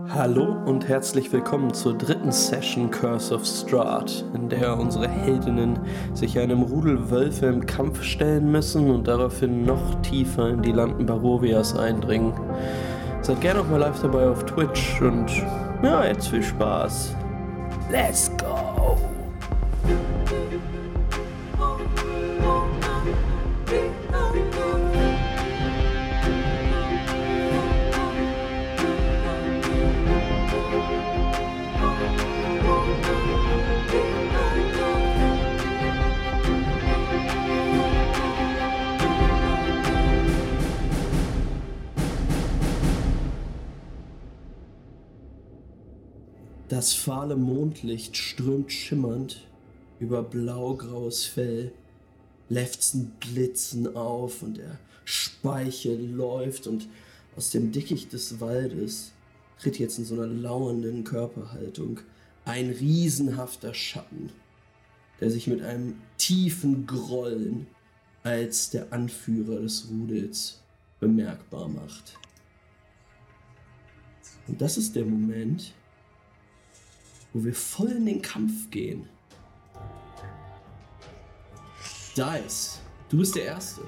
Hallo und herzlich willkommen zur dritten Session Curse of Strahd, in der unsere Heldinnen sich einem Rudel Wölfe im Kampf stellen müssen und daraufhin noch tiefer in die Landen Barovias eindringen. Seid gerne auch mal live dabei auf Twitch und ja, jetzt viel Spaß. Let's go! Das fahle Mondlicht strömt schimmernd über blaugraues Fell. Lefzen blitzen auf und der Speichel läuft und aus dem Dickicht des Waldes tritt jetzt in so einer lauernden Körperhaltung ein riesenhafter Schatten, der sich mit einem tiefen Grollen als der Anführer des Rudels bemerkbar macht. Und das ist der Moment, wo wir voll in den Kampf gehen. Dice, du bist der Erste.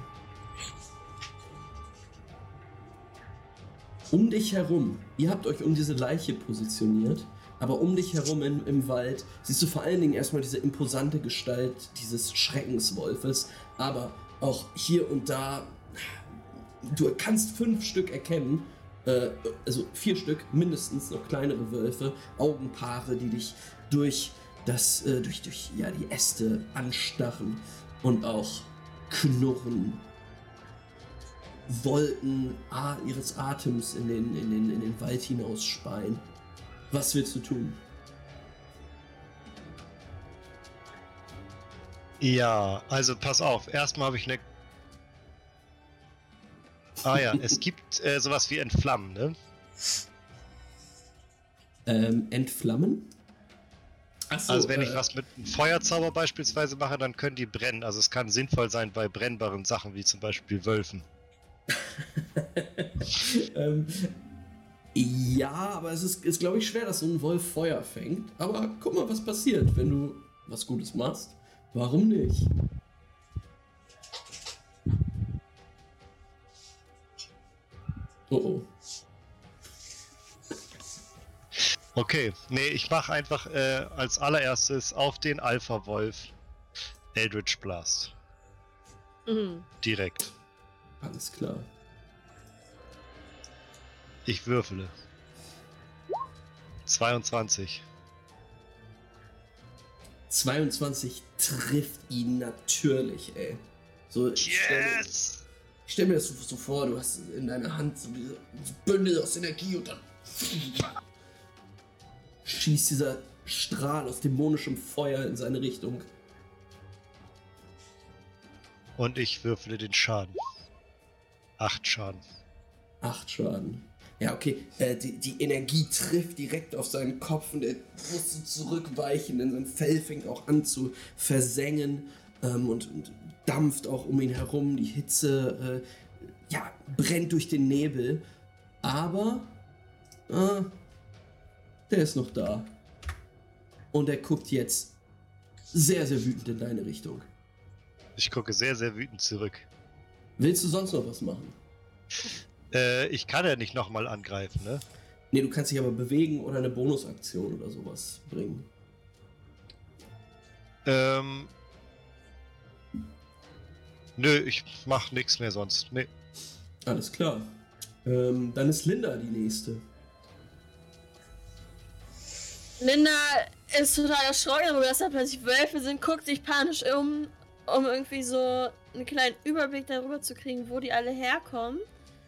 Um dich herum, ihr habt euch um diese Leiche positioniert, aber um dich herum im Wald siehst du vor allen Dingen erstmal diese imposante Gestalt dieses Schreckenswolfes, aber auch hier und da, du kannst 5 Stück erkennen, also 4 Stück, mindestens noch kleinere Wölfe, Augenpaare, die dich durch die Äste anstarren und auch knurren. Wolken ihres Atems in den Wald hinausspeien. Was willst du tun? Ja, also pass auf. Erstmal habe ich eine... es gibt sowas wie Entflammen, ne? Entflammen? Achso, also wenn ich was mit einem Feuerzauber beispielsweise mache, dann können die brennen. Also es kann sinnvoll sein bei brennbaren Sachen, wie zum Beispiel Wölfen. Ja, aber es ist glaube ich, schwer, dass so ein Wolf Feuer fängt. Aber guck mal, was passiert, wenn du was Gutes machst. Warum nicht? Oh. Okay, nee, ich mache einfach als allererstes auf den Alpha-Wolf Eldritch Blast. Direkt. Alles klar. Ich würfele. 22. 22 trifft ihn natürlich, ey. So, Yes! Ich stell mir das so vor, du hast in deiner Hand so diese Bündel aus Energie und dann schießt dieser Strahl aus dämonischem Feuer in seine Richtung. Und ich würfele den Schaden. 8 Schaden. 8 Schaden. Ja, okay. Die Energie trifft direkt auf seinen Kopf und er muss so zurückweichen, denn sein Fell fängt auch an zu versengen und dampft auch um ihn herum. Die Hitze brennt durch den Nebel. Aber der ist noch da. Und er guckt jetzt sehr, sehr wütend in deine Richtung. Ich gucke sehr, sehr wütend zurück. Willst du sonst noch was machen? Ich kann ja nicht nochmal angreifen, ne? Nee, du kannst dich aber bewegen oder eine Bonusaktion oder sowas bringen. Nö, ich mach nichts mehr sonst. Nee. Alles klar. Dann ist Linda die nächste. Linda ist total erschrocken, dass da plötzlich Wölfe sind, guckt sich panisch um irgendwie so einen kleinen Überblick darüber zu kriegen, wo die alle herkommen.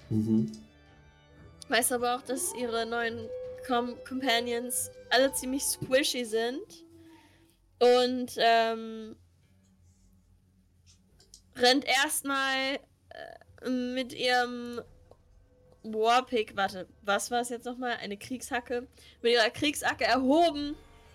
Weiß aber auch, dass ihre neuen Companions alle ziemlich squishy sind. Und rennt erstmal mit ihrem Warpick, warte, was war es jetzt nochmal? Eine Kriegshacke. Mit ihrer Kriegshacke erhoben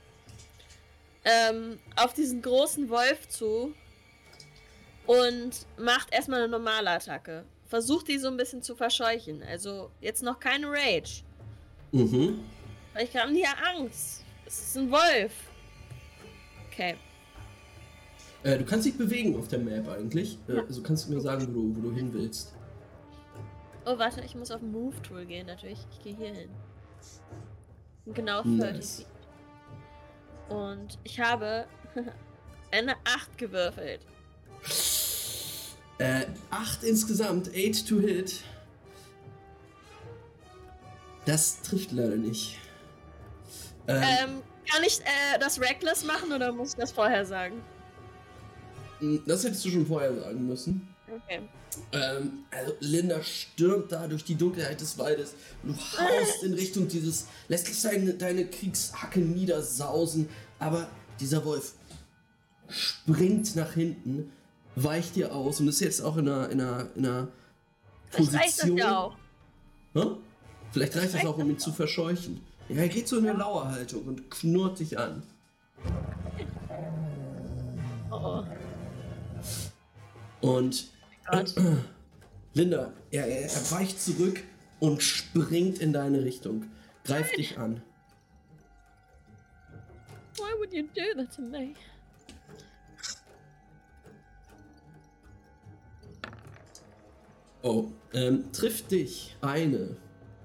auf diesen großen Wolf zu und macht erstmal eine normale Attacke. Versucht die so ein bisschen zu verscheuchen. Also jetzt noch keine Rage. Vielleicht haben die ja Angst. Es ist ein Wolf. Okay. Du kannst dich bewegen auf der Map eigentlich. Also kannst du mir sagen, wo du hin willst. Oh, warte, ich muss auf Move-Tool gehen natürlich. Ich gehe hier hin. Genau 30 Feet. Und ich habe eine 8 gewürfelt. 8 insgesamt, 8 to hit. Das trifft leider nicht. Kann ich das Reckless machen oder muss ich das vorher sagen? Das hättest du schon vorher sagen müssen. Okay. Also Linda stürmt da durch die Dunkelheit des Waldes. Du haust in Richtung lässt deine Kriegshacke niedersausen, aber dieser Wolf springt nach hinten, weicht dir aus und ist jetzt auch in einer Position. Vielleicht reicht das ja auch. Hm? Vielleicht reicht das auch, um ihn zu verscheuchen. Ja, er geht so in eine Lauerhaltung und knurrt dich an. Oh. Und Linda, er weicht zurück und springt in deine Richtung. Greift dich an. Why would you do that to me? Oh, trifft dich eine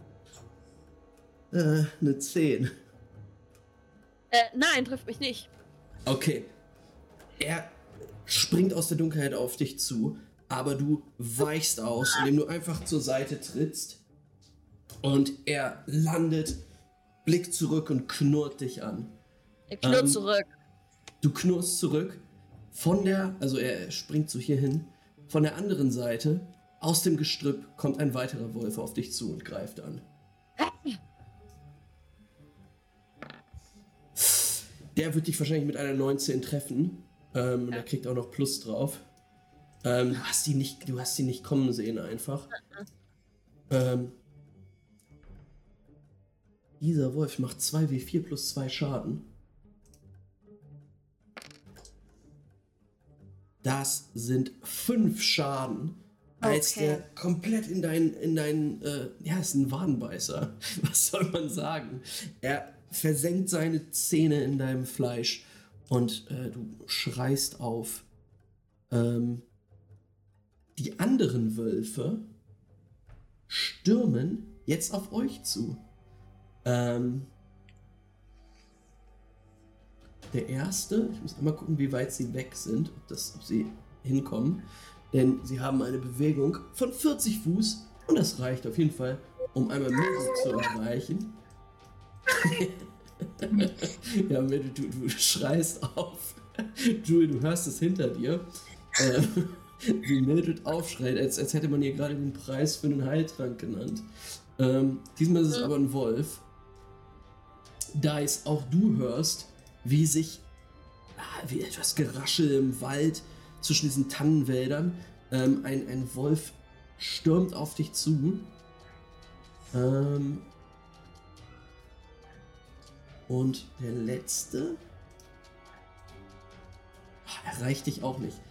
10. Nein, trifft mich nicht. Okay. Er springt aus der Dunkelheit auf dich zu, aber du weichst aus, indem du einfach zur Seite trittst. Und er landet, blickt zurück und knurrt dich an. Er knurrt zurück. Du knurrst zurück. Also er springt so hier hin. Von der anderen Seite, aus dem Gestrüpp, kommt ein weiterer Wolf auf dich zu und greift an. Der wird dich wahrscheinlich mit einer 19 treffen. Und er kriegt auch noch Plus drauf. Du hast ihn nicht kommen sehen einfach. Dieser Wolf macht 2w4 plus 2 Schaden. Das sind 5 Schaden. Als der komplett in dein ist ein Wadenbeißer. Was soll man sagen? Er versenkt seine Zähne in deinem Fleisch und du schreist auf. Die anderen Wölfe stürmen jetzt auf euch zu. Der erste, ich muss einmal gucken, wie weit sie weg sind, ob sie hinkommen. Denn sie haben eine Bewegung von 40 Fuß und das reicht auf jeden Fall, um einmal Mildred zu erreichen. Ja, Mildred, du schreist auf. Julie, du hörst es hinter dir. Wie Mildred aufschreit, als hätte man ihr gerade den Preis für einen Heiltrank genannt. Diesmal ist es aber ein Wolf. Dice, auch du hörst, wie etwas Geraschel im Wald zwischen diesen Tannenwäldern. Ein Wolf stürmt auf dich zu. Und der letzte erreicht dich auch nicht.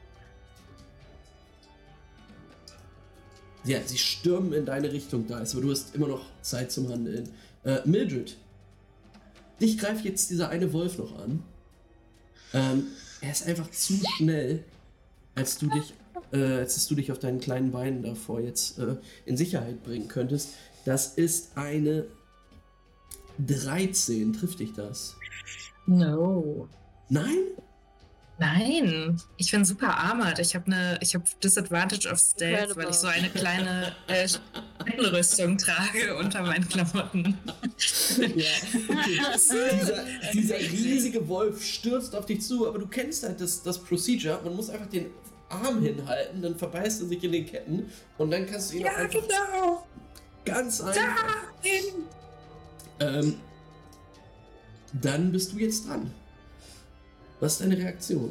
Ja, sie stürmen in deine Richtung, Dice, aber du hast immer noch Zeit zum Handeln. Mildred, dich greift jetzt dieser eine Wolf noch an. Er ist einfach zu schnell, als dass du dich auf deinen kleinen Beinen davor jetzt in Sicherheit bringen könntest. Das ist eine 13. Trifft dich das? No. Nein? Nein, ich bin super armored. Ich hab Disadvantage of Stealth, weil ich so eine kleine Rüstung trage unter meinen Klamotten. Ja, okay. Dieser riesige Wolf stürzt auf dich zu, aber du kennst halt das Procedure. Man muss einfach den Arm hinhalten, dann verbeißt er sich in den Ketten und dann kannst du ihn auch einfach ganz einfach. Dann bist du jetzt dran. Was ist deine Reaktion?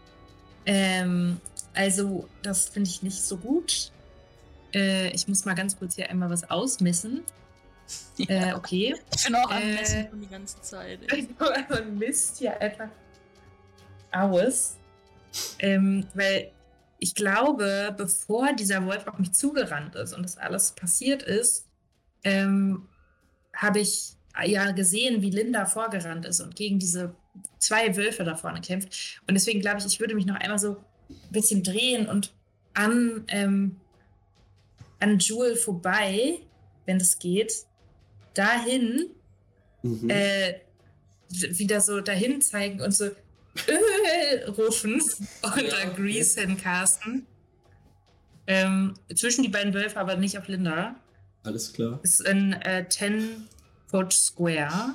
Also, das finde ich nicht so gut. Ich muss mal ganz kurz hier einmal was ausmessen. Okay. Ich bin auch am Messen die ganze Zeit. Man misst ja einfach aus. Weil ich glaube, bevor dieser Wolf auf mich zugerannt ist und das alles passiert ist, habe ich ja gesehen, wie Linda vorgerannt ist und gegen diese 2 Wölfe da vorne kämpft. Und deswegen glaube ich würde mich noch einmal so ein bisschen drehen und an Jewel vorbei, wenn es geht, dahin wieder so dahin zeigen und so rufen und da Grease hincasten. Zwischen die beiden Wölfe, aber nicht auf Linda. Alles klar. Ist ein 10-Foot Square.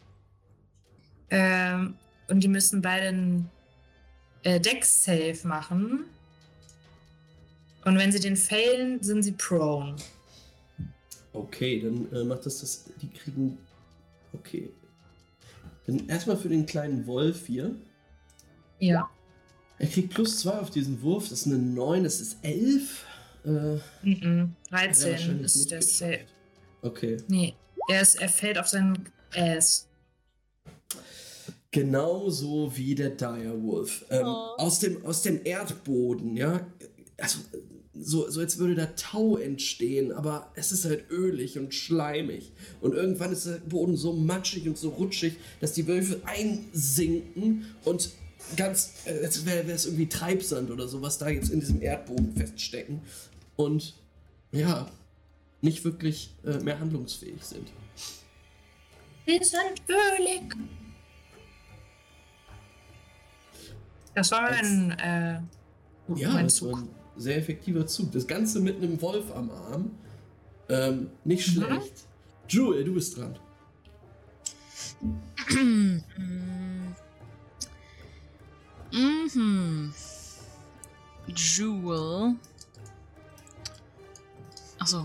Und die müssen beide einen Dex-Save machen. Und wenn sie den failen, sind sie prone. Okay, dann macht das. Die kriegen. Okay. Dann erstmal für den kleinen Wolf hier. Ja. Er kriegt +2 auf diesen Wurf. Das ist eine 9, das ist 11. 13 ist der Save. Okay. Nee, er fällt auf seinen Ass. Genauso wie der Direwolf. Aus dem Erdboden, ja. Also, so als würde da Tau entstehen, aber es ist halt ölig und schleimig. Und irgendwann ist der Boden so matschig und so rutschig, dass die Wölfe einsinken und ganz, als wäre es irgendwie Treibsand oder so, was da jetzt in diesem Erdboden feststecken. Und ja, nicht wirklich mehr handlungsfähig sind. Wir sind ölig. Das war mein das war ein sehr effektiver Zug. Das Ganze mit einem Wolf am Arm. Nicht schlecht. Jewel, du bist dran. Jewel. Achso.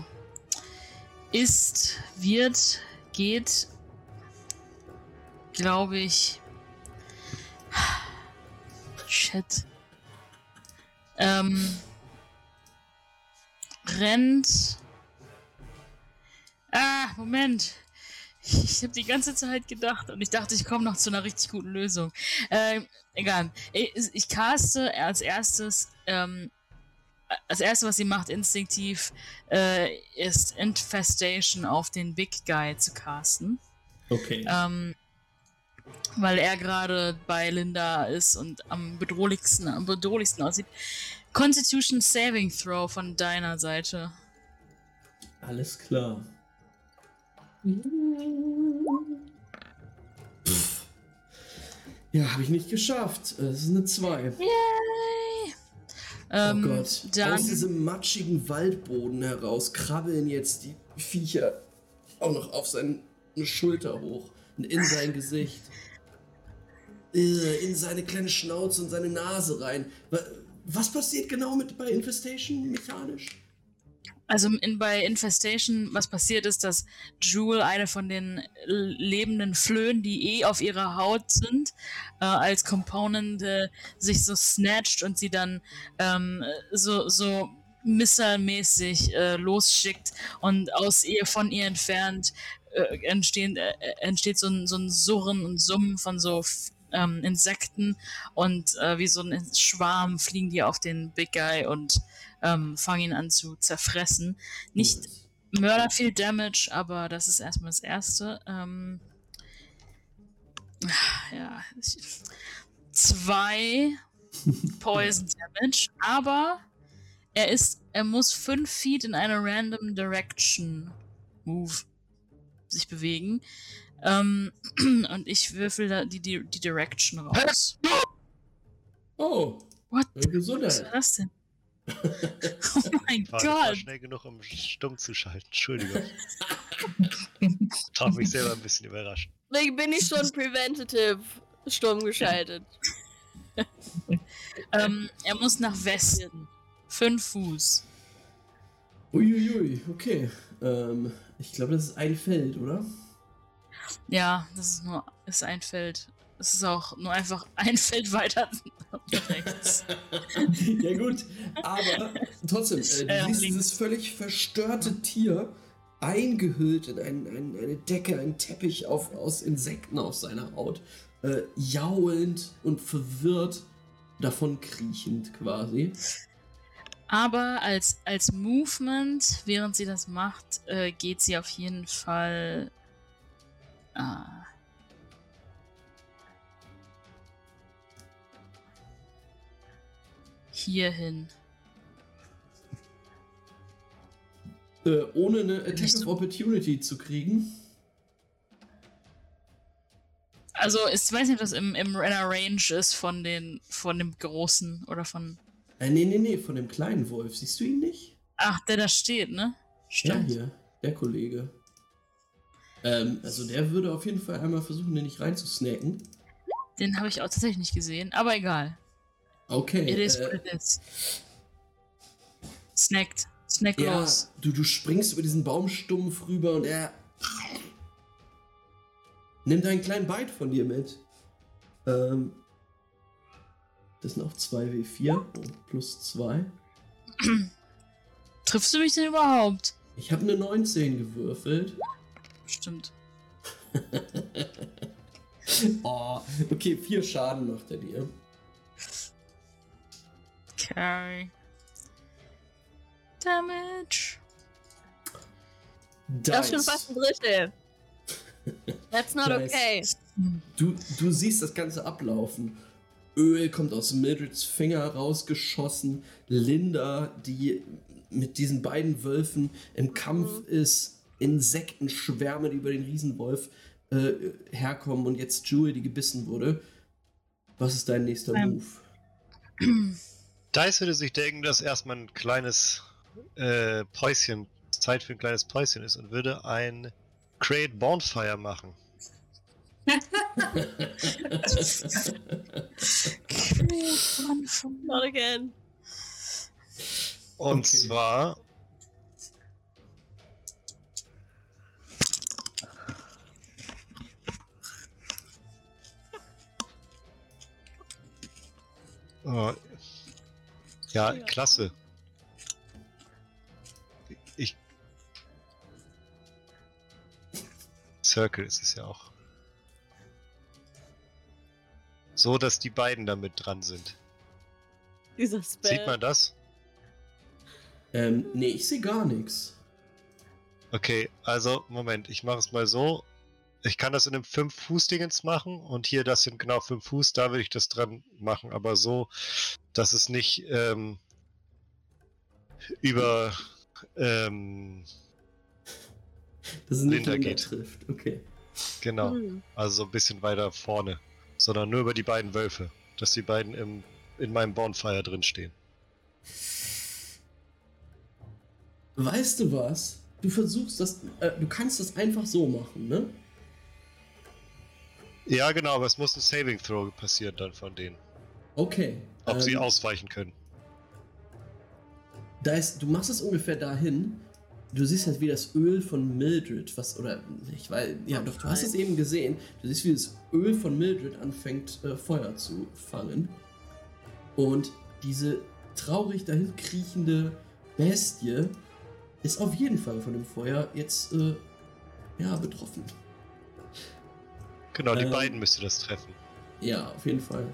Geht, glaube ich. Shit. Rennt. Moment. Ich habe die ganze Zeit gedacht und ich dachte, ich komme noch zu einer richtig guten Lösung. Egal. Ich caste als erstes, was sie macht instinktiv, ist Infestation auf den Big Guy zu casten. Okay. Weil er gerade bei Linda ist und am bedrohlichsten aussieht. Constitution Saving Throw von deiner Seite. Alles klar. Ja, habe ich nicht geschafft. Das ist eine 2. Yay! Oh Gott. Dann aus diesem matschigen Waldboden heraus krabbeln jetzt die Viecher auch noch auf seine Schulter hoch und in sein Gesicht. In seine kleine Schnauze und seine Nase rein. Was passiert genau bei Infestation mechanisch? Also bei Infestation, was passiert ist, dass Jewel, eine von den lebenden Flöhen, die auf ihrer Haut sind, als Component sich so snatcht und sie dann so Missile-mäßig losschickt und von ihr entfernt entsteht so ein Surren und Summen von so Insekten und wie so ein Schwarm fliegen die auf den Big Guy und fangen ihn an zu zerfressen. Nicht Mörder viel Damage, aber das ist erstmal das Erste. 2 Poison Damage, aber er muss 5 Feet in eine Random Direction Move sich bewegen. Und ich würfel da die Direction raus. Oh! What? Gesundheit. Was war das denn? Oh mein Ich war Gott! schnell genug, um stumm zu schalten. Entschuldigung. Hat mich selber ein bisschen überrascht. Deswegen bin ich schon preventative stumm geschaltet. Er muss nach Westen. 5 Fuß. Uiuiui, okay. Ich glaube, das ist ein Feld, oder? Ja, das ist ein Feld. Es ist auch nur einfach ein Feld weiter rechts. Ja gut, aber trotzdem, du siehst dieses völlig verstörte Tier eingehüllt in eine Decke, einen Teppich aus Insekten auf seiner Haut, jaulend und verwirrt, davon kriechend quasi. Aber als Movement, während sie das macht, geht sie auf jeden Fall hier hin. Ohne eine Attack of Opportunity zu kriegen. Also, ich weiß nicht, ob das in der Range ist von dem Großen oder von... Nee, von dem kleinen Wolf. Siehst du ihn nicht? Ach, der da steht, ne? Stimmt. Ja, hier, der Kollege. Also der würde auf jeden Fall einmal versuchen, den nicht reinzusnacken. Den habe ich auch tatsächlich nicht gesehen, aber egal. Okay. It is what it is. Snack los. Du springst über diesen Baumstumpf rüber und er nimmt einen kleinen Bite von dir mit. Das sind auch 2W4 plus 2. Triffst du mich denn überhaupt? Ich habe eine 19 gewürfelt. Stimmt. Oh, okay, 4 Schaden macht er dir. Okay. Damage. Das ist schon fast ein Drittel. That's not Nice. okay. Du siehst das Ganze ablaufen. Öl kommt aus Mildreds Finger rausgeschossen. Linda, die mit diesen beiden Wölfen im Kampf ist. Insektenschwärme, die über den Riesenwolf herkommen. Und jetzt Jewel, die gebissen wurde. Was ist dein nächster Move? Dice würde sich denken, dass erstmal ein kleines Päuschen, Zeit für ein kleines Päuschen ist und würde ein Create Bonfire machen. Not again. Und Okay. zwar ja, klasse. Circle ist es ja auch. So, dass die beiden damit dran sind. Dieser Spell. Sieht man das? Nee, ich sehe gar nichts. Okay, also, Moment, ich mache es mal so. Ich kann das in einem 5-Fuß-Dingens machen und hier, das sind genau 5 Fuß, da würde ich das dran machen, aber so, dass es nicht über Dass es nicht Linda Linda geht. trifft. Okay. Genau, also so ein bisschen weiter vorne, sondern nur über die beiden Wölfe, dass die beiden in meinem Bonfire drin stehen. Weißt du was? Du versuchst das, du kannst das einfach so machen, ne? Ja, genau, aber es muss ein Saving Throw passieren dann von denen, Okay. ob sie ausweichen können. Du machst es ungefähr dahin. Du siehst halt wie das Öl von Mildred, du hast es eben gesehen. Du siehst, wie das Öl von Mildred anfängt, Feuer zu fangen. Und diese traurig dahin kriechende Bestie ist auf jeden Fall von dem Feuer jetzt, betroffen. Genau, die beiden müsste das treffen. Ja, auf jeden Fall.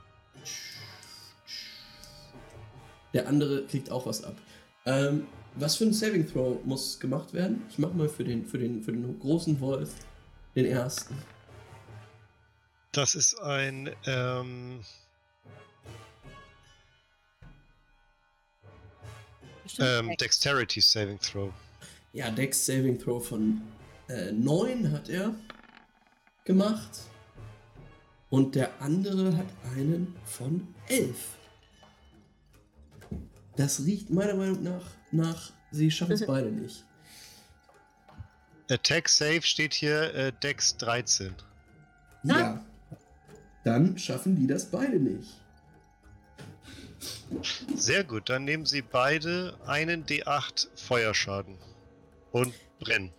Der andere kriegt auch was ab. Was für ein Saving Throw muss gemacht werden? Ich mach mal für den großen Wolf den ersten. Das ist ein Dexterity Saving Throw. Ja, Dex Saving Throw von 9 hat er gemacht. Und der andere hat einen von 11. Das riecht meiner Meinung nach sie schaffen es beide nicht. Attack Save steht hier Dex 13. Ja. Dann schaffen die das beide nicht. Sehr gut, dann nehmen sie beide einen D8 Feuerschaden und brennen.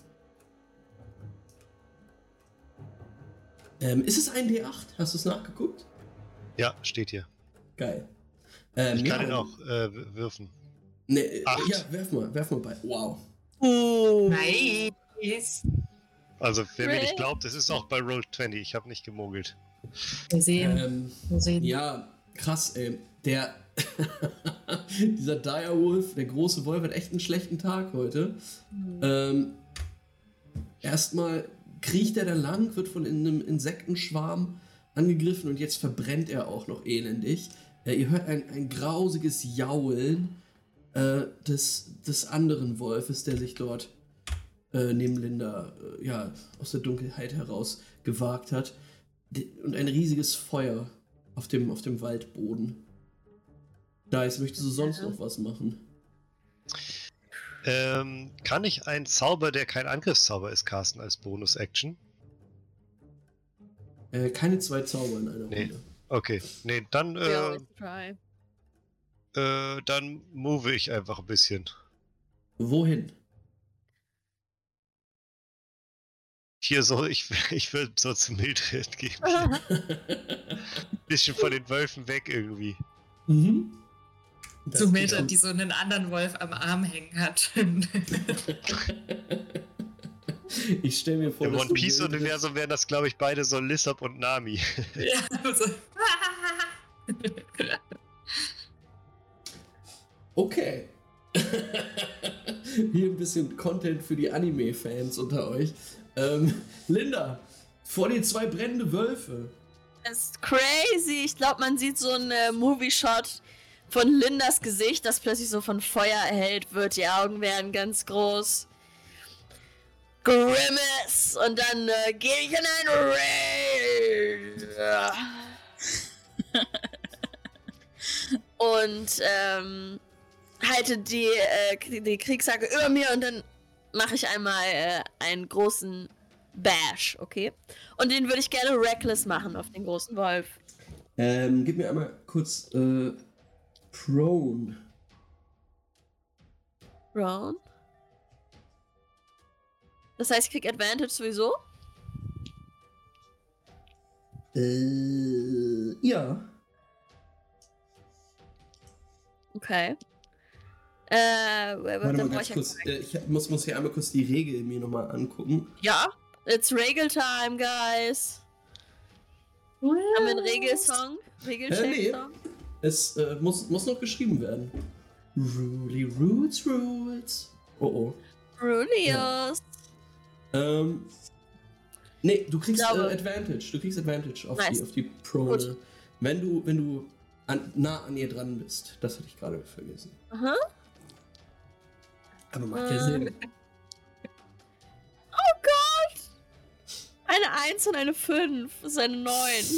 Ist es ein D8? Hast du es nachgeguckt? Ja, steht hier. Geil. Ich kann ihn auch würfen. Ne, 8. ja, werf mal bei. Wow. Nice. Also, wer mir nicht glaubt, das ist auch bei Roll20. Ich habe nicht gemogelt. Wir sehen. Ja, krass, ey. Dieser Direwolf, der große Wolf, hat echt einen schlechten Tag heute. Erstmal kriecht er da lang, wird von einem Insektenschwarm angegriffen und jetzt verbrennt er auch noch elendig. Ihr hört ein grausiges Jaulen des anderen Wolfes, der sich dort neben Linda aus der Dunkelheit heraus gewagt hat. Und ein riesiges Feuer auf dem Waldboden. Dice, möchtest du sonst noch was machen? Kann ich einen Zauber, der kein Angriffszauber ist, casten als Bonus-Action? Keine 2 Zauber in einer Runde. Okay, nee, dann dann move ich einfach ein bisschen. Wohin? Hier so, ich würde so zum Mildred gehen. Bisschen von den Wölfen weg irgendwie. Mhm. So Mildred, die so einen anderen Wolf am Arm hängen hat. Ich stelle mir vor, im One Piece-Universum wären das, glaube ich, beide so Lissop und Nami. Ja, so. Okay. Hier ein bisschen Content für die Anime-Fans unter euch. Linda, vor dir 2 brennende Wölfe. Das ist crazy. Ich glaube, man sieht so einen Movie-Shot von Lindas Gesicht, das plötzlich so von Feuer erhellt wird. Die Augen werden ganz groß. Grimace! Und dann gehe ich in ein Raid. Und halte die Kriegshacke über mir und dann mache ich einmal einen großen Bash, okay? Und den würde ich gerne reckless machen auf den großen Wolf. Gib mir einmal kurz Prone. Prone? Das heißt, ich krieg Advantage sowieso? Ja. Okay. Warte mal ganz kurz. Ich muss hier einmal kurz die Regel mir nochmal angucken. Ja, it's Regel time, guys. Haben wir einen Regelsong? Regelcheck-Song? Nee. Es muss noch geschrieben werden. Ruly Roots Rules. Oh. Rulios. Nee, du kriegst Advantage. Du kriegst Advantage auf die Prone. Gut. Wenn du nah an ihr dran bist. Das hatte ich gerade vergessen. Aha. Aber macht ja Sinn. Oh Gott! Eine 1 und eine 5. Das ist eine 9.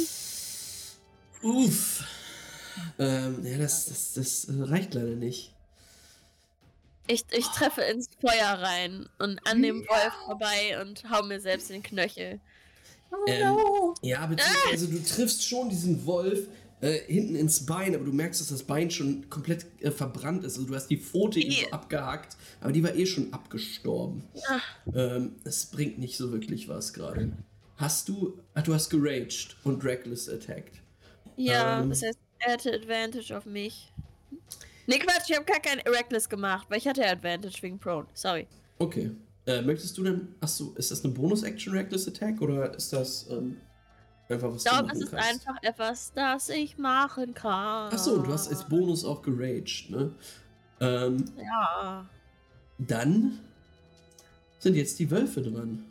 Uff. Ja, das reicht leider nicht. Ich treffe ins Feuer rein und an dem Wolf vorbei und hau mir selbst in den Knöchel. Ja, beziehungsweise du triffst schon diesen Wolf hinten ins Bein, aber du merkst, dass das Bein schon komplett verbrannt ist. Also du hast die Pfote so abgehackt, aber die war schon abgestorben. Es bringt nicht so wirklich was gerade. Du hast geraged und reckless attacked. Ja, das heißt, er hatte Advantage auf mich. Nee, Quatsch, ich habe gar kein Reckless gemacht, weil ich hatte Advantage wegen Prone. Sorry. Okay. Möchtest du denn... Achso, ist das eine Bonus-Action Reckless Attack oder ist das einfach was du machen kannst? Ich glaube, es ist einfach etwas, das ich machen kann. Achso, du hast als Bonus auch geraged, ne? Ja. Dann sind jetzt die Wölfe dran.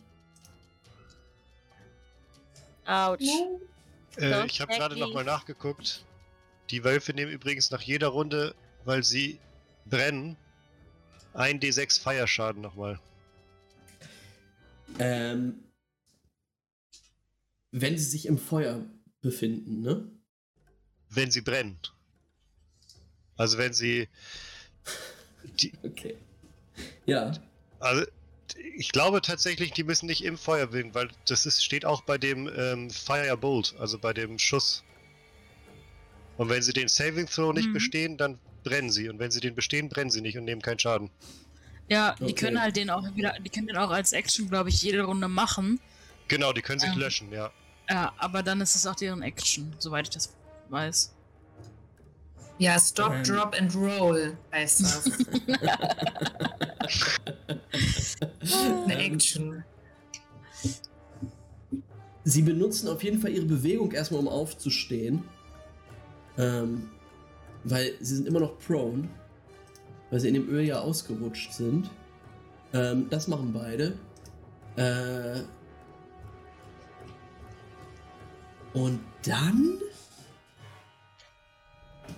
Autsch. Ich habe gerade nochmal nachgeguckt. Die Wölfe nehmen übrigens nach jeder Runde, weil sie brennen, 1d6 Feierschaden nochmal. Wenn sie sich im Feuer befinden, ne? Wenn sie brennen. Also wenn sie... Okay. Ja. Also ich glaube tatsächlich, die müssen nicht im Feuer brennen, weil das steht auch bei dem Firebolt, also bei dem Schuss. Und wenn sie den Saving Throw nicht bestehen, dann brennen sie. Und wenn sie den bestehen, brennen sie nicht und nehmen keinen Schaden. Ja, die können halt den auch als Action, glaube ich, jede Runde machen. Genau, die können sich löschen, ja. Ja, aber dann ist es auch deren Action, soweit ich das weiß. Ja, Stop, Drop and Roll heißt das. Eine Action. Sie benutzen auf jeden Fall ihre Bewegung erstmal, um aufzustehen. Weil sie sind immer noch prone. Weil sie in dem Öl ja ausgerutscht sind. Das machen beide. Und dann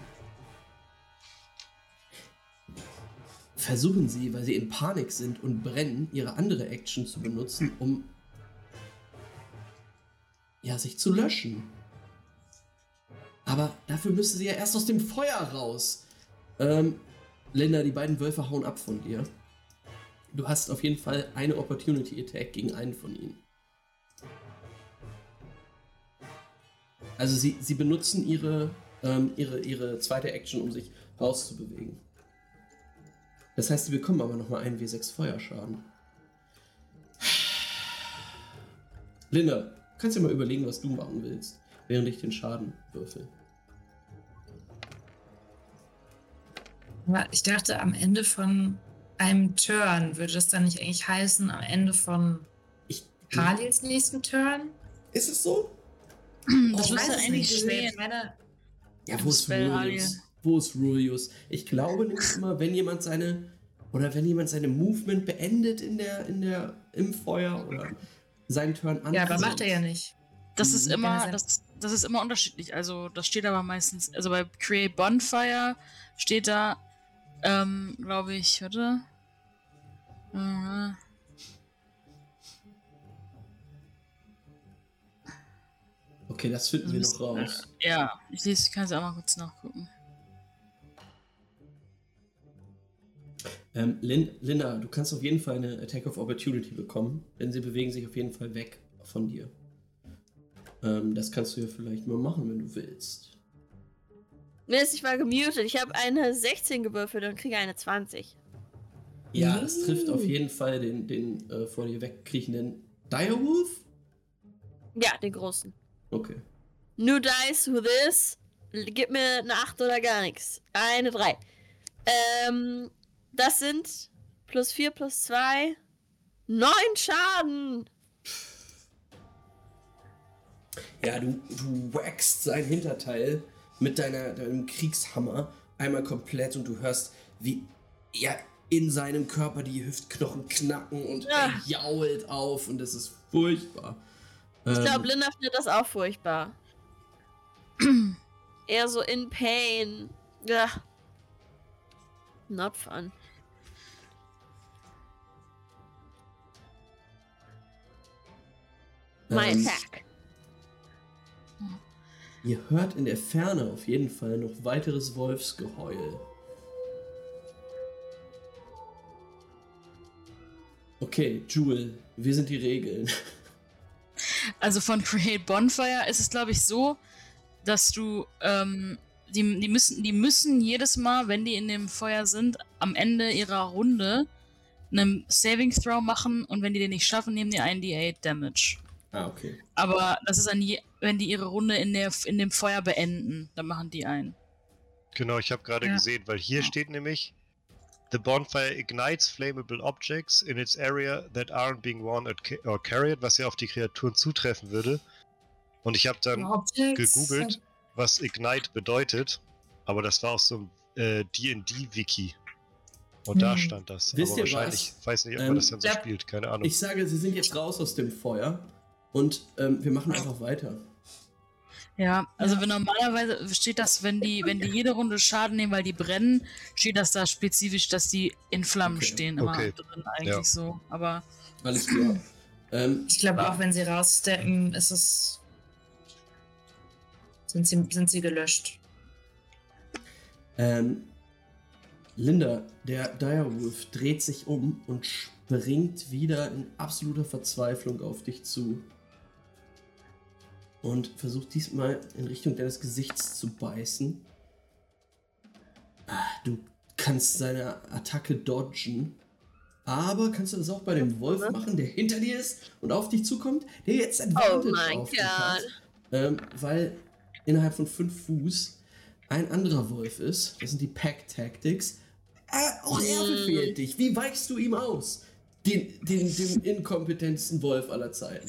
versuchen sie, weil sie in Panik sind und brennen, ihre andere Action zu benutzen, um sich zu löschen. Aber dafür müssen sie ja erst aus dem Feuer raus. Linda, die beiden Wölfe hauen ab von dir. Du hast auf jeden Fall eine Opportunity Attack gegen einen von ihnen. Also sie benutzen ihre zweite Action, um sich rauszubewegen. Das heißt, sie bekommen aber nochmal einen W6 Feuerschaden. Linda, kannst du dir mal überlegen, was du machen willst, während ich den Schaden würfel. Ich dachte, am Ende von einem Turn würde das dann nicht eigentlich heißen, am Ende von Halils nächsten Turn? Ist es so? Das müsste eigentlich stehen. Ja, wo ist Rulius? Wo ist Rulius? Ich glaube nämlich immer, wenn jemand seine Movement beendet im Feuer oder seinen Turn anfängt. Ja, aber macht er ja nicht. Das ist immer unterschiedlich. Also das steht aber meistens, also bei Create Bonfire steht da, glaube ich, warte. Okay, das finden wir noch raus. Ja, ich kann es auch mal kurz nachgucken. Linda, du kannst auf jeden Fall eine Attack of Opportunity bekommen, denn sie bewegen sich auf jeden Fall weg von dir. Das kannst du ja vielleicht mal machen, wenn du willst. Mist, ich war gemutet. Ich habe eine 16 gewürfelt und kriege eine 20. Ja, es trifft auf jeden Fall den vor dir wegkriechenden Direwolf? Ja, den großen. Okay. New dice who this. Gib mir eine 8 oder gar nichts. Eine 3. Das sind +4 +2 9 Schaden. Ja, du whackst sein Hinterteil mit deinem Kriegshammer einmal komplett und du hörst, wie er in seinem Körper die Hüftknochen knacken und er jault auf und es ist furchtbar. Ich glaube, Linda findet das auch furchtbar. Eher so in pain. Ja. Not fun. My attack. Ihr hört in der Ferne auf jeden Fall noch weiteres Wolfsgeheul. Okay, Jewel, wie sind die Regeln? Also von Create Bonfire ist es, glaube ich, so, dass du, die müssen jedes Mal, wenn die in dem Feuer sind, am Ende ihrer Runde einen Saving Throw machen und wenn die den nicht schaffen, nehmen die einen D8 Damage. Ah, okay. Aber das ist wenn die ihre Runde in dem Feuer beenden, dann machen die einen. Genau, ich habe gerade gesehen, weil hier steht nämlich The bonfire ignites flammable objects in its area that aren't being worn or carried, was ja auf die Kreaturen zutreffen würde. Und ich habe dann gegoogelt, was Ignite bedeutet, aber das war aus so einem D&D-Wiki. Und da stand das. Wisst aber ihr wahrscheinlich, was? weiß nicht, ob man das dann so spielt, keine Ahnung. Ich sage, sie sind jetzt raus aus dem Feuer und wir machen einfach weiter. Ja, also normalerweise steht das, wenn die jede Runde Schaden nehmen, weil die brennen, steht das da spezifisch, dass die in Flammen stehen, immer drin eigentlich so, aber... Alles klar. Ich glaube auch, wenn sie rausstecken, sind sie gelöscht. Linda, der Direwolf dreht sich um und springt wieder in absoluter Verzweiflung auf dich zu. Und versucht diesmal in Richtung deines Gesichts zu beißen. Du kannst seine Attacke dodgen. Aber kannst du das auch bei dem Wolf machen, der hinter dir ist und auf dich zukommt? Der jetzt Advantage auf dich hat. Weil innerhalb von 5 Fuß ein anderer Wolf ist. Das sind die Pack Tactics. Auch er befehlt dich. Wie weichst du ihm aus? Dem inkompetentesten Wolf aller Zeiten.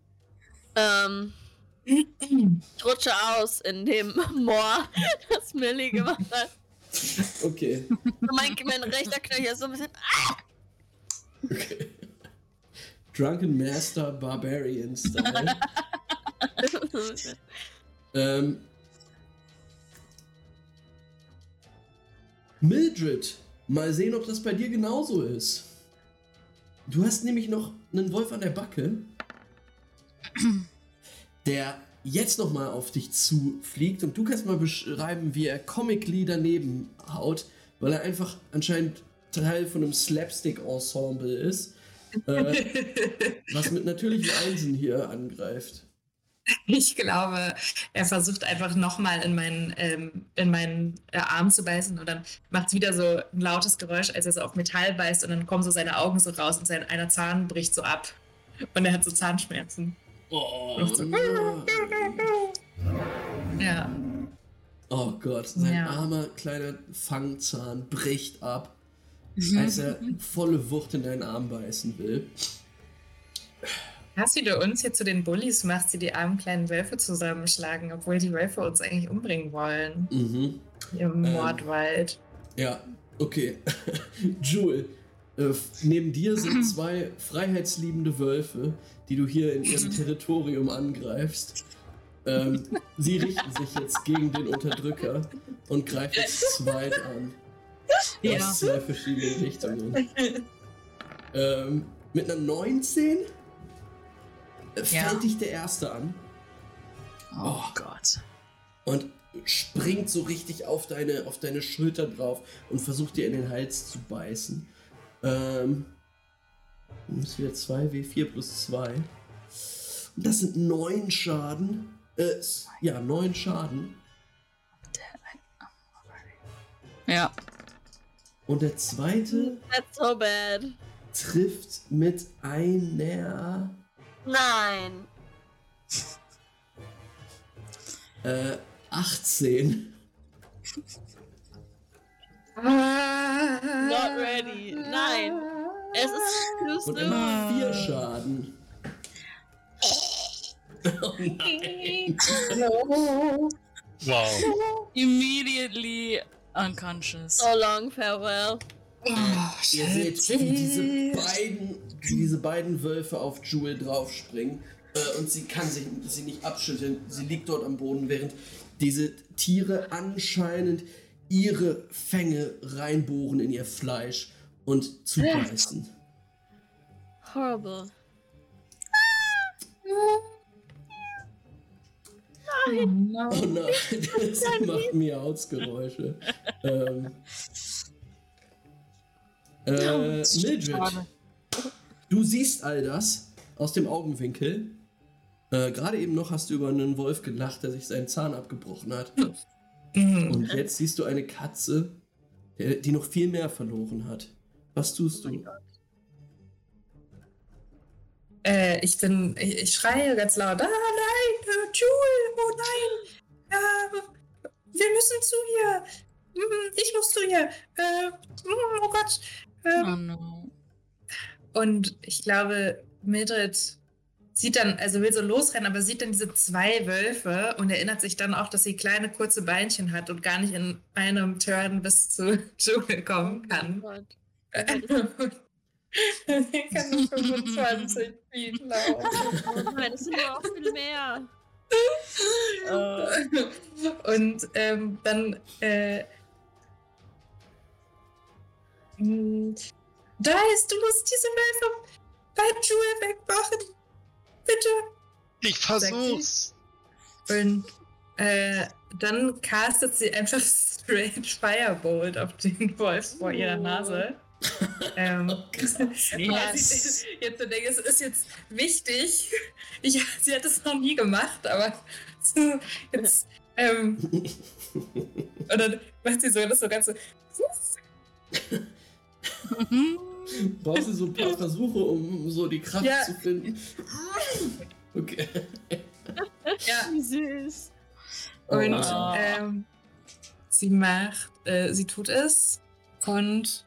Ich rutsche aus in dem Moor, das Millie gemacht hat. Okay. Mein rechter Knöchel ist so ein bisschen... Okay. Drunken Master Barbarian Style. Mildred, Mal sehen, ob das bei dir genauso ist. Du hast nämlich noch einen Wolf an der Backe, der jetzt nochmal auf dich zufliegt und du kannst mal beschreiben, wie er comically daneben haut, weil er einfach anscheinend Teil von einem Slapstick-Ensemble ist, was mit natürlichen Einsen hier angreift. Ich glaube, er versucht einfach nochmal in meinen Arm zu beißen und dann macht es wieder so ein lautes Geräusch, als er so auf Metall beißt und dann kommen so seine Augen so raus und einer Zahn bricht so ab und er hat so Zahnschmerzen. Oh, so. nein. Ja. Oh Gott, sein armer kleiner Fangzahn bricht ab, als er volle Wucht in deinen Arm beißen will. Hast wie du uns hier zu den Bullies machst, die die armen kleinen Wölfe zusammenschlagen, obwohl die Wölfe uns eigentlich umbringen wollen. Im Mordwald. Ja, okay. Jewel, neben dir sind 2 freiheitsliebende Wölfe, die du hier in ihrem Territorium angreifst. Sie richten sich jetzt gegen den Unterdrücker und greifen jetzt zweit an. Aus 2 verschiedenen Richtungen. Mit einer 19 fällt dich der Erste an. Oh Gott. Und springt so richtig auf deine Schulter drauf und versucht dir in den Hals zu beißen. Dann ist wieder 2W4 plus 2. Und das sind 9 Schaden. 9 Schaden. Ja. Und der zweite That's so bad. trifft mit einer Nein. 18. Not ready. Nein. Es ist Und er macht 4 Schaden. Oh nein. Wow. Immediately unconscious. So long farewell. Ihr seht, wie diese beiden Wölfe auf Jewel draufspringen und sie kann sie nicht abschütteln. Sie liegt dort am Boden, während diese Tiere anscheinend ihre Fänge reinbohren in ihr Fleisch und zubeißen. Horrible. Oh nein, das macht Miauzgeräusche. Mildred, du siehst all das aus dem Augenwinkel. Gerade eben noch hast du über einen Wolf gelacht, der sich seinen Zahn abgebrochen hat. Und jetzt siehst du eine Katze, die noch viel mehr verloren hat. Was tust du? Ich schreie ganz laut, nein, Jewel, oh nein, wir müssen zu ihr, ich muss zu ihr, oh Gott. Oh no. Und ich glaube, Mildred sieht dann, also will so losrennen, aber sieht dann diese 2 Wölfe und erinnert sich dann auch, dass sie kleine, kurze Beinchen hat und gar nicht in einem Turn bis zu Jewel kommen kann. Ich kann nur 25 Feet laufen. Oh nein, das sind aber auch viel mehr. Und dann Dice, du musst diese Wölfe bei Jewel wegmachen. Bitte. Ich versuch's. Und dann castet sie einfach straight Firebolt auf den Wolf vor ihrer Nase. Yes. Jetzt so denke, es ist jetzt wichtig. Sie hat es noch nie gemacht, aber jetzt. Und dann macht sie so das so ganz so. Brauchst du so ein paar Versuche, um so die Kraft zu finden? Okay. Ja. Wie süß. Und sie tut es und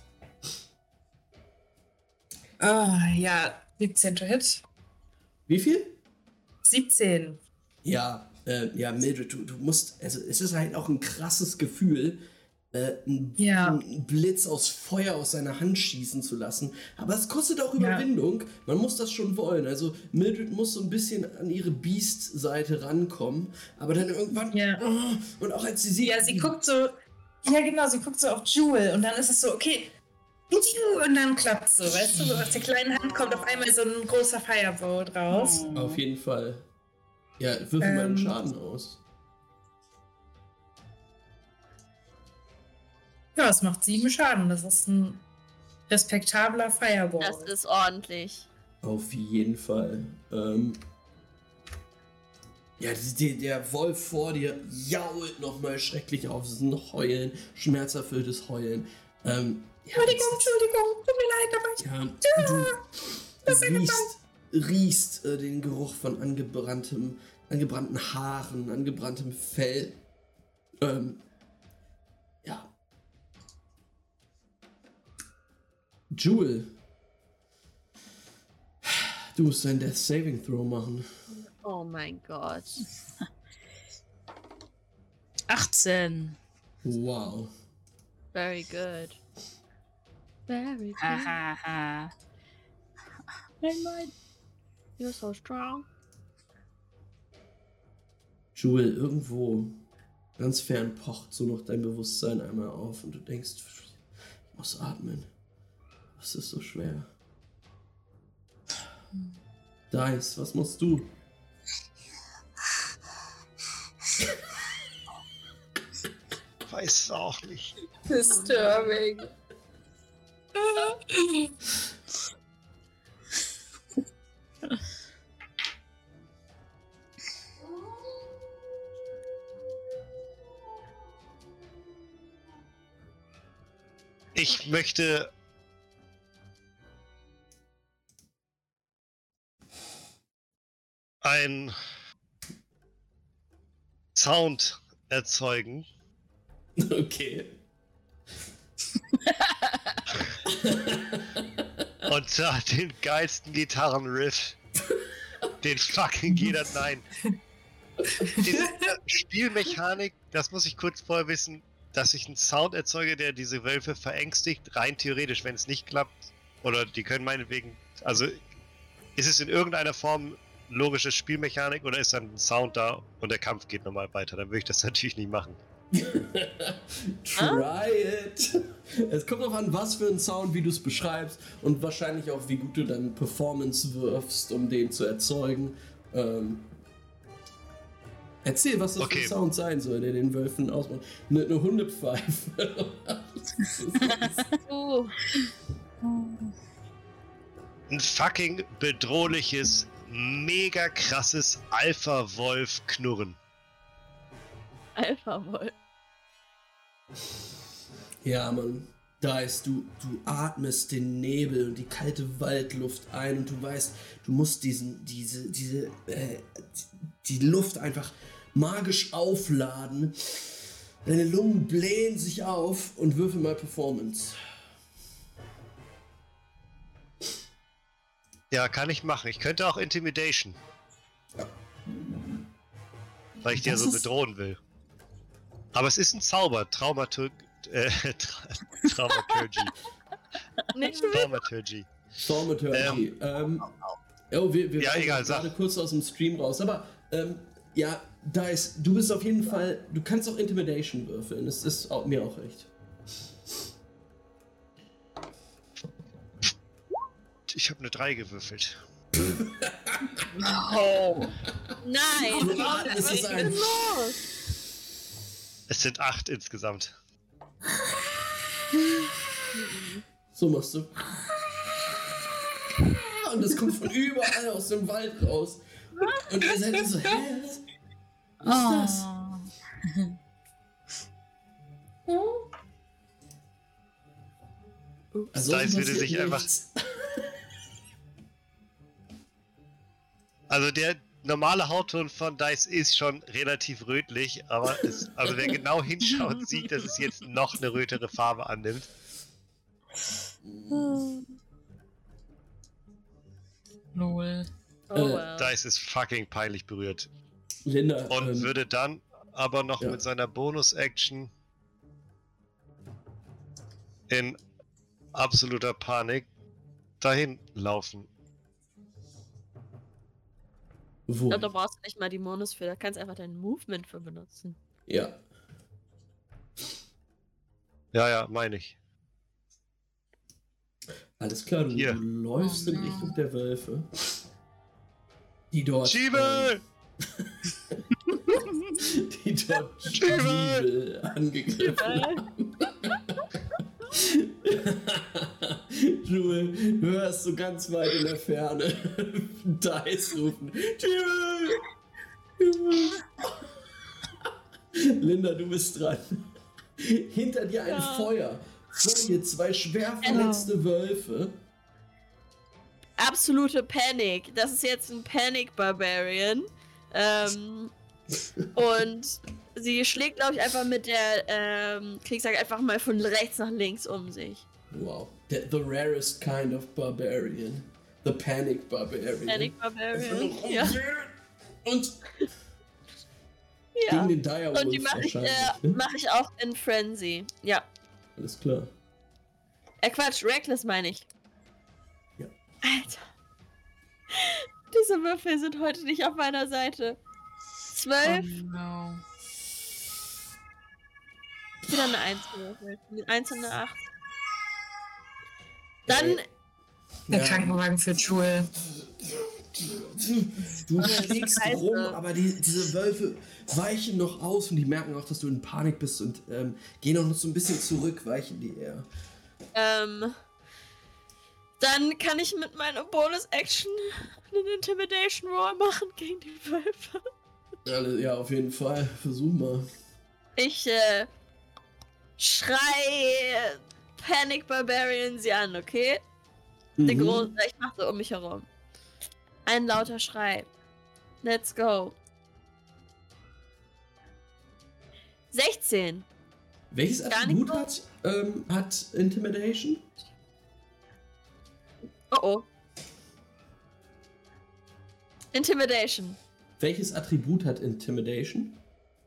17 to hit. Wie viel? 17. Ja, Mildred, du musst, also es ist halt auch ein krasses Gefühl, einen Blitz aus Feuer aus seiner Hand schießen zu lassen. Aber es kostet auch Überwindung. Ja. Man muss das schon wollen. Also Mildred muss so ein bisschen an ihre Beast-Seite rankommen. Aber dann irgendwann... Ja. Und auch als sie sieht... Ja, sie guckt so Ja, genau, sie guckt so auf Jewel und dann ist es so, okay, und dann klappt es so, weißt du, so aus der kleinen Hand kommt auf einmal so ein großer Firebolt raus. Auf jeden Fall. Ja, würfel mal den Schaden aus. Ja, es macht 7 Schaden. Das ist ein respektabler Fireball. Das ist ordentlich. Auf jeden Fall. Ja, der Wolf vor dir jault nochmal schrecklich auf. Es ist ein Heulen, schmerzerfülltes Heulen. Ja, Entschuldigung, tut mir leid, aber du riechst den Geruch von angebrannten Haaren, angebranntem Fell. Ja. Jewel, du musst ein Death Saving Throw machen. Oh mein Gott. 18. Wow. Very good. Very good. Hahaha. Nein. You're so strong. Jewel, irgendwo ganz fern pocht so noch dein Bewusstsein einmal auf und du denkst, ich muss atmen. Was ist so schwer? Dice, was musst du? Weiß auch nicht. disturbing. Ich möchte ein Sound erzeugen. Okay. Und zwar den geilsten Gitarrenriff, den fucking jeder, nein. Diese Spielmechanik, das muss ich kurz vorher wissen, dass ich einen Sound erzeuge, der diese Wölfe verängstigt, rein theoretisch, wenn es nicht klappt, oder die können meinetwegen, also ist es in irgendeiner Form logische Spielmechanik oder ist dann ein Sound da und der Kampf geht normal weiter, dann würde ich das natürlich nicht machen. Try it! Es kommt darauf an, was für ein Sound, wie du es beschreibst und wahrscheinlich auch, wie gut du deine Performance wirfst, um den zu erzeugen. Erzähl, was das für ein Sound sein soll, der den Wölfen ausmacht. Eine Hundepfeife. Ein fucking bedrohliches, mega krasses Alpha-Wolf-Knurren. Alpha-Wolf. Ja, Mann. Dice, du atmest den Nebel und die kalte Waldluft ein und du weißt, du musst die Luft einfach magisch aufladen. Deine Lungen blähen sich auf und würfel mal Performance. Ja, kann ich machen. Ich könnte auch Intimidation. Ja. Weil ich dir so bedrohen will. Aber es ist ein Zauber. Traumaturgie. Thaumaturgie. Wir ja, waren egal, gerade kurz aus dem Stream raus. Aber ja, Dice, du bist auf jeden Fall. Du kannst auch Intimidation würfeln. Das ist mir auch recht. Ich habe eine 3 gewürfelt. Oh. Nein! Du atmest es ein. Es sind 8 insgesamt. So machst du. Und es kommt von überall aus dem Wald raus. Und ihr seid so, hä? Was ist das? Also Dice würde sich einfach. Also der normale Hautton von Dice ist schon relativ rötlich, aber also wer genau hinschaut, sieht, dass es jetzt noch eine rötere Farbe annimmt. Lol. Oh, well. Dice ist fucking peinlich berührt. Linda. Und würde dann aber noch ja. mit seiner Bonus-Action in absoluter Panik dahin laufen. Wo? Ich glaube, da brauchst du nicht mal die Bonus für, da kannst du einfach dein Movement für benutzen. Ja. Ja, meine ich. Alles klar, du läufst in Richtung der Wölfe. Die dort. Schiebel! Die dort Schiebel angegriffen haben. Jewel, du hörst so ganz weit in der Ferne Dice rufen. Jewel! Linda, du bist dran. Hinter dir ein Feuer. Vor dir 2 schwer verletzte Wölfe. Absolute Panik. Das ist jetzt ein Panic Barbarian. Und sie schlägt, glaube ich, einfach mit der Kriegssack einfach mal von rechts nach links um sich. Wow. The rarest kind of barbarian. The Panic Barbarian. Panic Barbarian. Ja. Und Ja. gegen den Direwolf Und die mache ich, wahrscheinlich, mach ich auch in Frenzy. Ja. Alles klar. Quatsch, Reckless meine ich. Ja. Alter. Diese Würfel sind heute nicht auf meiner Seite. 12. Oh no. Wieder eine 1 gewürfelt. Eine 1 und eine 8. Dann. Der Krankenwagen für Jewel. Du schlägst rum, aber diese Wölfe weichen noch aus und die merken auch, dass du in Panik bist und gehen auch noch so ein bisschen zurück, weichen die eher. Dann kann ich mit meiner Bonus-Action einen Intimidation Roll machen gegen die Wölfe. Ja, auf jeden Fall. Versuch mal. Ich schrei Panic Barbarian sie an, okay? Ich mach so um mich herum. Ein lauter Schrei. Let's go. 16. Welches Gar nicht Attribut hat Intimidation? Oh oh. Intimidation. Welches Attribut hat Intimidation?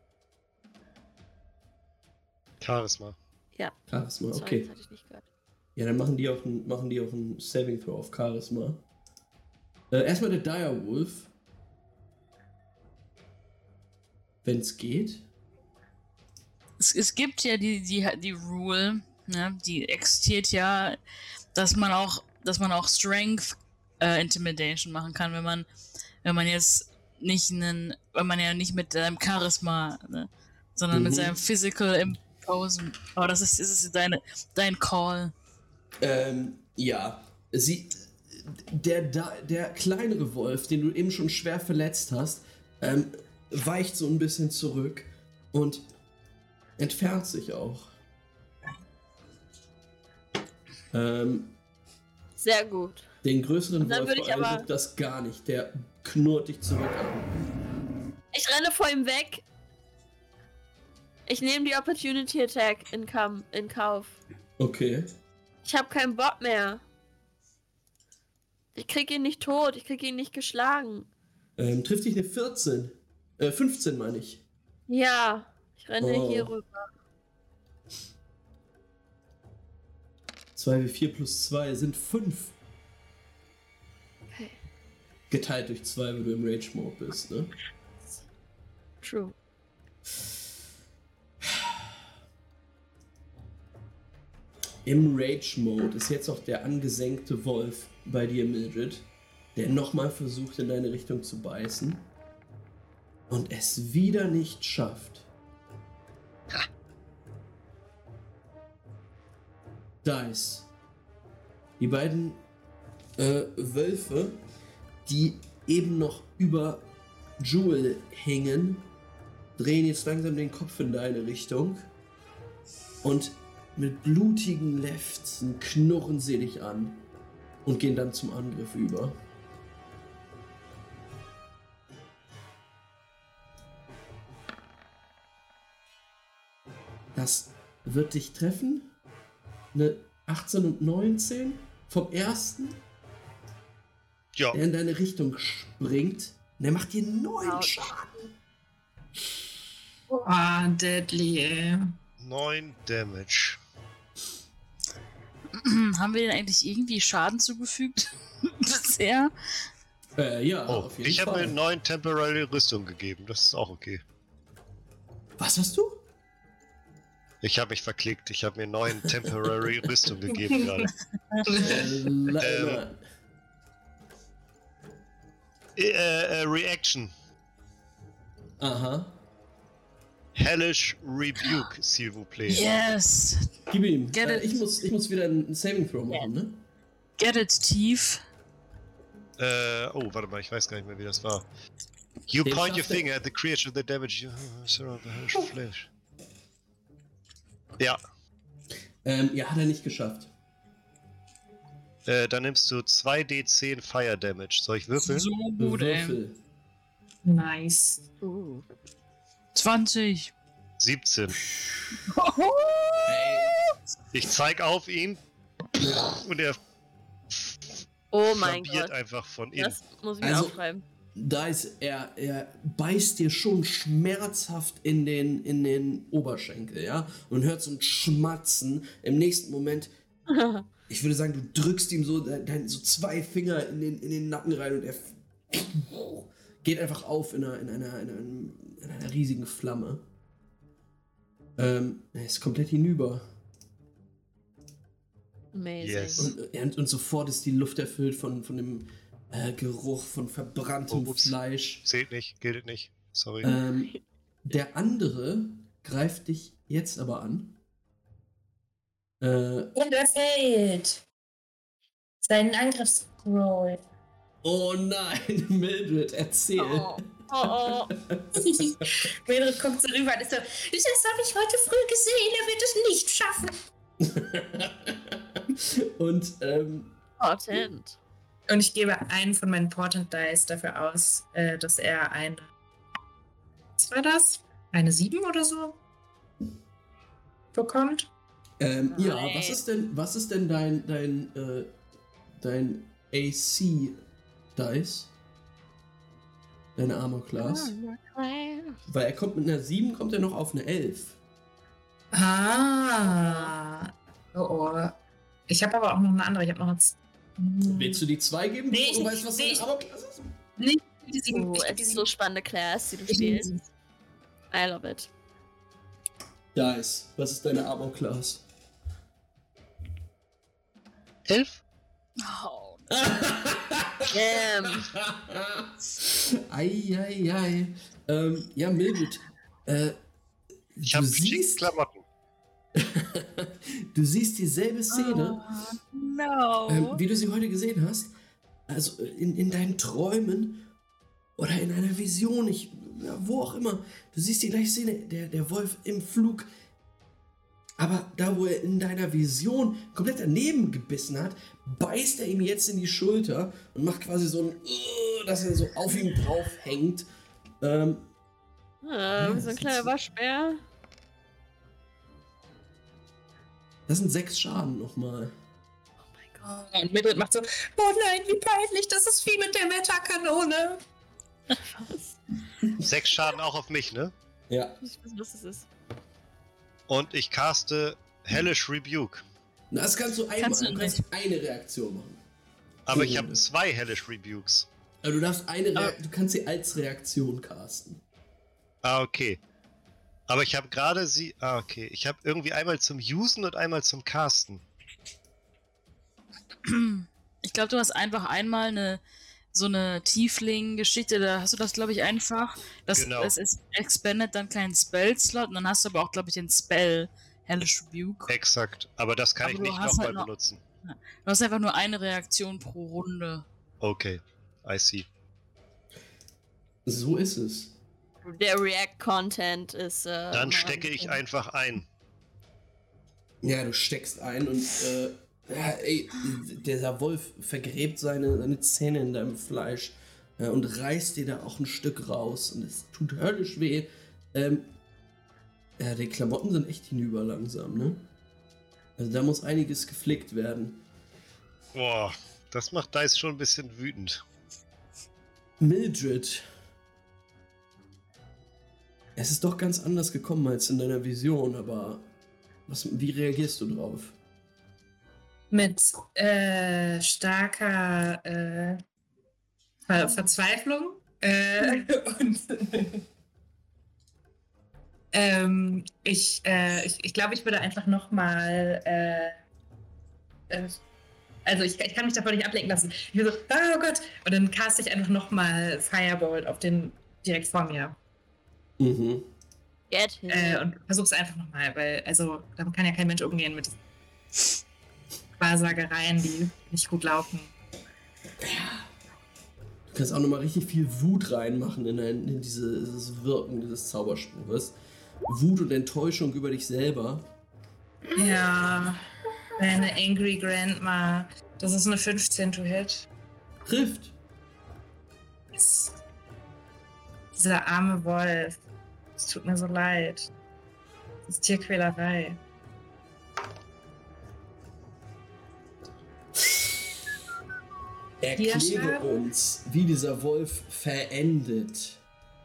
Charisma. Ja. Charisma, Sorry, okay. das hatte ich nicht gehört. Ja, dann machen die auch ein Saving Throw auf Charisma. Erstmal der Direwolf. Wenn es geht. Es gibt ja die Rule, ne, die existiert ja, dass man auch Strength Intimidation machen kann, wenn man jetzt nicht wenn man ja nicht mit seinem Charisma, ne, sondern mit seinem Physical Imposen. Aber das ist dein Call. Ja. Der kleinere Wolf, den du eben schon schwer verletzt hast, weicht so ein bisschen zurück und entfernt sich auch. Sehr gut. Den größeren dann Wolf würde ich aber- beeindruckt das gar nicht. Der knurrt dich zurück an. Ich renne vor ihm weg. Ich nehme die Opportunity Attack in Kauf. Okay. Ich habe keinen Bock mehr. Ich krieg ihn nicht tot, ich krieg ihn nicht geschlagen. Trifft dich eine 15 meine ich. Ja, ich renne hier rüber. 2W4 plus 2 sind 5. Okay. Geteilt durch 2, wenn du im Rage-Mode bist, ne? True. Im Rage-Mode ist jetzt auch der angesenkte Wolf bei dir, Mildred, der nochmal versucht, in deine Richtung zu beißen und es wieder nicht schafft. Dice. Die beiden Wölfe, die eben noch über Jewel hängen, drehen jetzt langsam den Kopf in deine Richtung und mit blutigen Lefzen knurren sie dich an und gehen dann zum Angriff über. Das wird dich treffen. Eine 18 und 19 vom ersten, Ja. der in deine Richtung springt. Und der macht dir 9 Schaden. Ah, deadly, ey. 9 Damage. Haben wir denn eigentlich irgendwie Schaden zugefügt bisher? Ja, Oh, auf jeden ich habe Fall. mir 9 Temporary Rüstung gegeben. Das ist auch okay. Was hast du? Ich habe mich verklickt. Ich habe mir 9 Temporary Rüstung gegeben gerade. Reaction. Aha. Hellish Rebuke, s'il vous plaît. Yes! Gib ihm. Get it. Ich muss wieder einen Saving Throw machen, ne? Get it, tief. Oh, warte mal, ich weiß gar nicht mehr, wie das war. You Den point your schafft er. finger at the creature that damage you surround the hellish flesh. Ja, Ja, hat er nicht geschafft. dann nimmst du 2d10 Fire Damage. Soll ich würfeln? So gut, ey. Würfel. Nice. 20. 17. Ich zeig auf ihn und er Oh mein flambiert Gott. einfach von innen. Das muss ich mir Also- aufschreiben. Da ist er beißt dir schon schmerzhaft in den Oberschenkel, ja? Und hört so ein Schmatzen. Im nächsten Moment, ich würde sagen, du drückst ihm so, so 2 Finger in den Nacken rein und er geht einfach auf in einer riesigen Flamme. Er ist komplett hinüber. Amazing. Yes. Und sofort ist die Luft erfüllt von dem Geruch von verbranntem Oh, ups. Fleisch. Zählt nicht, gilt nicht. Sorry. Der andere greift dich jetzt aber an. Und er fällt. Seinen Angriffsscroll. Oh nein, Mildred, erzähl. Oh, oh, oh. Mildred guckt so rüber und ist so, das habe ich heute früh gesehen, er wird es nicht schaffen. Und Portent. Und ich gebe einen von meinen Portent Dice dafür aus, dass er ein. Was war das? Eine 7 oder so? Bekommt? ja, was ist denn dein AC Dice? Deine Armor Class? Weil er kommt mit einer 7, kommt er noch auf eine 11. Ah. Oh. Ich habe aber auch noch eine andere. Ich habe noch eine. Willst du die 2 geben, Nee, bevor du weißt, was nee, deine Armor Class ist? Die sieben- Es die ist sieben- so spannende Class, die du ich- spielst. I love it. Dice, was ist deine Armor Class? 11? Oh, Damn. Eieiei. Ja, Mildred. Ich du habe siehst, Klamotten. du siehst dieselbe Szene, no. wie du sie heute gesehen hast. Also in deinen Träumen oder in einer Vision, wo auch immer. Du siehst die gleiche Szene, der Wolf im Flug. Aber da, wo er in deiner Vision komplett daneben gebissen hat, beißt er ihm jetzt in die Schulter und macht quasi so ein, dass er so auf ihm drauf hängt. Wie so das ein ist kleiner so- Waschbär. Das sind 6 Schaden nochmal. Und Mildred macht so, oh nein, wie peinlich, das ist wie mit der Metakanone. 6 Schaden auch auf mich, ne? Ja. Ich weiß, was es ist. Und ich caste Hellish Rebuke. Das kannst du einmal. Kannst du Du kannst eine Reaktion machen. Aber Pro ich habe Runde. 2 Hellish Rebukes. Aber du darfst du kannst sie als Reaktion casten. Ah, okay. Aber ich habe gerade sie. Ah, okay. Ich habe irgendwie einmal zum Usen und einmal zum Casten. Ich glaube, du hast einfach einmal so eine Tiefling-Geschichte, da hast du das, glaube ich, einfach. Genau. Es ist expandet dann keinen Spell-Slot und dann hast du aber auch, glaube ich, den Spell Hellish Rebuke. Exakt. Aber das kann Aber ich du nicht hast nochmal halt noch- benutzen. Du hast einfach nur eine Reaktion pro Runde. Okay. I see. So ist es. Der React-Content ist. Dann stecke ich einfach ein. Ja, du steckst ein und dieser Wolf vergräbt seine Zähne in deinem Fleisch und reißt dir da auch ein Stück raus und es tut höllisch weh. Ja, die Klamotten sind echt hinüber langsam, ne? Also da muss einiges geflickt werden. Boah, das macht Dice schon ein bisschen wütend. Mildred. Es ist doch ganz anders gekommen als in deiner Vision, aber wie reagierst du drauf? Mit starker Verzweiflung und Ich glaube, ich würde einfach nochmal. Also ich kann mich davon nicht ablenken lassen. Ich bin so, oh Gott! Und dann caste ich einfach nochmal Firebolt auf den direkt vor mir. Mhm. Get him. Und versuch's einfach nochmal, weil, also, damit kann ja kein Mensch umgehen mit Wahrsagereien, die nicht gut laufen. Du kannst auch nochmal richtig viel Wut reinmachen in dieses Wirken dieses Zauberspruches. Wut und Enttäuschung über dich selber. Ja, eine Angry Grandma. Das ist eine 15 to hit. Trifft. Yes. Dieser arme Wolf. Es tut mir so leid. Das ist Tierquälerei. Erkläre uns, wie dieser Wolf verendet.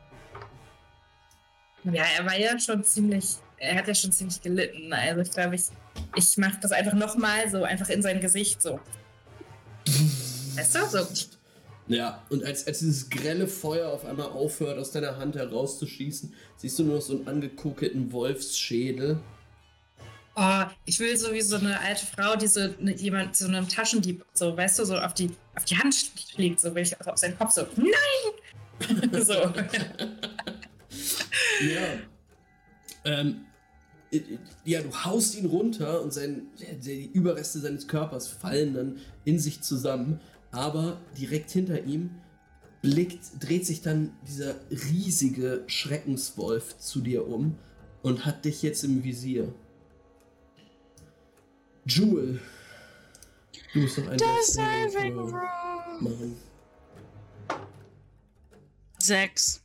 Ja, er hat ja schon ziemlich gelitten. Also ich glaube, ich mache das einfach nochmal so, einfach in sein Gesicht so. Weißt du? So. Ja, und als dieses grelle Feuer auf einmal aufhört, aus deiner Hand herauszuschießen, siehst du nur noch so einen angekokelten Wolfsschädel. Oh, ich will so wie so eine alte Frau, die so einem Taschendieb, so, weißt du, so auf die Hand schlägt, so will ich auf seinen Kopf so, nein! So. Ja, du haust ihn runter und die Überreste seines Körpers fallen dann in sich zusammen, aber direkt hinter ihm dreht sich dann dieser riesige Schreckenswolf zu dir um und hat dich jetzt im Visier. Jewel, du musst noch einen Saving Throw machen. 6.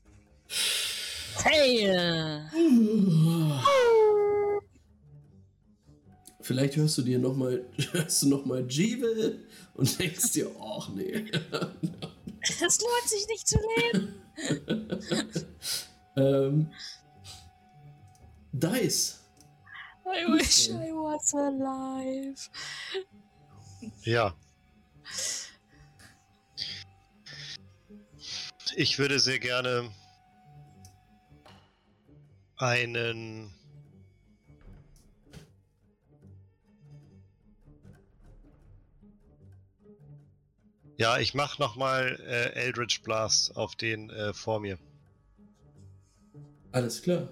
Fail! Vielleicht hörst du nochmal Jewel und denkst dir, ach nee. Es lohnt sich nicht zu leben. Dice. I wish I was alive. Ja. Ich würde sehr gerne einen Ja, ich mach nochmal Eldritch Blast auf den vor mir. Alles klar.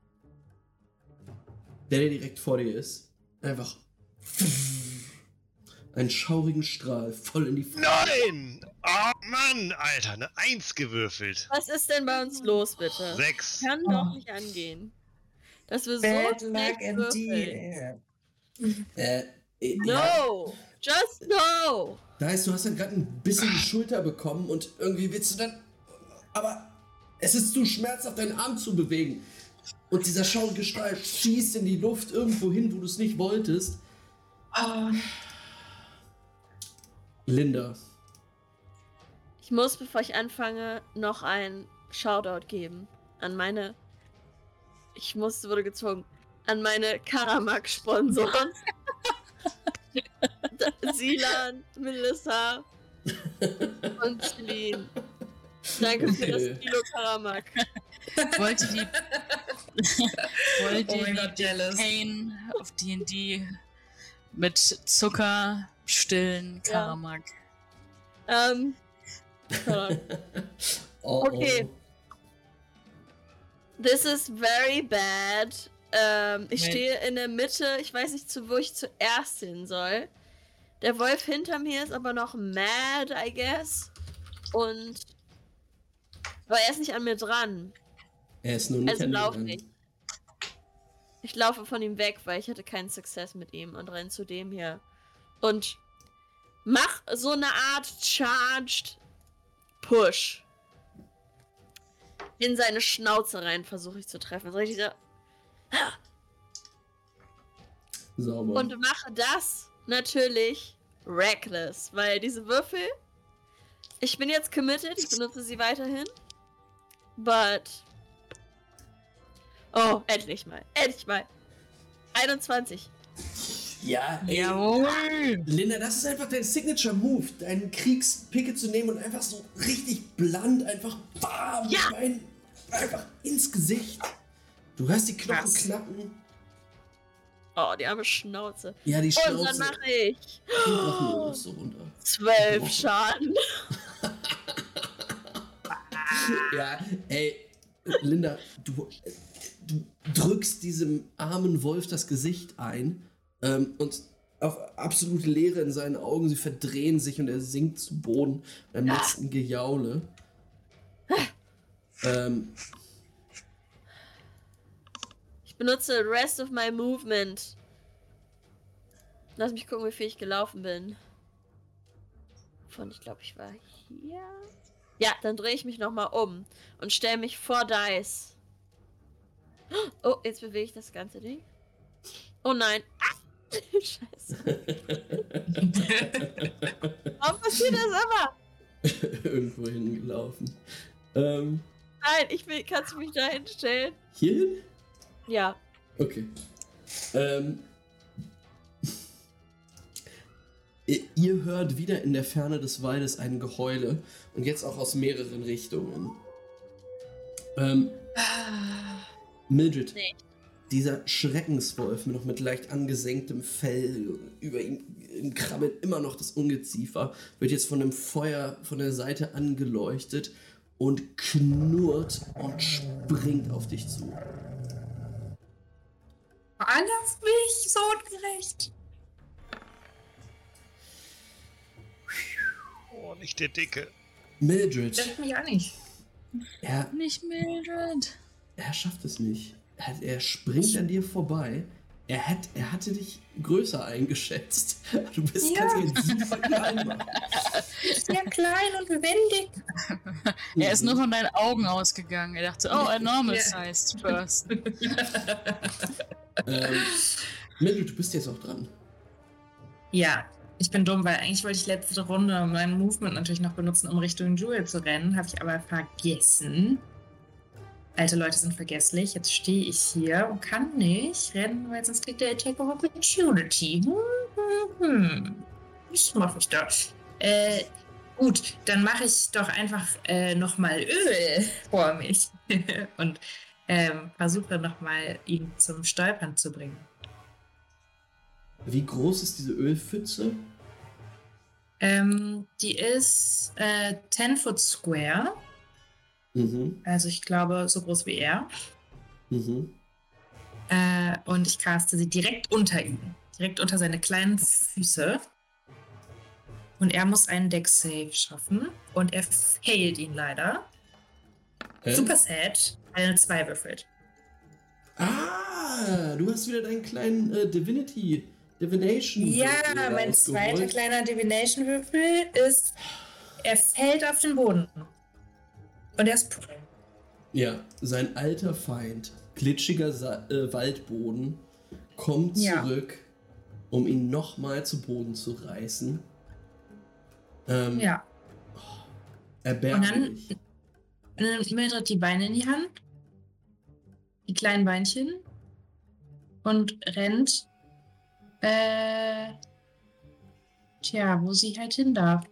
Der direkt vor dir ist. Einfach einen schaurigen Strahl voll in die Fresse. Nein! Oh Mann, Alter, eine 1 gewürfelt. Was ist denn bei uns los, bitte? 6. Kann doch nicht angehen. Dass wir Bad so luck schlecht würfeln. indeed. No! Just no! Dice, du hast dann gerade ein bisschen die Schulter bekommen und irgendwie willst du dann... Aber es ist zu schmerzhaft, deinen Arm zu bewegen. Und dieser schaurige Strahl schießt in die Luft irgendwo hin, wo du es nicht wolltest. Oh. Linda. Ich muss, bevor ich anfange, noch ein Shoutout geben an meine... wurde gezwungen. An meine Karamak-Sponsoren. Silan, Melissa und Celine. Danke für das Kilo Karamak. Wollt ihr Oh mein Gott, die jealous. Pain auf D&D mit Zucker stillen Karamak? Okay. This is very bad. Ich stehe in der Mitte. Ich weiß nicht, wo ich zuerst hin soll. Der Wolf hinter mir ist aber noch mad, I guess. Aber er ist nicht an mir dran. Er ist nur nicht Also an dir laufe dran. ich. Ich laufe von ihm weg, weil ich hatte keinen Success mit ihm und renn zu dem hier. Und mach so eine Art Charged Push. In seine Schnauze rein versuche ich zu treffen. So richtig so. Sauber. Und mache das natürlich reckless, weil diese Würfel, ich bin jetzt committed, ich benutze sie weiterhin, but, oh, endlich mal, 21. Ja, ey. Jawohl! Linda, das ist einfach dein Signature-Move, deinen Kriegspicke zu nehmen und einfach so richtig blunt, einfach bam, Ja! einfach ins Gesicht. Du hörst die Knochen Was? knacken. Oh, die arme Schnauze. Ja, die Und dann Schnauze. mache ich Knochen ist so runter. 12 Schaden. Ja, ey, Linda, du drückst diesem armen Wolf das Gesicht ein und auf absolute Leere in seinen Augen. Sie verdrehen sich und er sinkt zu Boden beim letzten Gejaule. Ich benutze Rest of my Movement. Lass mich gucken, wie viel ich gelaufen bin. Von, ich glaube, ich war hier. Ja, dann drehe ich mich nochmal um und stelle mich vor Dice. Oh, jetzt bewege ich das ganze Ding. Oh nein. Ah! Scheiße. Warum passiert das immer? Irgendwo hingelaufen. Nein, kannst du mich da hinstellen? Hierhin? Ja. Okay. Ihr hört wieder in der Ferne des Waldes ein Geheule und jetzt auch aus mehreren Richtungen. Mildred, Nee. dieser Schreckenswolf noch mit leicht angesenktem Fell, über ihm krabbelt immer noch das Ungeziefer, wird jetzt von dem Feuer von der Seite angeleuchtet und knurrt und springt auf dich zu. Lass mich, so ungerecht. Oh, nicht der Dicke. Mildred, Lass mich auch nicht. Nicht Mildred. er schafft es nicht. Er springt an dir vorbei. Er hatte dich größer eingeschätzt. Du bist ganz super klein, Mann. Sehr klein und wendig. Er ist nur von deinen Augen ausgegangen. Er dachte, oh, enormous Ja. sized person. Mildred, du bist jetzt auch dran. Ja, ich bin dumm, weil eigentlich wollte ich letzte Runde mein Movement natürlich noch benutzen, um Richtung Jewel zu rennen. Habe ich aber vergessen. Alte Leute sind vergesslich. Jetzt stehe ich hier und kann nicht rennen, weil sonst kriegt der Attack of Opportunity. Was mache ich da? Gut, dann mache ich doch einfach nochmal Öl vor mich und versuche nochmal ihn zum Stolpern zu bringen. Wie groß ist diese Ölpfütze? Die ist 10 Foot Square. Mhm. Also ich glaube, so groß wie er. Mhm. Und ich caste sie direkt unter ihn. Direkt unter seine kleinen Füße. Und er muss einen Dex-Save schaffen. Und er failt ihn leider. Super sad, weil er 2 würfelt. Ah, du hast wieder deinen kleinen Divination. Ja, Würfel mein rausgeholt. zweiter kleiner Divination-Würfel ist, er fällt auf den Boden. Und er ist pur. Ja, sein alter Feind, glitschiger Waldboden, kommt Ja. zurück, um ihn nochmal zu Boden zu reißen. Ja. Erbärmlich. Und dann nimmt Mildred die Beine in die Hand. Die kleinen Beinchen. Und rennt. Wo sie halt hin darf.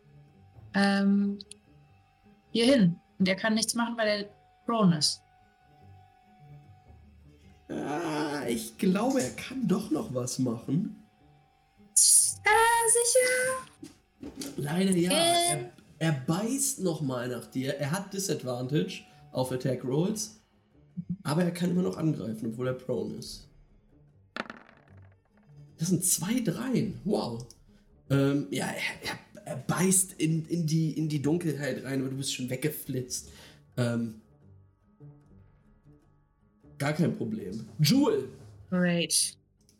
Hier hin. Und er kann nichts machen, weil er prone ist. Ich glaube, er kann doch noch was machen. Sicher. Leider ja. Er beißt nochmal nach dir. Er hat Disadvantage auf Attack Rolls. Aber er kann immer noch angreifen, obwohl er prone ist. Das sind 2 Dreien. Wow. Er beißt in die Dunkelheit rein, aber du bist schon weggeflitzt. Gar kein Problem. Jewel! Great.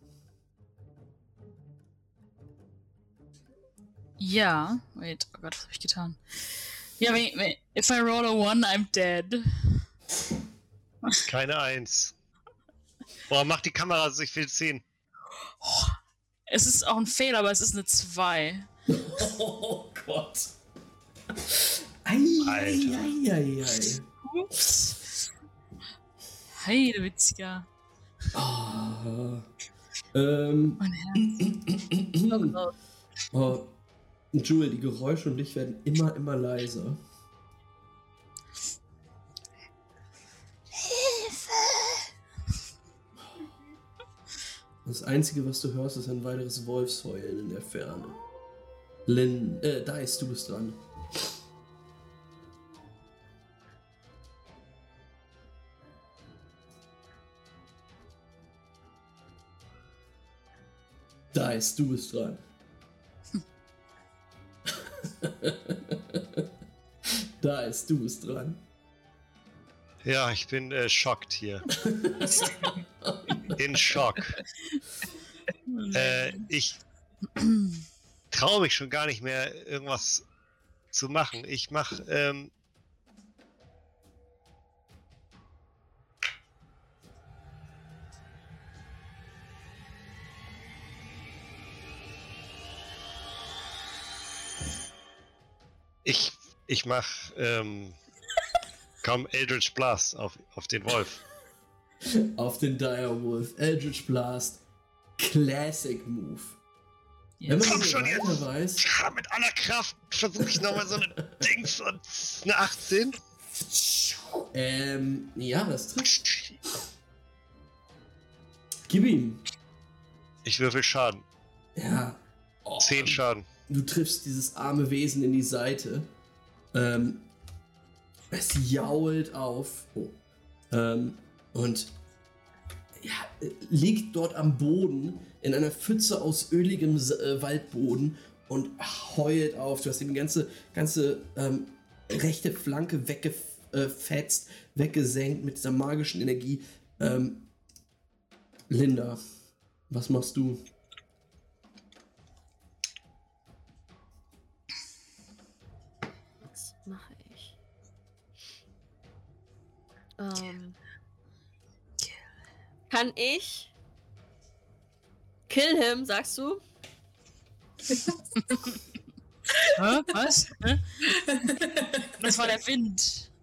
Ja. Wait, oh Gott, was habe ich getan? Ja, if I roll a 1, I'm dead. Keine 1. Boah, mach die Kamera, also ich will sehen. Es ist auch ein Fehler, aber es ist eine 2. Oh Gott. Alter. Ups. Heidewitzka. Mein Herz. Oh, Jewel, die Geräusche um dich werden immer leiser. Das Einzige, was du hörst, ist ein weiteres Wolfsheulen in der Ferne. Dice, du bist dran. Dice, du bist dran. Dice, du bist dran. Ja, ich bin schockt hier. In Schock. Ich traue mich schon gar nicht mehr, irgendwas zu machen. Ich mache ich mache komm, Eldritch Blast auf den Wolf. Auf den Direwolf. Eldritch Blast. Classic Move. Wenn man Komm so schon weiter jetzt! weiß. Ja, mit aller Kraft versuche ich nochmal so eine Dings und eine 18. Ja, das trifft. Gib ihm. Ich würfel Schaden. Ja. Oh, 10 Schaden. Du triffst dieses arme Wesen in die Seite. Es jault auf. Und ja, liegt dort am Boden in einer Pfütze aus öligem Waldboden und heult auf. Du hast ihm die ganze rechte Flanke weggefetzt, weggesenkt mit dieser magischen Energie. Linda, was machst du? Was mache ich? Kann ich kill him, sagst du? Hä? Was? Hä? Das war der Wind.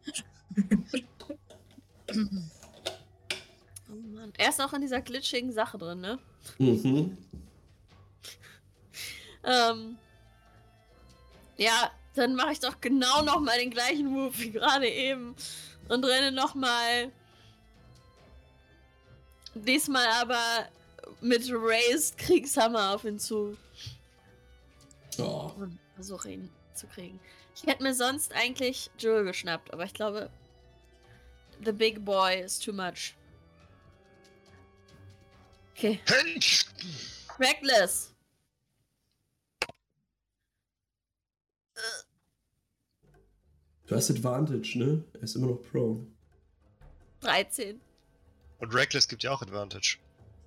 Oh Mann. Er ist auch in dieser glitschigen Sache drin, ne? Mhm. Ja, dann mache ich doch genau nochmal den gleichen Move wie gerade eben und renne nochmal. Diesmal aber mit Raised Kriegshammer auf ihn zu. Oh. Und versuche ihn zu kriegen. Ich hätte mir sonst eigentlich Jewel geschnappt, aber ich glaube, the big boy is too much. Okay. Reckless. Du hast Advantage, ne? Er ist immer noch prone. 13. Und Reckless gibt ja auch Advantage.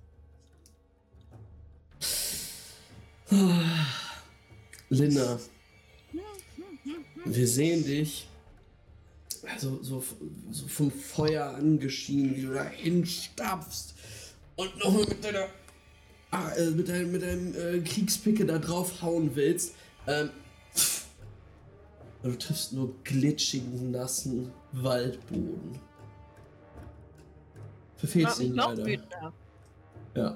Linda, wir sehen dich so vom Feuer angeschienen, wie du da hinstapfst und nochmal mit deinem Kriegspicke da draufhauen willst. Du triffst nur glitschigen, nassen Waldboden. Verfehlst ihn noch leider. wütender. Ja.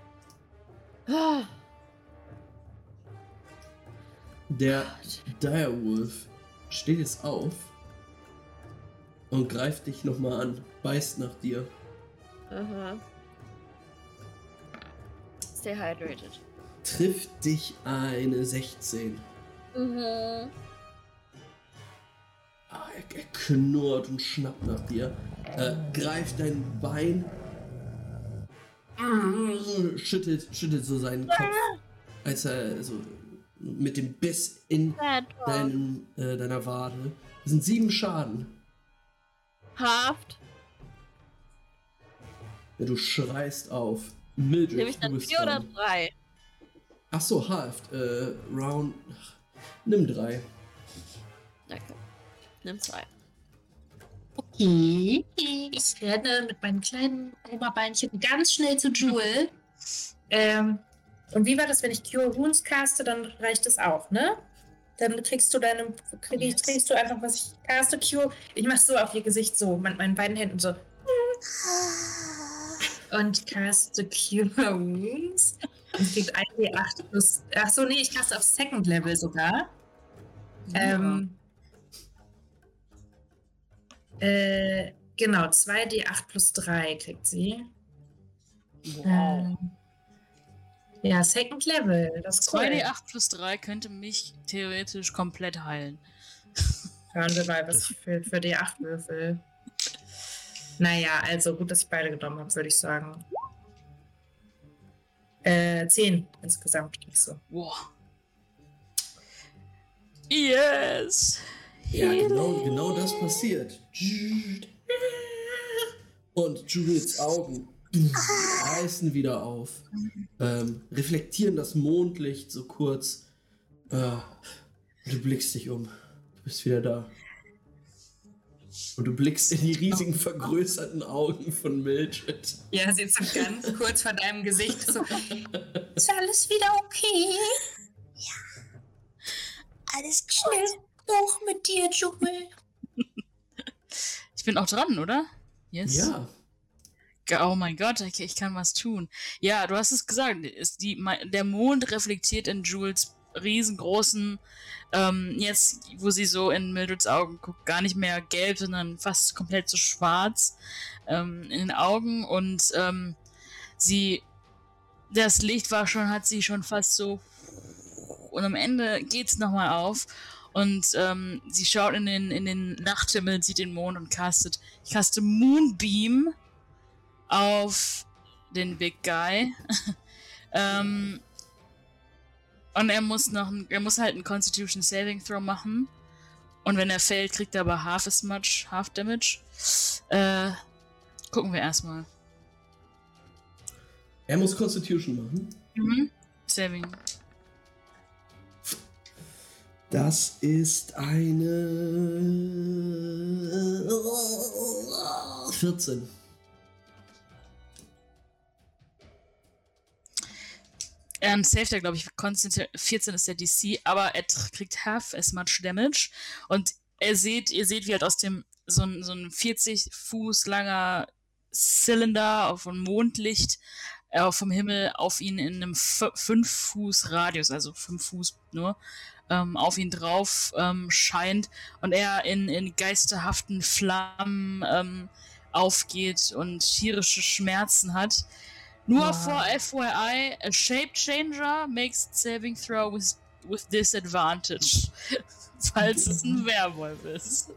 Der Direwolf steht jetzt auf und greift dich nochmal an, beißt nach dir. Aha. Stay hydrated. Trifft dich eine 16. Mhm. Er knurrt und schnappt nach dir, greift dein Bein, schüttelt so seinen Kopf, als er so mit dem Biss in deiner Wade. Das sind 7 Schaden. Haft. Ja, du schreist auf. Mildred, Nehme ich du dann bist 4 oder dran. 3? Achso, Halft. Round. Nimm 3. Danke. Nimm 2. Okay. Ich renne mit meinen kleinen Oberbeinchen ganz schnell zu Jewel. Und wie war das, wenn ich Cure Wounds caste, dann reicht es auch, ne? Dann kriegst du kriegst du einfach, was ich caste, Cure. Ich mach so auf ihr Gesicht so, mit meinen beiden Händen so. Und caste Cure Wounds. Und kriegt 1d8 plus. Achso, nee, ich caste auf Second Level sogar. Ja. Genau, 2d8 plus 3 kriegt sie. Wow. Ja, Second Level, das ist cool. 2d8 plus 3 könnte mich theoretisch komplett heilen. Hören wir mal, was ich für D8 würfel. Naja, also gut, dass ich beide genommen habe, würde ich sagen. 10 insgesamt kriegst du. Wow. Yes! Ja, genau das passiert. Und Juliets Augen reißen wieder auf, reflektieren das Mondlicht so kurz. Du blickst dich um. Du bist wieder da. Und du blickst in die riesigen vergrößerten Augen von Mildred. Ja, sie ist so ganz kurz vor deinem Gesicht so. Ist alles wieder okay? Alles gut. Schnell hoch mit dir, Jubel. Ich bin auch dran, oder? Yes. Ja. Oh mein Gott, ich kann was tun. Ja, du hast es gesagt. Der Mond reflektiert in Jules riesengroßen, jetzt, wo sie so in Mildreds Augen guckt, gar nicht mehr gelb, sondern fast komplett so schwarz in den Augen. Und das Licht hat sie schon fast so. Und am Ende geht's nochmal auf. Und sie schaut in den Nachthimmel, sieht den Mond und ich caste Moonbeam auf den Big Guy. Und er muss halt einen Constitution Saving Throw machen. Und wenn er fällt, kriegt er aber half Damage. Gucken wir erstmal. Er muss Constitution machen. Mhm. Saving. Das ist eine 14. Saved er, glaube ich, 14 ist der DC, aber er kriegt half as much damage. Und ihr seht, wie halt aus dem so ein 40 Fuß langer Zylinder von Mondlicht vom Himmel auf ihn in einem 5 Fuß Radius, also 5 Fuß nur, auf ihn drauf scheint und er in geisterhaften Flammen aufgeht und tierische Schmerzen hat. Nur for FYI, a shape changer makes saving throw with disadvantage. Falls es ein Werwolf ist.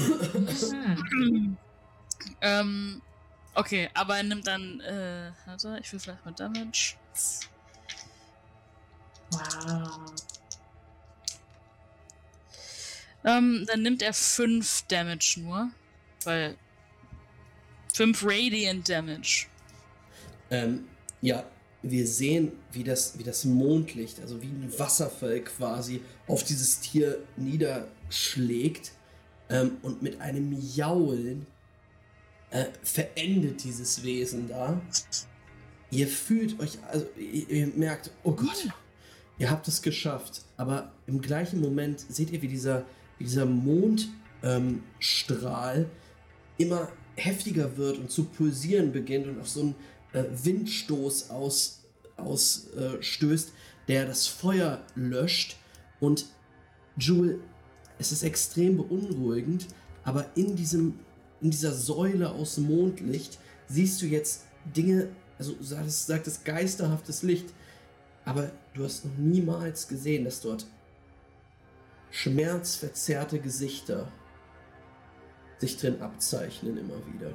Okay, aber er nimmt dann, ich will vielleicht mal Damage. Wow. Dann nimmt er 5 Damage nur, weil 5 Radiant Damage. Ja, wir sehen, wie das Mondlicht, also wie ein Wasserfall quasi, auf dieses Tier niederschlägt und mit einem Jaulen verendet dieses Wesen da. Ihr fühlt euch, also ihr merkt, oh Gott, ihr habt es geschafft. Aber im gleichen Moment seht ihr, wie dieser Mondstrahl immer heftiger wird und zu pulsieren beginnt und auf so einen Windstoß ausstößt, der das Feuer löscht. Und Jewel, es ist extrem beunruhigend, aber in dieser Säule aus Mondlicht siehst du jetzt Dinge, also sagt es geisterhaftes Licht, aber du hast noch niemals gesehen, dass dort schmerzverzerrte Gesichter sich drin abzeichnen immer wieder.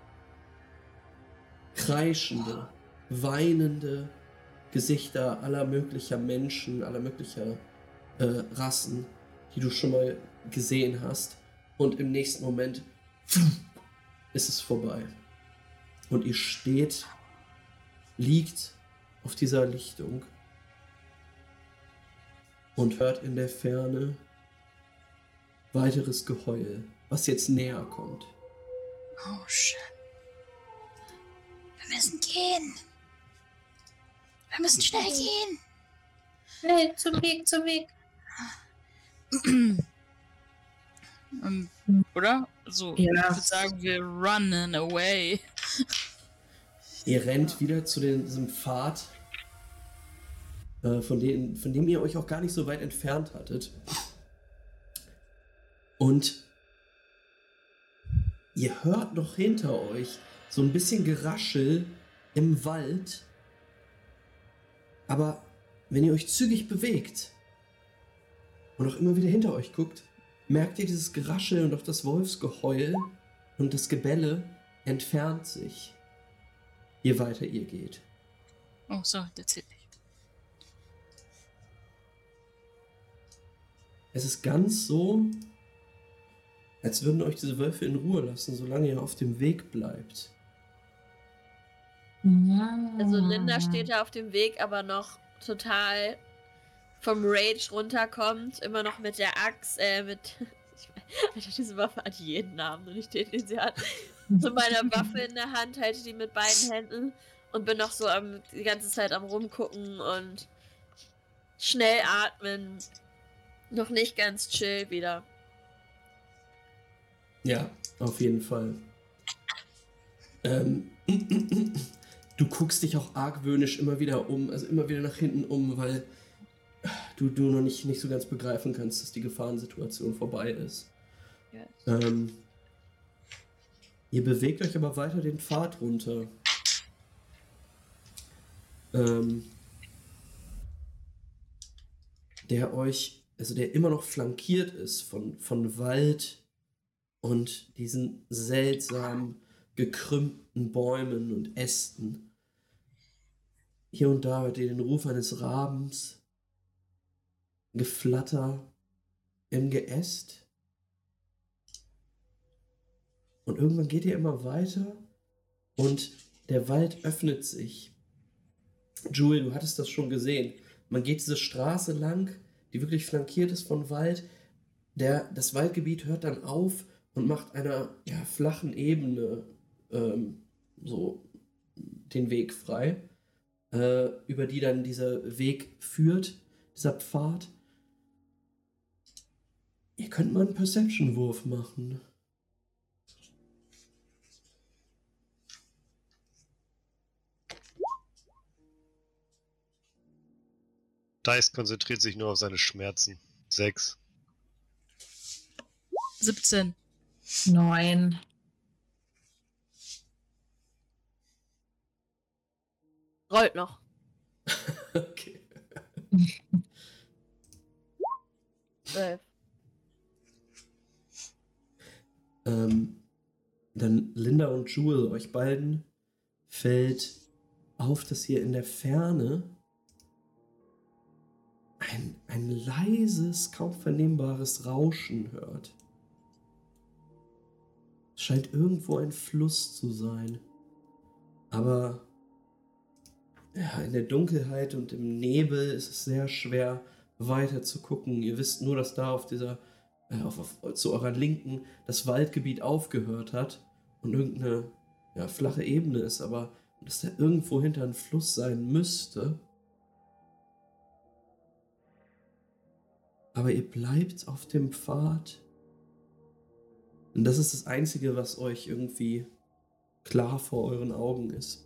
Kreischende, weinende Gesichter aller möglicher Menschen, aller möglicher Rassen, die du schon mal gesehen hast. Und im nächsten Moment ist es vorbei. Und ihr liegt auf dieser Lichtung und hört in der Ferne weiteres Geheul, was jetzt näher kommt. Oh shit. Wir müssen gehen. Wir müssen schnell gehen. Hey, zum Weg. Oder? So, Ja. Ich würde sagen, wir runnen away. Ihr rennt wieder zu diesem Pfad, von dem ihr euch auch gar nicht so weit entfernt hattet. Und ihr hört noch hinter euch so ein bisschen Geraschel im Wald. Aber wenn ihr euch zügig bewegt und auch immer wieder hinter euch guckt, merkt ihr dieses Geraschel und auch das Wolfsgeheul und das Gebelle entfernt sich, je weiter ihr geht. Oh, so, der zählt nicht. Es ist ganz so, als würden euch diese Wölfe in Ruhe lassen, solange ihr auf dem Weg bleibt. Also Linda steht da auf dem Weg, aber noch total vom Rage runterkommt, immer noch mit der Axt, Alter, diese Waffe hat jeden Namen und nicht den sie hat. So meine Waffe in der Hand, halte die mit beiden Händen und bin noch so die ganze Zeit am rumgucken und schnell atmen. Noch nicht ganz chill wieder. Ja, auf jeden Fall. Du guckst dich auch argwöhnisch immer wieder um, also immer wieder nach hinten um, weil du noch nicht so ganz begreifen kannst, dass die Gefahrensituation vorbei ist. Ja. Ihr bewegt euch aber weiter den Pfad runter. Der immer noch flankiert ist von Wald und diesen seltsam gekrümmten Bäumen und Ästen. Hier und da hört ihr den Ruf eines Rabens, Geflatter im Geäst. Und irgendwann geht ihr immer weiter und der Wald öffnet sich. Jewel, du hattest das schon gesehen. Man geht diese Straße lang, die wirklich flankiert ist von Wald. Das Waldgebiet hört dann auf und macht einer flachen Ebene so den Weg frei, über die dann dieser Weg führt, dieser Pfad. Ihr könnt mal einen Perception-Wurf machen. Dice konzentriert sich nur auf seine Schmerzen. 6. 17. 9. Rollt noch. Okay. 12. Dann Linda und Jewel, euch beiden fällt auf, dass ihr in der Ferne ein leises, kaum vernehmbares Rauschen hört. Es scheint irgendwo ein Fluss zu sein. Aber in der Dunkelheit und im Nebel ist es sehr schwer weiter zu gucken. Ihr wisst nur, dass da zu eurer Linken das Waldgebiet aufgehört hat und irgendeine flache Ebene ist, aber dass da irgendwo hinter ein Fluss sein müsste. Aber ihr bleibt auf dem Pfad. Und das ist das Einzige, was euch irgendwie klar vor euren Augen ist.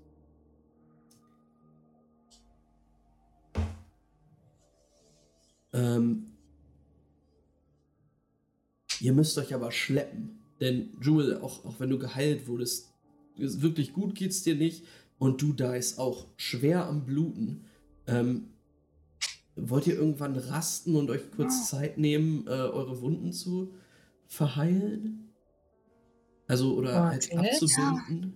Ihr müsst euch aber schleppen. Denn Jewel, auch wenn du geheilt wurdest, wirklich gut geht's dir nicht. Und du da ist auch schwer am Bluten. Wollt ihr irgendwann rasten und euch kurz Zeit nehmen, eure Wunden zu verheilen? Also, oder halt abzubinden?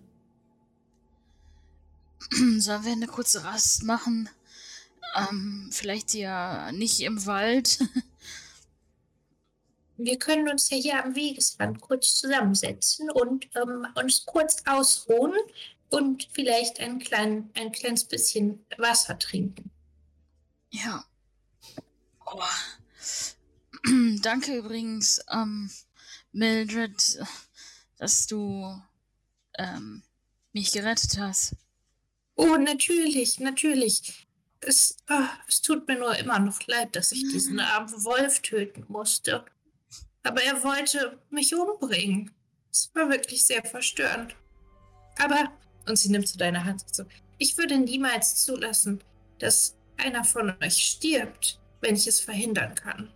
Sollen wir eine kurze Rast machen? Vielleicht ja nicht im Wald. Wir können uns ja hier am Wegesrand kurz zusammensetzen und uns kurz ausruhen und vielleicht ein kleines bisschen Wasser trinken. Ja. Oh. Danke übrigens, Mildred, dass du mich gerettet hast. Oh, natürlich. Es tut mir nur immer noch leid, dass ich diesen armen Wolf töten musste. Aber er wollte mich umbringen. Es war wirklich sehr verstörend. Aber, und sie nimmt so deine Hand so, ich würde niemals zulassen, dass einer von euch stirbt, wenn ich es verhindern kann.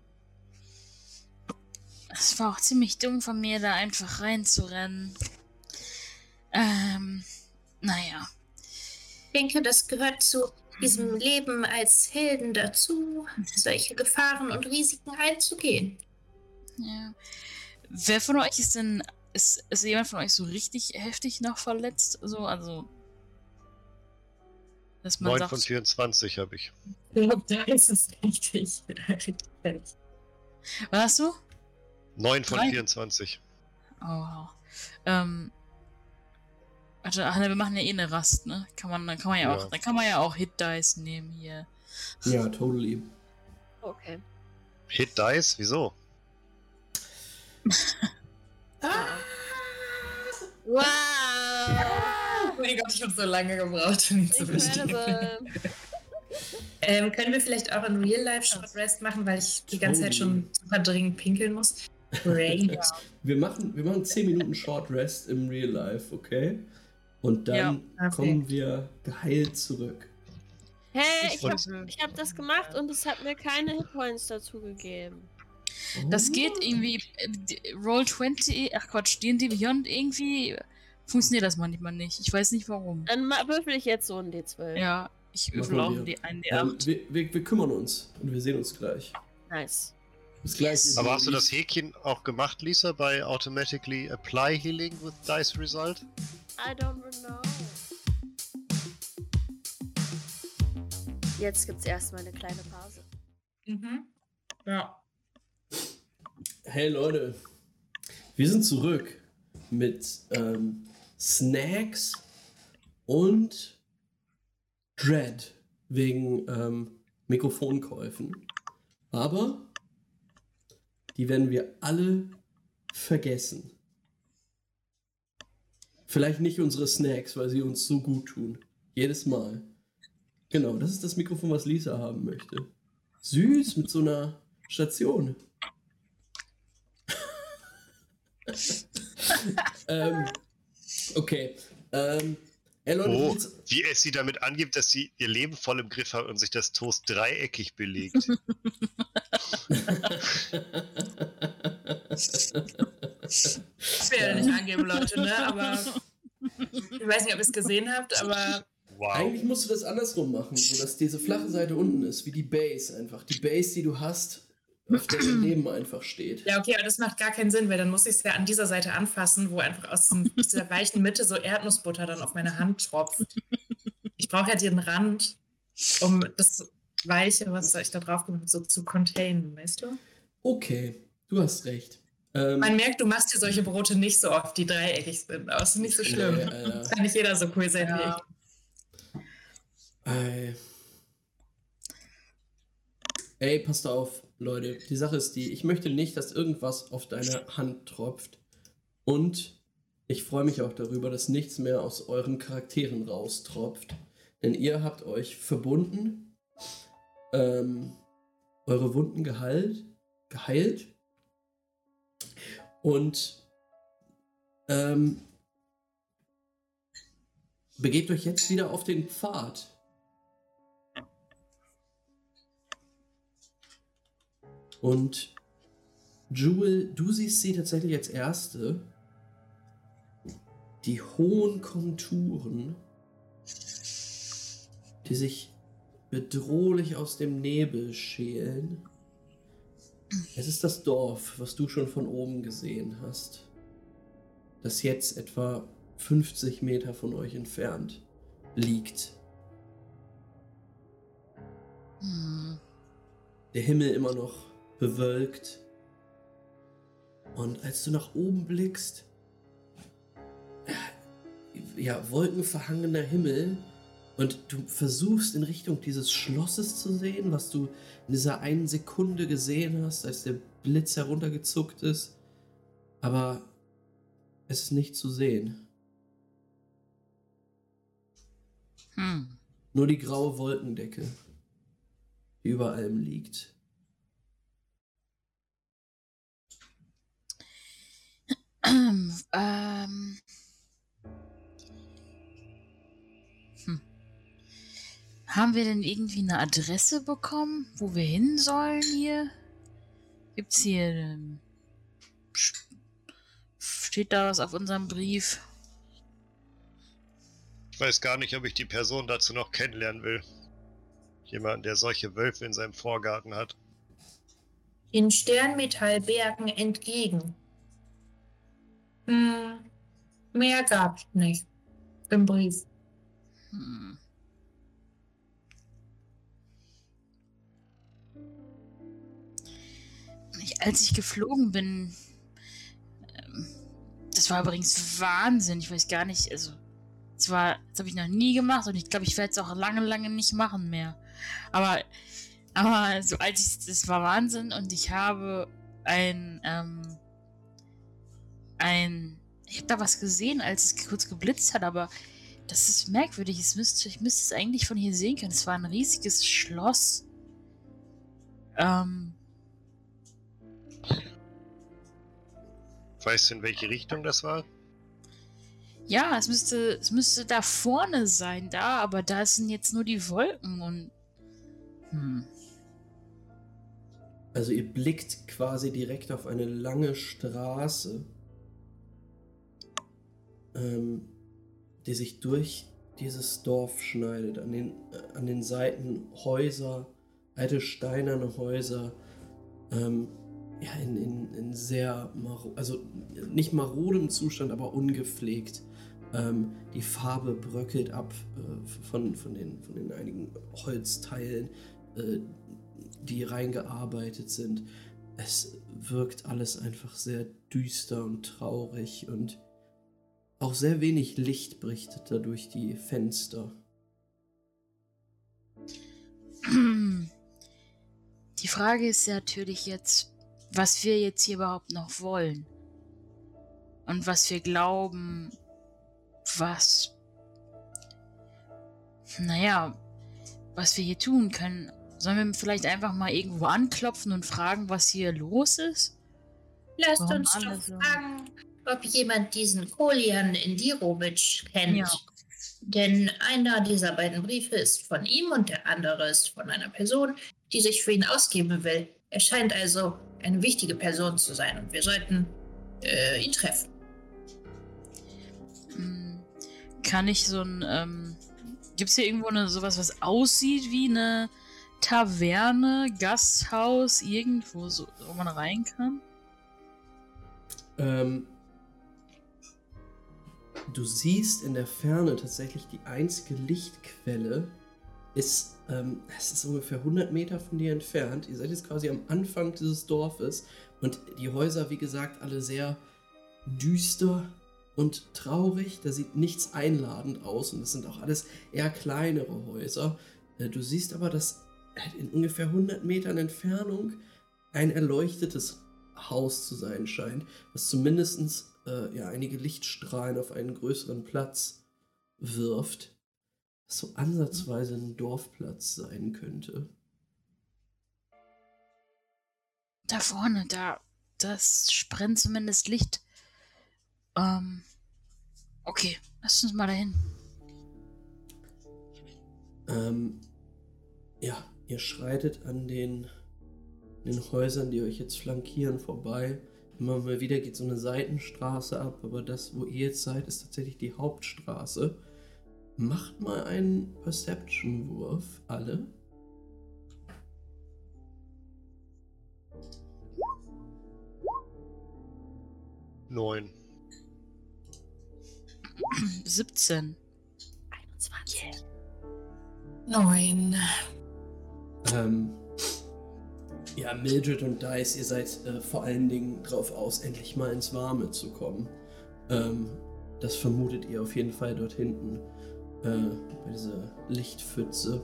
Es war auch ziemlich dumm von mir, da einfach reinzurennen. Naja. Ich denke, das gehört zu diesem Leben als Helden dazu, solche Gefahren und Risiken einzugehen. Ja. Wer von euch ist denn. Ist jemand von euch so richtig heftig noch verletzt? So, also. Dass man 9 sagt, von 24 habe ich. Ich glaube, da ist es richtig. was hast du? 9 von 3? 24. Oh, wow. Also, ach, ne, wir machen ja eh eine Rast, ne? Dann kann man ja auch Hit Dice nehmen hier. Ja, totally. Okay. Hit Dice? Wieso? Wow! Oh mein Gott, ich habe so lange gebraucht, um ihn zu verstehen. Incredible. Können wir vielleicht auch in Real Life Short Rest machen, weil ich die ganze Zeit schon super dringend pinkeln muss? Great. Wir machen 10 Minuten Short Rest im Real Life, okay? Und dann kommen wir geheilt zurück. Hey, ich hab das gemacht und es hat mir keine Hitpoints dazu gegeben. Das geht irgendwie. Roll20, ach Quatsch, D&D Beyond irgendwie funktioniert das manchmal nicht. Ich weiß nicht warum. Dann würfel ich jetzt so ein D12. Ja, ich Machen würfel auch wir. einen D8. Wir kümmern uns und wir sehen uns gleich. Nice. Bis gleich. Aber hast du das Häkchen auch gemacht, Lisa, bei Automatically Apply Healing with Dice Result? I don't know. Jetzt gibt's erstmal eine kleine Pause. Mhm. Ja. Hey Leute, wir sind zurück mit Snacks und Dread wegen Mikrofonkäufen. Aber die werden wir alle vergessen. Vielleicht nicht unsere Snacks, weil sie uns so gut tun. Jedes Mal. Genau, das ist das Mikrofon, was Lisa haben möchte. Süß, mit so einer Station. Okay. Ey Leute, wie es sie damit angibt, dass sie ihr Leben voll im Griff hat und sich das Toast dreieckig belegt. Ich will ja nicht angeben, Leute, ne? Aber ich weiß nicht, ob ihr es gesehen habt, aber Wow. eigentlich musst du das andersrum machen, sodass diese flache Seite unten ist, wie die Base einfach. Die Base, die du hast, auf der dein Leben einfach steht. ja, okay, aber das macht gar keinen Sinn, weil dann muss ich es ja an dieser Seite anfassen, wo einfach aus dieser weichen Mitte so Erdnussbutter dann auf meine Hand tropft. Ich brauche ja den Rand, um das Weiche, was ich da drauf gemacht habe, so zu containen, weißt du? Okay, du hast recht. Man merkt, du machst dir solche Brote nicht so oft, die dreieckig sind, aber es ist nicht so schlimm. Kann nicht jeder so cool sein wie ich. Ey, passt auf, Leute. Die Sache ist die, ich möchte nicht, dass irgendwas auf deine Hand tropft. Und ich freue mich auch darüber, dass nichts mehr aus euren Charakteren raustropft. Denn ihr habt euch verbunden, eure Wunden geheilt. Und begebt euch jetzt wieder auf den Pfad. Und Jewel, du siehst sie tatsächlich als Erste. Die hohen Konturen, die sich bedrohlich aus dem Nebel schälen. Es ist das Dorf, was du schon von oben gesehen hast, das jetzt etwa 50 Meter von euch entfernt liegt. Der Himmel immer noch bewölkt. Und als du nach oben blickst, ja, wolkenverhangener Himmel, und du versuchst in Richtung dieses Schlosses zu sehen, was du in dieser einen Sekunde gesehen hast, als der Blitz heruntergezuckt ist, aber es ist nicht zu sehen. Nur die graue Wolkendecke, die über allem liegt. Haben wir denn irgendwie eine Adresse bekommen, wo wir hin sollen hier? Gibt's hier... steht da was auf unserem Brief? Ich weiß gar nicht, ob ich die Person dazu noch kennenlernen will. Jemanden, der solche Wölfe in seinem Vorgarten hat. Den Sternmetallbergen entgegen. Mehr gab's nicht im Brief. Hm. Als ich geflogen bin, das war übrigens Wahnsinn. Ich weiß gar nicht, also, das habe ich noch nie gemacht und ich glaube, ich werde es auch lange, lange nicht machen mehr. Aber so das war Wahnsinn und ich habe ich habe da was gesehen, als es kurz geblitzt hat, aber das ist merkwürdig. Ich müsste es eigentlich von hier sehen können. Es war ein riesiges Schloss. Weißt du, in welche Richtung das war? Ja, es müsste da vorne sein, aber da sind jetzt nur die Wolken und. Also ihr blickt quasi direkt auf eine lange Straße, die sich durch dieses Dorf schneidet. An den Seiten Häuser, alte steinerne Häuser, in sehr, also nicht marodem Zustand, aber ungepflegt. Die Farbe bröckelt ab von den einigen Holzteilen, die reingearbeitet sind. Es wirkt alles einfach sehr düster und traurig und auch sehr wenig Licht bricht da durch die Fenster. Die Frage ist ja natürlich jetzt, was wir jetzt hier überhaupt noch wollen. Und was wir glauben, was wir hier tun können. Sollen wir vielleicht einfach mal irgendwo anklopfen und fragen, was hier los ist? Lasst Warum uns alle doch so? fragen, ob jemand diesen Kolian Indirovic kennt. Ja. Denn einer dieser beiden Briefe ist von ihm und der andere ist von einer Person, die sich für ihn ausgeben will. Er scheint also eine wichtige Person zu sein und wir sollten ihn treffen. Kann ich gibt's hier irgendwo sowas, was aussieht wie eine Taverne, Gasthaus, irgendwo, so, wo man rein kann? Du siehst in der Ferne tatsächlich die einzige Lichtquelle. Es ist ungefähr 100 Meter von dir entfernt. Ihr seid jetzt quasi am Anfang dieses Dorfes und die Häuser, wie gesagt, alle sehr düster und traurig. Da sieht nichts einladend aus und es sind auch alles eher kleinere Häuser. Du siehst aber, dass in ungefähr 100 Metern Entfernung ein erleuchtetes Haus zu sein scheint, was zumindest einige Lichtstrahlen auf einen größeren Platz wirft, was so ansatzweise ein Dorfplatz sein könnte. Da vorne, das brennt zumindest Licht. Okay, lass uns mal dahin. Ihr schreitet an den Häusern, die euch jetzt flankieren, vorbei. Immer mal wieder geht so eine Seitenstraße ab, aber das, wo ihr jetzt seid, ist tatsächlich die Hauptstraße. Macht mal einen Perception-Wurf, alle. Neun. 17. 21. 9. Mildred und Dice, ihr seid vor allen Dingen drauf aus, endlich mal ins Warme zu kommen. Das vermutet ihr auf jeden Fall dort hinten bei dieser Lichtpfütze.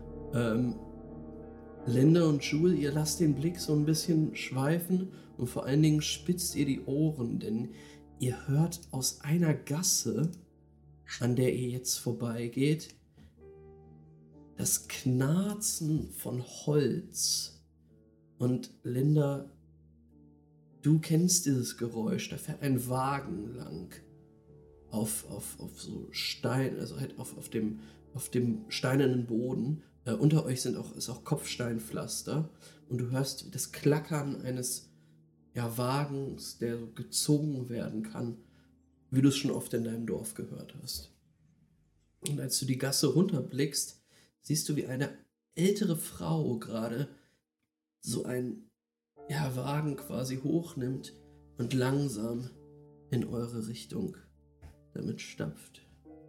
Linda und Jewel, ihr lasst den Blick so ein bisschen schweifen und vor allen Dingen spitzt ihr die Ohren, denn ihr hört aus einer Gasse, an der ihr jetzt vorbeigeht, das Knarzen von Holz. Und Linda, du kennst dieses Geräusch, da fährt ein Wagen lang auf so Stein, also halt auf dem steinernen Boden. Unter euch ist auch Kopfsteinpflaster und du hörst das Klackern eines Wagens, der so gezogen werden kann, wie du es schon oft in deinem Dorf gehört hast. Und als du die Gasse runterblickst, siehst du, wie eine ältere Frau gerade so einen Wagen quasi hochnimmt und langsam in eure Richtung damit stapft.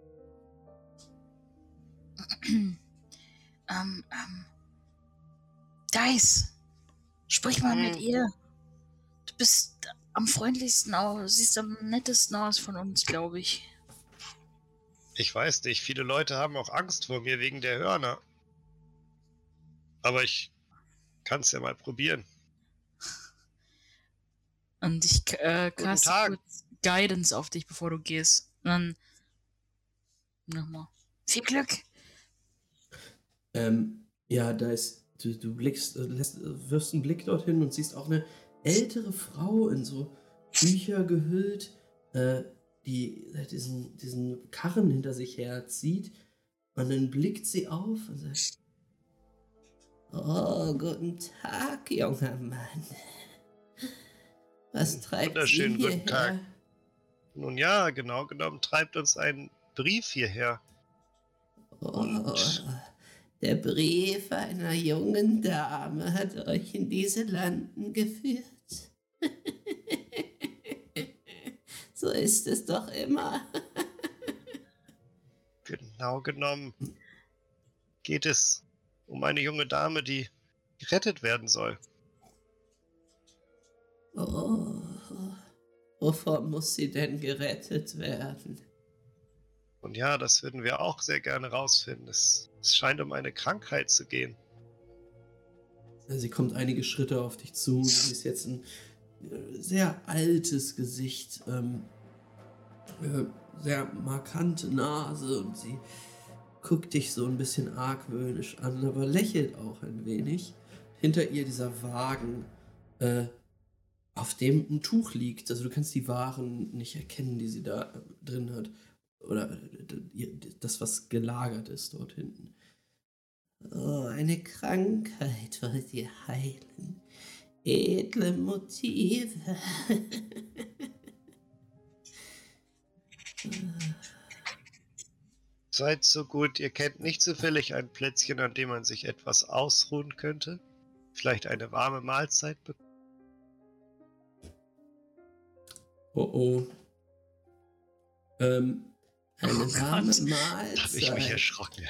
Dice, sprich mal mit ihr. Du bist am freundlichsten aus, siehst am nettesten aus von uns, glaube ich. Ich weiß nicht, viele Leute haben auch Angst vor mir wegen der Hörner. Aber ich kann es ja mal probieren. Und ich caste Tag. kurz Guidance auf dich, bevor du gehst. Und dann nochmal. Viel Glück. Da ist, du blickst, wirfst einen Blick dorthin und siehst auch eine ältere Frau in so Tücher gehüllt, die diesen Karren hinter sich herzieht. Und dann blickt sie auf und sagt: Oh, guten Tag, junger Mann. Was treibt Sie Wunderschönen hierher? guten Tag. Nun ja, genau genommen treibt uns ein Brief hierher. Oh, der Brief einer jungen Dame hat euch in diese Landen geführt. So ist es doch immer. Genau genommen geht es um eine junge Dame, die gerettet werden soll. Oh, wovon muss sie denn gerettet werden? Und ja, das würden wir auch sehr gerne rausfinden. Es scheint um eine Krankheit zu gehen. Sie kommt einige Schritte auf dich zu. Sie ist jetzt ein sehr altes Gesicht, sehr markante Nase, und sie guckt dich so ein bisschen argwöhnisch an, aber lächelt auch ein wenig. Hinter ihr dieser Wagen, auf dem ein Tuch liegt. Also du kannst die Waren nicht erkennen, die sie da drin hat. Oder das, was gelagert ist dort hinten. Oh, eine Krankheit wollt ihr heilen. Edle Motive. Seid so gut, ihr kennt nicht zufällig ein Plätzchen, an dem man sich etwas ausruhen könnte? Vielleicht eine warme Mahlzeit bekommen? Oh. Eine warme Mahlzeit. Da habe ich mich erschrocken.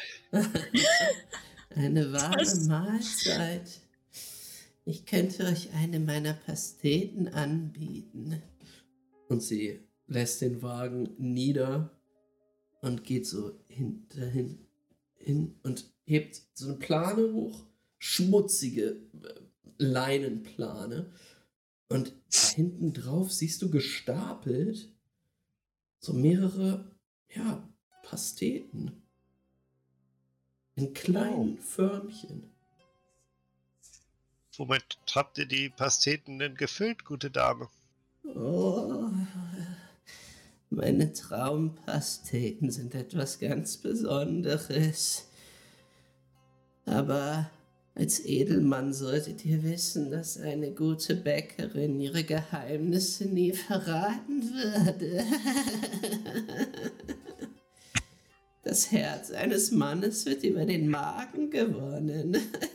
Eine warme Mahlzeit. Ich könnte euch eine meiner Pasteten anbieten. Und sie lässt den Wagen nieder und geht so hin und hebt so eine Plane hoch, schmutzige Leinenplane. Und hinten drauf siehst du gestapelt so mehrere, Pasteten. In kleinen Förmchen. Womit habt ihr die Pasteten denn gefüllt, gute Dame? Oh, meine Traumpasteten sind etwas ganz Besonderes. Aber als Edelmann solltet ihr wissen, dass eine gute Bäckerin ihre Geheimnisse nie verraten würde. Das Herz eines Mannes wird über den Magen gewonnen.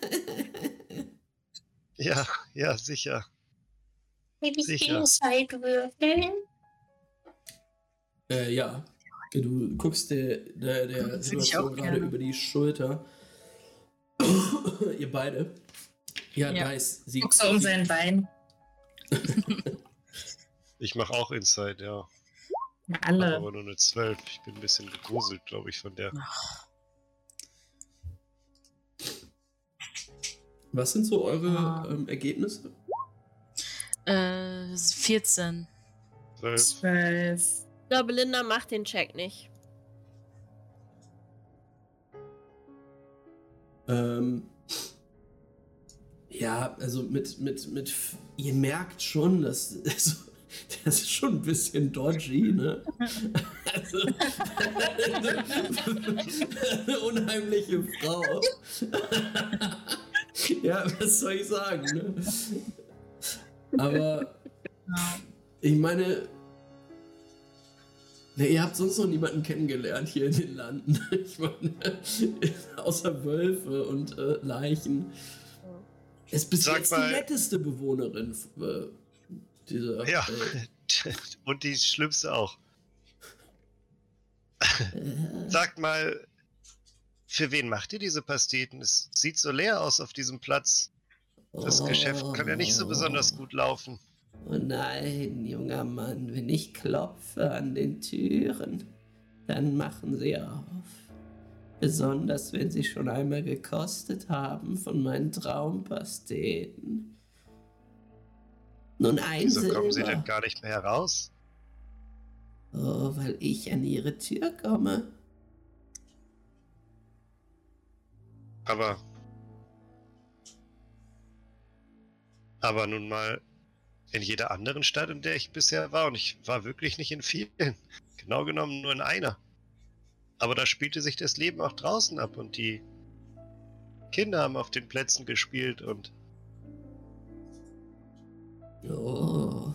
Ja, sicher. Will ich Sicher. Insight würfeln? Ja. Du guckst der Würde ich Situation auch gerade gerne. über die Schulter. Ihr beide. Ja, Ja. da ist sie. Guckst du um sein Bein. Ich mache auch Inside, ja. Ja, Hab alle. aber nur eine 12. Ich bin ein bisschen gegruselt, glaube ich, von der. Was sind so eure Ergebnisse? 14. 12. 12. Ich glaube, Linda macht den Check nicht. Ja, also mit ihr merkt schon, dass das ist schon ein bisschen dodgy, ne? Also, eine unheimliche Frau. Ja, was soll ich sagen, ne? Aber ich meine, Ne, ihr habt sonst noch niemanden kennengelernt hier in den Landen. Ich meine, außer Wölfe und Leichen. Es ist bis Sag jetzt mal- die netteste Bewohnerin dieser Ja, Welt. und die schlimmste auch. Sagt mal, für wen macht ihr diese Pasteten? Es sieht so leer aus auf diesem Platz. Das Geschäft kann ja nicht so besonders gut laufen. Oh nein, junger Mann, wenn ich klopfe an den Türen, dann machen sie auf. Besonders wenn sie schon einmal gekostet haben von meinen Traumpasteten. Nun ein Wieso Silber. kommen sie denn gar nicht mehr heraus? Oh, weil ich an ihre Tür komme. Aber nun mal in jeder anderen Stadt, in der ich bisher war, und ich war wirklich nicht in vielen, genau genommen nur in einer. Aber da spielte sich das Leben auch draußen ab und die Kinder haben auf den Plätzen gespielt und Oh,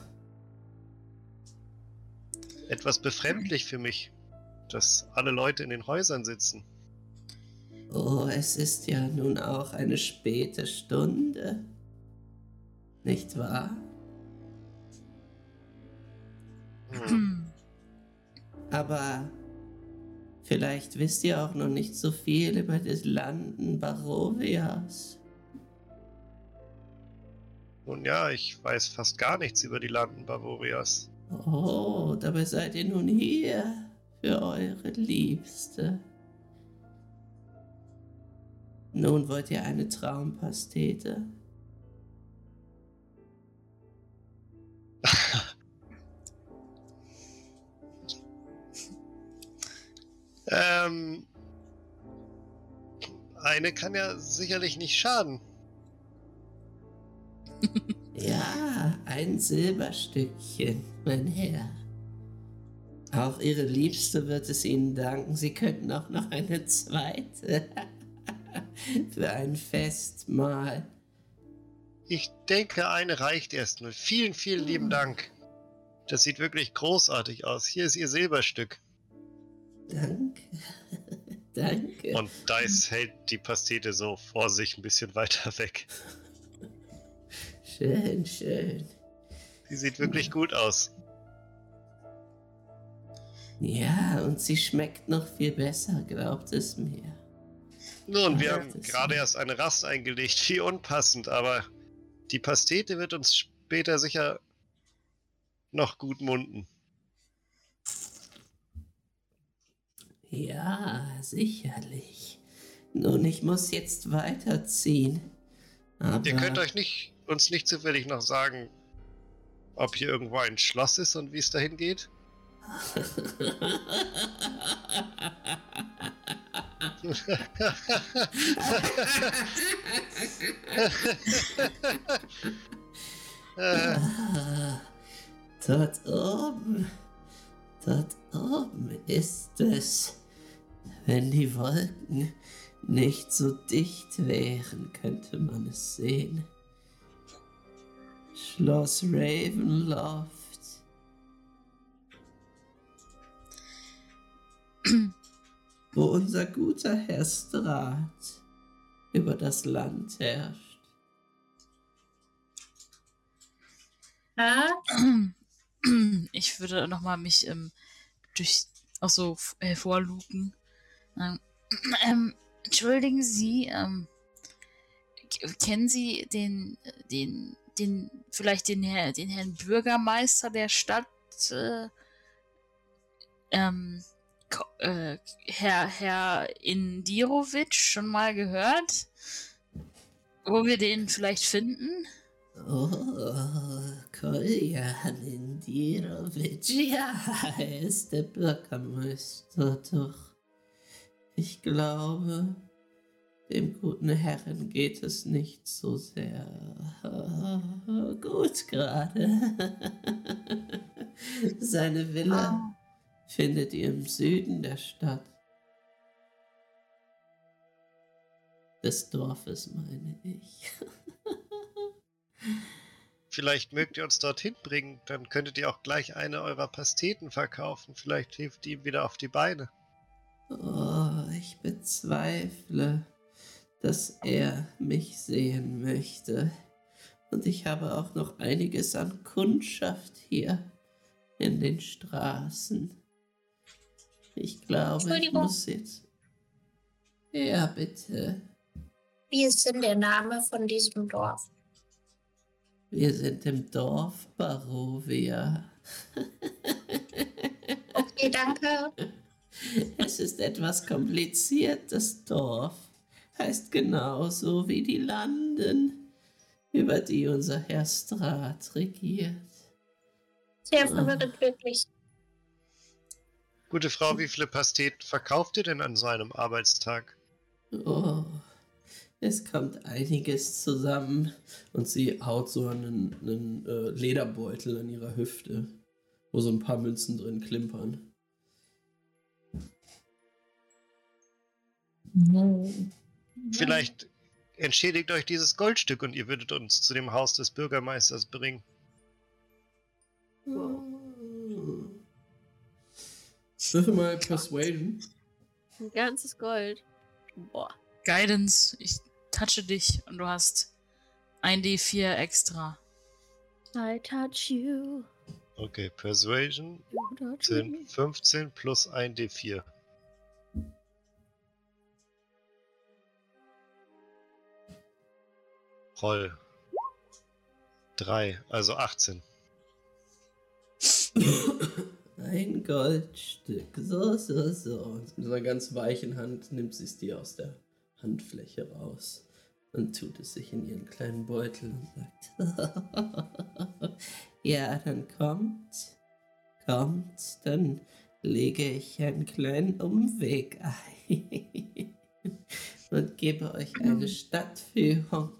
etwas befremdlich für mich, dass alle Leute in den Häusern sitzen. oh, es ist ja nun auch eine späte Stunde. Nicht wahr? Aber vielleicht wisst ihr auch noch nicht so viel über das Landen Barovias. Nun ja, ich weiß fast gar nichts über die Landen Bavorias. Oh, dabei seid ihr nun hier für eure Liebste. Nun wollt ihr eine Traumpastete? Eine kann ja sicherlich nicht schaden. Ja, ein Silberstückchen, mein Herr. Auch Ihre Liebste wird es Ihnen danken. Sie könnten auch noch eine zweite für ein Festmahl. Ich denke, eine reicht erstmal. Vielen, vielen lieben Dank. Das sieht wirklich großartig aus. Hier ist Ihr Silberstück. Danke. Danke. Und Dice hält die Pastete so vor sich ein bisschen weiter weg. Schön, schön. Sie sieht wirklich gut aus. Ja, und sie schmeckt noch viel besser, glaubt es mir. Nun, wir Ja, haben das- gerade erst eine Rast eingelegt. Wie unpassend, aber die Pastete wird uns später sicher noch gut munden. Ja, sicherlich. Nun, ich muss jetzt weiterziehen. Aber Ihr könnt uns nicht zufällig noch sagen, ob hier irgendwo ein Schloss ist und wie es dahin geht? Dort oben ist es. Wenn die Wolken nicht so dicht wären, könnte man es sehen. Schloss Ravenloft. Wo unser guter Herr Strat über das Land herrscht. Ich würde nochmal mich auch so hervorluken. Entschuldigen Sie, kennen Sie vielleicht den Herrn Bürgermeister der Stadt, Herr Indirovic, schon mal gehört? Wo wir den vielleicht finden? Oh, Koljan Indirovic, ja, er ist der Bürgermeister, doch ich glaube, dem guten Herrn geht es nicht so sehr gut gerade. Seine Villa findet ihr im Süden der Stadt. Des Dorfes, meine ich. Vielleicht mögt ihr uns dorthin bringen, dann könntet ihr auch gleich eine eurer Pasteten verkaufen. Vielleicht hilft die ihm wieder auf die Beine. Oh, ich bezweifle, dass er mich sehen möchte. Und ich habe auch noch einiges an Kundschaft hier in den Straßen. Ich glaube, ich Entschuldigung. muss jetzt... Ja, bitte. Wie ist denn der Name von diesem Dorf? Wir sind im Dorf Barovia. Okay, danke. Es ist etwas kompliziert, das Dorf. Heißt genauso wie die Landen, über die unser Herr Strat regiert. Sehr verwirrend, wirklich. Gute Frau, wie viele Pasteten verkauft ihr denn an so einem Arbeitstag? Oh, es kommt einiges zusammen. Und sie haut so einen Lederbeutel an ihrer Hüfte, wo so ein paar Münzen drin klimpern. Vielleicht entschädigt euch dieses Goldstück und ihr würdet uns zu dem Haus des Bürgermeisters bringen. Würfel mal Persuasion. Ein ganzes Gold. Boah. Guidance, ich touche dich und du hast 1d4 extra. I touch you. Okay, Persuasion You touch sind me. 15 plus 1d4. Roll. 3, also 18. Ein Goldstück. So. Und mit einer ganz weichen Hand nimmt sie es dir aus der Handfläche raus und tut es sich in ihren kleinen Beutel und sagt: Ja, dann kommt, dann lege ich einen kleinen Umweg ein und gebe euch eine Stadtführung.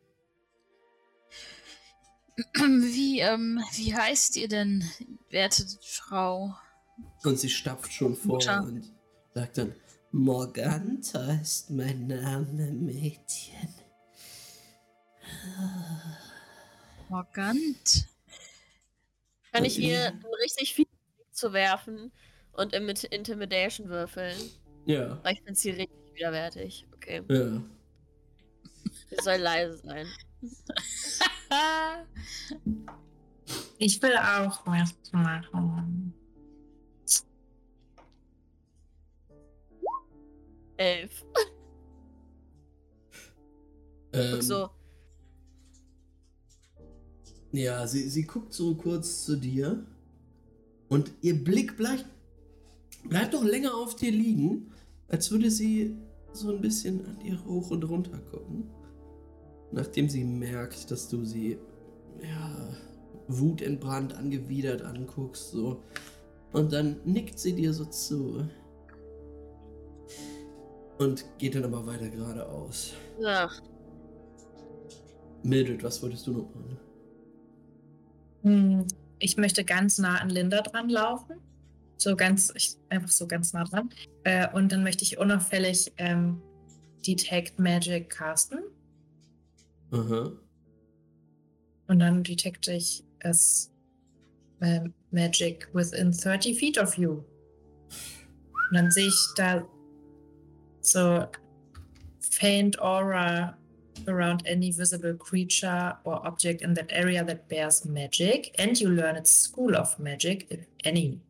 Wie heißt ihr denn, werte Frau? Und sie stapft schon vor Mutter. und sagt dann: Morganta ist mein Name, Mädchen. Morgant? Kann ich ihr richtig viel zu werfen und mit Intimidation würfeln? Ja, Weil ich finde sie richtig widerwärtig. Okay. ja. Sie soll leise sein. Ich will auch was machen. 11. So. Ja, sie guckt so kurz zu dir und ihr Blick bleibt doch länger auf dir liegen, als würde sie so ein bisschen an dir hoch und runter gucken. Nachdem sie merkt, dass du sie, ja, wutentbrannt, angewidert anguckst, so. Und dann nickt sie dir so zu. Und geht dann aber weiter geradeaus. Ach, Mildred, was wolltest du noch machen? Ich möchte ganz nah an Linda dran laufen. Einfach so ganz nah dran. Und dann möchte ich unauffällig Detect Magic casten. Aha. Und dann detecte ich es Magic within 30 feet of you. Und dann sehe ich da so faint aura around any visible creature or object in that area that bears magic, and you learn its school of magic, if any.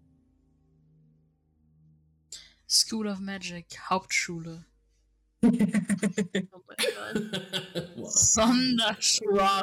School of Magic, Hauptschule. oh mein Gott. Wow. Sonderschule.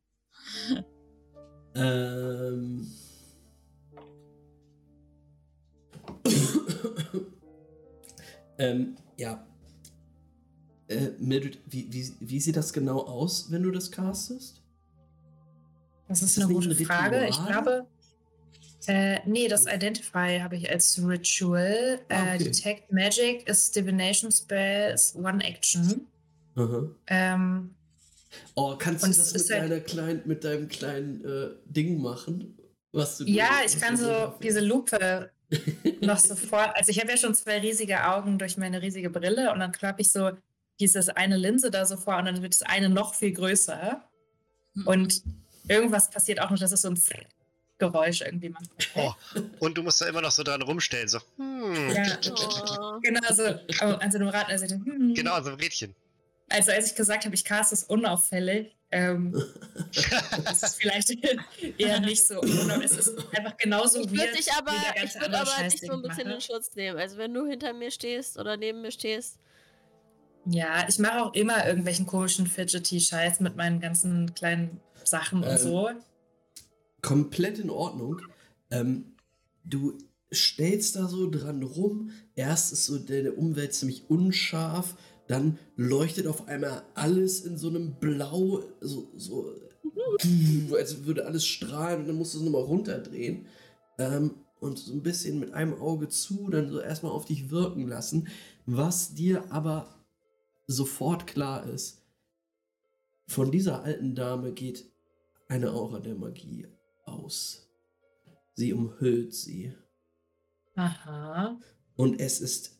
Ja. Mildred, wie sieht das genau aus, wenn du das castest? Das ist das eine nicht gute ein Frage. Ich Ritual? glaube, nee, das Identify habe ich als Ritual. Okay. Detect Magic ist Divination Spell, ist One Action. Aha. Oh, kannst du und das es ist mit deinem kleinen Ding machen? Was du Ja, dir- ich was kann du so dir- diese Lupe noch so vor. Also ich habe ja schon 2 riesige Augen durch meine riesige Brille und dann klappe ich so dieses eine Linse da so vor und dann wird das eine noch viel größer. Und irgendwas passiert auch noch, das ist so ein Geräusch irgendwie manchmal. Oh, und du musst da immer noch so dran rumstellen, so. Ja, Oh. genau so. An so einem Rad, also, Genau, so ein Rädchen. Also als ich gesagt habe, ich cast es unauffällig, das ist vielleicht eher nicht so. Es ist einfach genauso Ich weird. würde dich wie aber, der ganze andere Scheiß, dich den so ein ich bisschen mache. in Schutz nehmen. Also wenn du hinter mir stehst oder neben mir stehst. Ja, ich mache auch immer irgendwelchen komischen Fidgety-Scheiß mit meinen ganzen kleinen Sachen und so. Komplett in Ordnung. Du stellst da so dran rum. Erst ist so deine Umwelt ziemlich unscharf. Dann leuchtet auf einmal alles in so einem Blau, so als würde alles strahlen und dann musst du es nochmal runterdrehen. Und so ein bisschen mit einem Auge zu, dann so erstmal auf dich wirken lassen. Was dir aber sofort klar ist, von dieser alten Dame geht eine Aura der Magie aus. Sie umhüllt sie. Aha. Und es ist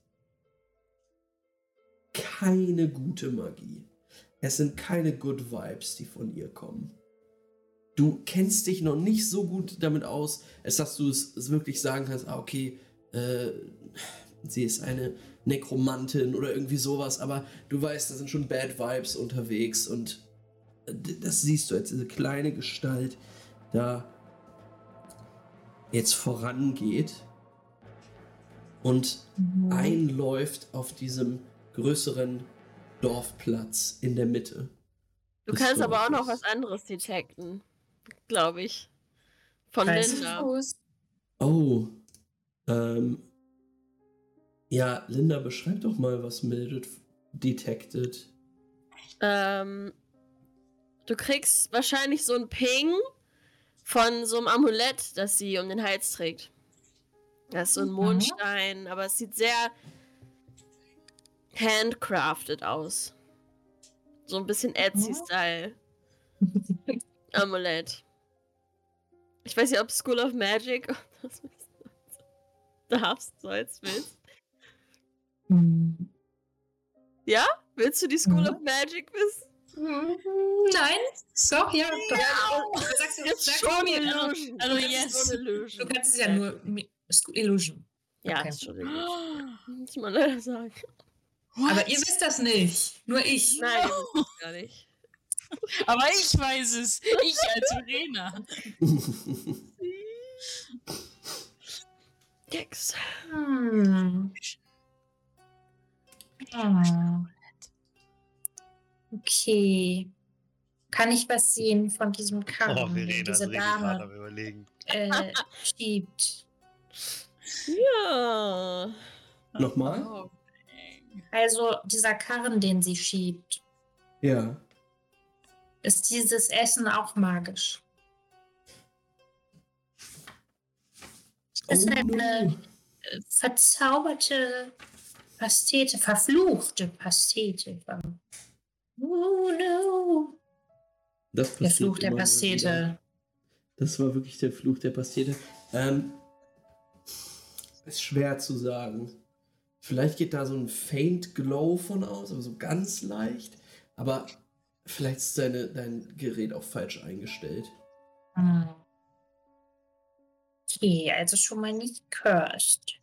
keine gute Magie. Es sind keine Good Vibes, die von ihr kommen. Du kennst dich noch nicht so gut damit aus, als dass du es wirklich sagen kannst, okay, sie ist eine Nekromantin oder irgendwie sowas, aber du weißt, da sind schon Bad Vibes unterwegs und das siehst du als diese kleine Gestalt da jetzt vorangeht und einläuft auf diesem größeren Dorfplatz in der Mitte. Du des kannst aber auch noch Dorfes. was anderes detecten. Glaube ich. Von 30 Linda. Fuß. Oh. Ja, Linda, beschreib doch mal, was Mildred detected. Du kriegst wahrscheinlich so ein Ping von so einem Amulett, das sie um den Hals trägt. Das ist so ein Mondstein, aber es sieht sehr handcrafted aus. So ein bisschen Etsy-Style. Amulett. Ich weiß nicht, ob School of Magic das darfst, sollst, willst. Ja? Willst du die School of Magic wissen? Nein, doch, ja. Doch. Sagst du, Jetzt sagst schon du mir, Illusion. Also Das ist yes. so eine Illusion. du kannst es ja nur Illusion. Ja, Okay. ist schon Illusion. Muss man leider sagen. Aber ihr wisst das nicht. Nur ich. Nein, ihr wisst es gar nicht. Aber ich weiß es. Ich als Verena. Keks. Okay. Kann ich was sehen von diesem Karren, Oh, den Verena ist diese richtig hart Dame am Überlegen. schiebt? Ja. Nochmal? Oh, Also dieser Karren, den sie schiebt, Ja. ist dieses Essen auch magisch? Ist Oh, eine verzauberte Pastete, verfluchte Pastete. Oh no. Das Der passiert Fluch der immer mal wieder. Pastete. Das war wirklich der Fluch der Pastete. Ist schwer zu sagen. Vielleicht geht da so ein Faint Glow von aus, aber so ganz leicht. Aber vielleicht ist dein Gerät auch falsch eingestellt. Okay, also schon mal nicht cursed.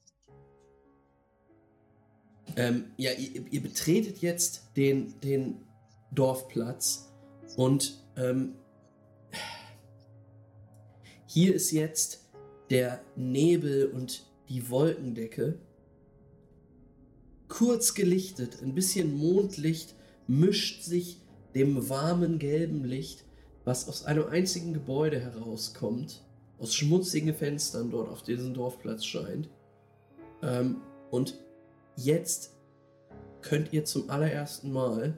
Ja, ihr betretet jetzt den Dorfplatz und hier ist jetzt der Nebel und die Wolkendecke kurz gelichtet. Ein bisschen Mondlicht mischt sich dem warmen gelben Licht, was aus einem einzigen Gebäude herauskommt, aus schmutzigen Fenstern dort auf diesem Dorfplatz scheint. Und jetzt könnt ihr zum allerersten Mal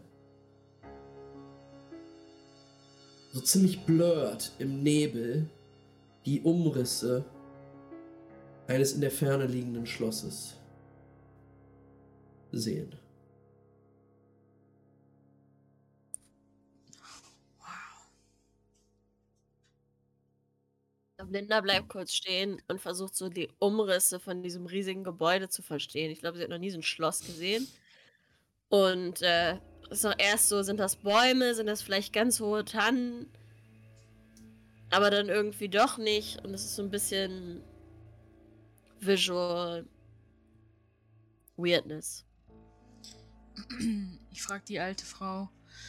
so ziemlich blurred im Nebel die Umrisse eines in der Ferne liegenden Schlosses sehen. Linda bleibt kurz stehen und versucht so die Umrisse von diesem riesigen Gebäude zu verstehen. Ich glaube, sie hat noch nie so ein Schloss gesehen. Und ist noch erst so, sind das Bäume, sind das vielleicht ganz hohe Tannen? aber dann irgendwie doch nicht. Und es ist so ein bisschen Visual Weirdness. Ich frage die alte Frau.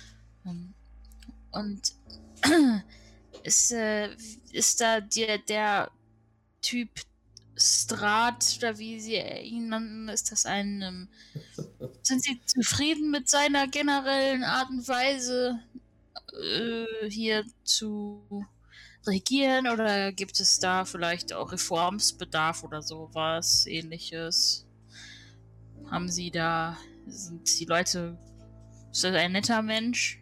Und ist da der Typ Strat, oder wie sie ihn nannten, ist das ein... sind Sie zufrieden mit seiner generellen Art und Weise, hier zu regieren, oder gibt es da vielleicht auch Reformsbedarf oder sowas Ähnliches? Sind die Leute... Ist das ein netter Mensch?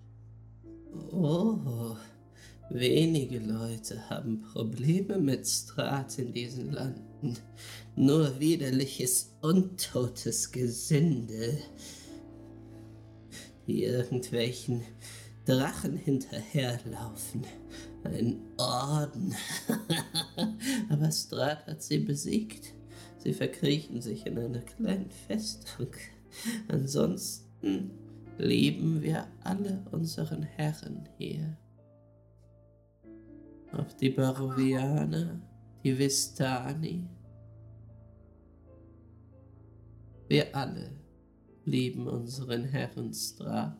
Oh, wenige Leute haben Probleme mit Strat in diesen Landen. Nur widerliches, untotes Gesindel, die irgendwelchen Drachen hinterherlaufen. Ein Orden. Aber Strat hat sie besiegt. Sie verkriechen sich in einer kleinen Festung. Ansonsten lieben wir alle unseren Herren hier. Ob die Barovianer, die Vistani. Wir alle lieben unseren Herren Strat.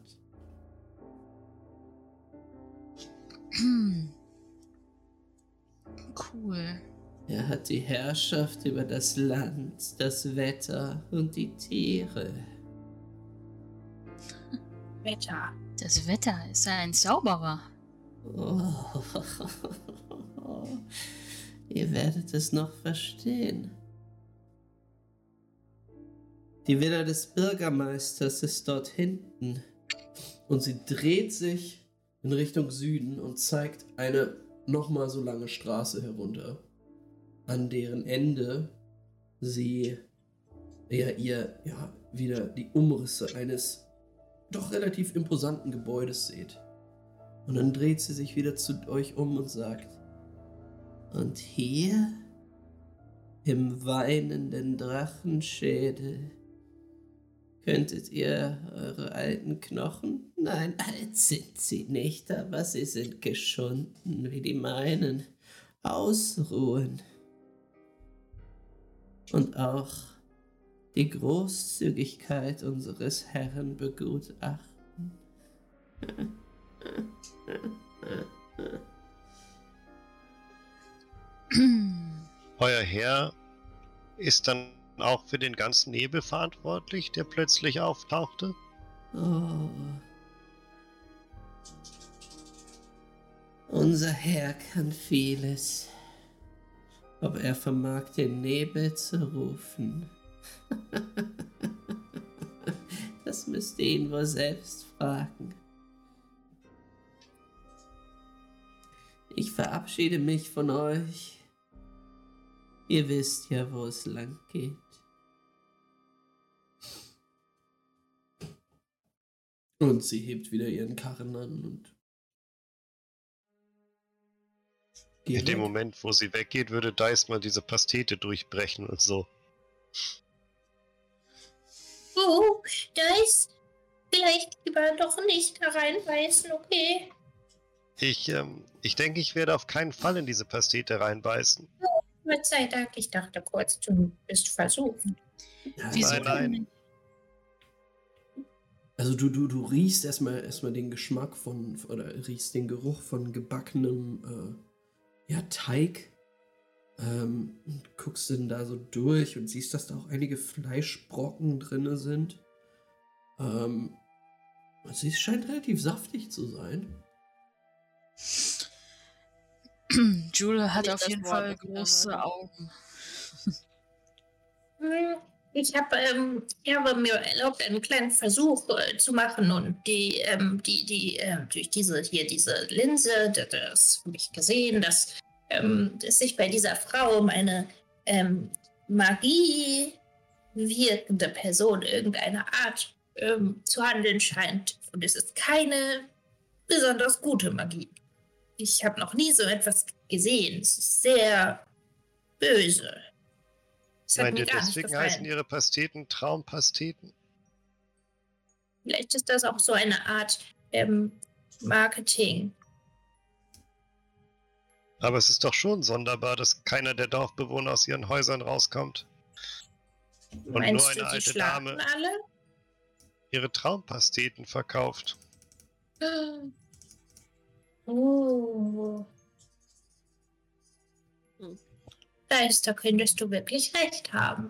Cool. Er hat die Herrschaft über das Land, das Wetter und die Tiere. Wetter. Das Wetter ist ein Zauberer. Oh. Ihr werdet es noch verstehen. Die Villa des Bürgermeisters ist dort hinten. Und sie dreht sich in Richtung Süden und zeigt eine nochmal so lange Straße herunter, an deren Ende sie wieder die Umrisse eines doch relativ imposanten Gebäudes seht. Und dann dreht sie sich wieder zu euch um und sagt: Und hier, im weinenden Drachenschädel, könntet ihr eure alten Knochen, nein, alt sind sie nicht, aber sie sind geschunden wie die meinen, ausruhen. Und auch die Großzügigkeit unseres Herrn begutachten. Euer Herr ist dann auch für den ganzen Nebel verantwortlich, der plötzlich auftauchte? Oh. Unser Herr kann vieles. Ob er vermag, den Nebel zu rufen? Das müsst ihr ihn wohl selbst fragen. Ich verabschiede mich von euch. Ihr wisst ja, wo es lang geht. Und sie hebt wieder ihren Karren an und geht In dem weg. Moment, wo sie weggeht, würde Dice mal diese Pastete durchbrechen und so. Oh, da ist vielleicht lieber doch nicht da reinbeißen, okay? Ich denke, ich werde auf keinen Fall in diese Pastete reinbeißen. Gott sei Dank, ich dachte kurz, du bist versucht. Ja, Wieso Nein, denn? also du riechst erstmal den Geschmack oder riechst den Geruch von gebackenem Teig. Und guckst dann da so durch und siehst, dass da auch einige Fleischbrocken drin sind. Sie scheint relativ saftig zu sein. Jule hat Nicht auf das jeden Wort, Fall das ich große erwarte. Augen. Ich habe mir erlaubt, einen kleinen Versuch zu machen und durch diese Linse, das habe ich gesehen, dass es sich bei dieser Frau um eine Magie wirkende Person irgendeiner Art zu handeln scheint. Und es ist keine besonders gute Magie. Ich habe noch nie so etwas gesehen. Es ist sehr böse. Es hat Meint mir ihr, gar nicht deswegen gefallen. heißen ihre Pasteten Traumpasteten? Vielleicht ist das auch so eine Art Marketing. Aber es ist doch schon sonderbar, dass keiner der Dorfbewohner aus ihren Häusern rauskommt. Und nur Meinst eine du, die alte schlafen Dame alle? ihre Traumpasteten verkauft. Oh. Da könntest du wirklich recht haben.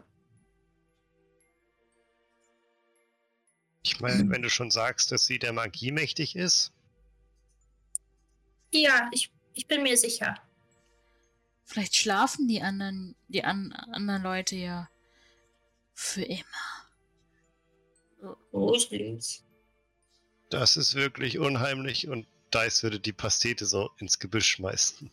Ich meine, wenn du schon sagst, dass sie der Magie mächtig ist. Ja, ich bin mir sicher. Vielleicht schlafen die anderen Leute ja für immer. Gruselig. Das ist wirklich unheimlich und Dice würde die Pastete so ins Gebüsch schmeißen.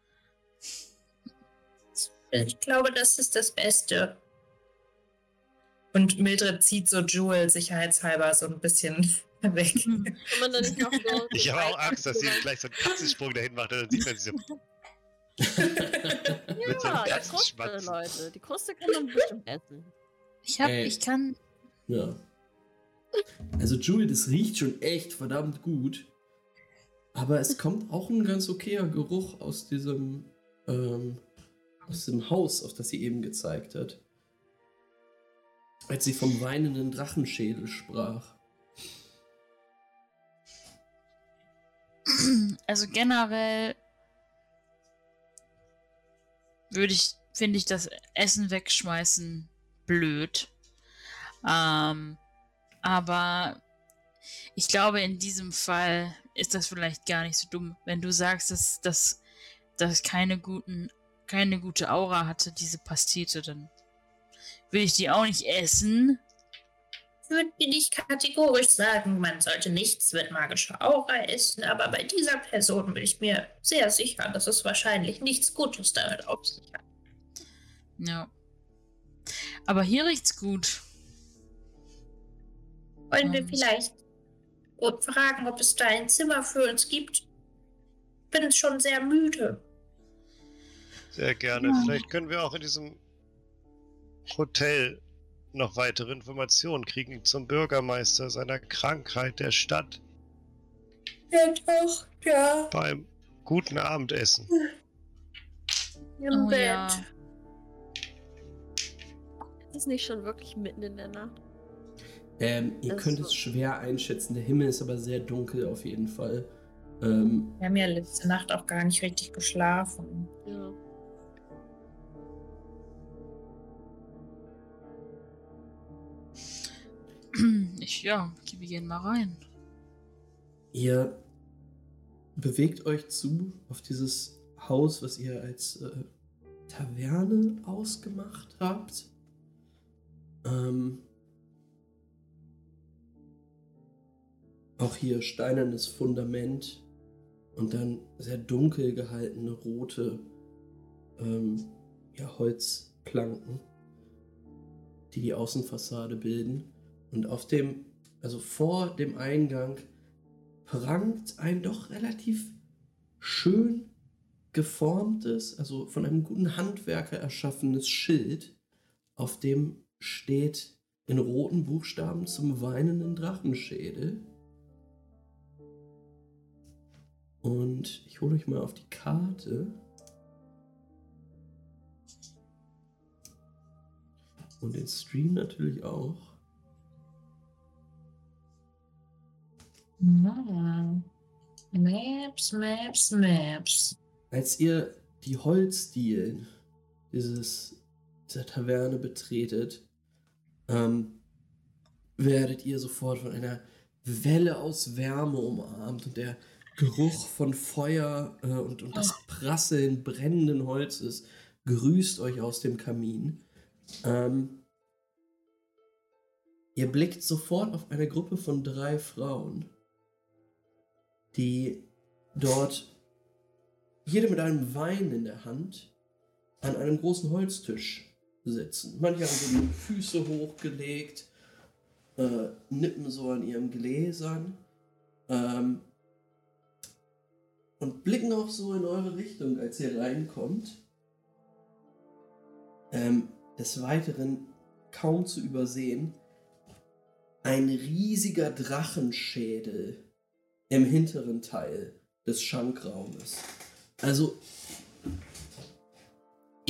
Ich glaube, das ist das Beste. Und Mildred zieht so Jewel sicherheitshalber so ein bisschen weg. Kann man da nicht noch so... Ich habe auch Angst, dass sie gleich so einen Katzensprung dahin macht und dann sieht man sie so. Mit so einem Ja, die ganzen Kruste, Schmatz. Leute. Die Kruste kann man bestimmt essen. Ich kann. Ja. Also Jewel, das riecht schon echt verdammt gut. Aber es kommt auch ein ganz okayer Geruch aus diesem Haus, auf das sie eben gezeigt hat. Als sie vom weinenden Drachenschädel sprach. Also generell finde ich das Essen wegschmeißen blöd. Aber ich glaube, in diesem Fall ist das vielleicht gar nicht so dumm. Wenn du sagst, dass keine gute Aura hatte, diese Pastete, dann will ich die auch nicht essen. Ich würde nicht kategorisch sagen, man sollte nichts mit magischer Aura essen, aber bei dieser Person bin ich mir sehr sicher, dass es wahrscheinlich nichts Gutes damit auf sich hat. Ja. Aber hier riecht's gut. Wollen wir vielleicht fragen, ob es da ein Zimmer für uns gibt? Bin schon sehr müde. Sehr gerne. Ja. Vielleicht können wir auch in diesem Hotel noch weitere Informationen kriegen zum Bürgermeister seiner Krankheit der Stadt. Ja, doch, ja. Beim guten Abendessen. Im Oh Bett. ja. Ist es nicht schon wirklich mitten in der Nacht? Ihr könnt es schwer einschätzen. Der Himmel ist aber sehr dunkel auf jeden Fall. Wir haben ja letzte Nacht auch gar nicht richtig geschlafen. Ja. Wir gehen mal rein. Ihr bewegt euch zu auf dieses Haus, was ihr als Taverne ausgemacht habt. Auch hier steinernes Fundament und dann sehr dunkel gehaltene rote Holzplanken, die die Außenfassade bilden. Und vor dem Eingang prangt ein doch relativ schön geformtes, also von einem guten Handwerker erschaffenes Schild, auf dem steht in roten Buchstaben zum weinenden Drachenschädel. Und ich hole euch mal auf die Karte. Und den Stream natürlich auch. Maps. Als ihr die Holzdielen dieser Taverne betretet, werdet ihr sofort von einer Welle aus Wärme umarmt und der Geruch von Feuer und das Prasseln brennenden Holzes grüßt euch aus dem Kamin. Ihr blickt sofort auf eine Gruppe von 3 Frauen, die dort, jede mit einem Wein in der Hand, an einem großen Holztisch sitzen. Manche haben die Füße hochgelegt, nippen so an ihren Gläsern und blicken auch so in eure Richtung, als ihr reinkommt. Des Weiteren, kaum zu übersehen, ein riesiger Drachenschädel im hinteren Teil des Schankraumes. Also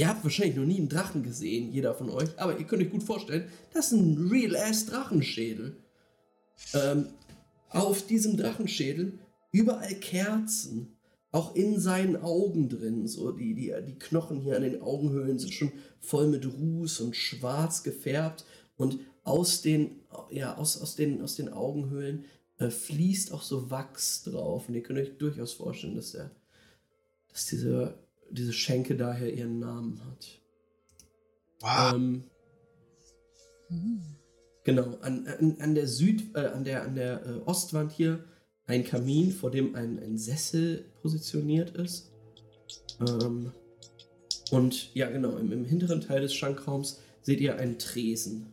Ihr habt wahrscheinlich noch nie einen Drachen gesehen, jeder von euch, aber ihr könnt euch gut vorstellen, das ist ein Real-Ass-Drachenschädel. Auf diesem Drachenschädel überall Kerzen, auch in seinen Augen drin. So die Knochen hier an den Augenhöhlen sind schon voll mit Ruß und schwarz gefärbt. Und aus den Augenhöhlen fließt auch so Wachs drauf. Und ihr könnt euch durchaus vorstellen, dass diese Schenke daher ihren Namen hat. Wow. Genau, an der Ostwand hier ein Kamin, vor dem ein Sessel positioniert ist. Und ja, genau, im hinteren Teil des Schankraums seht ihr einen Tresen.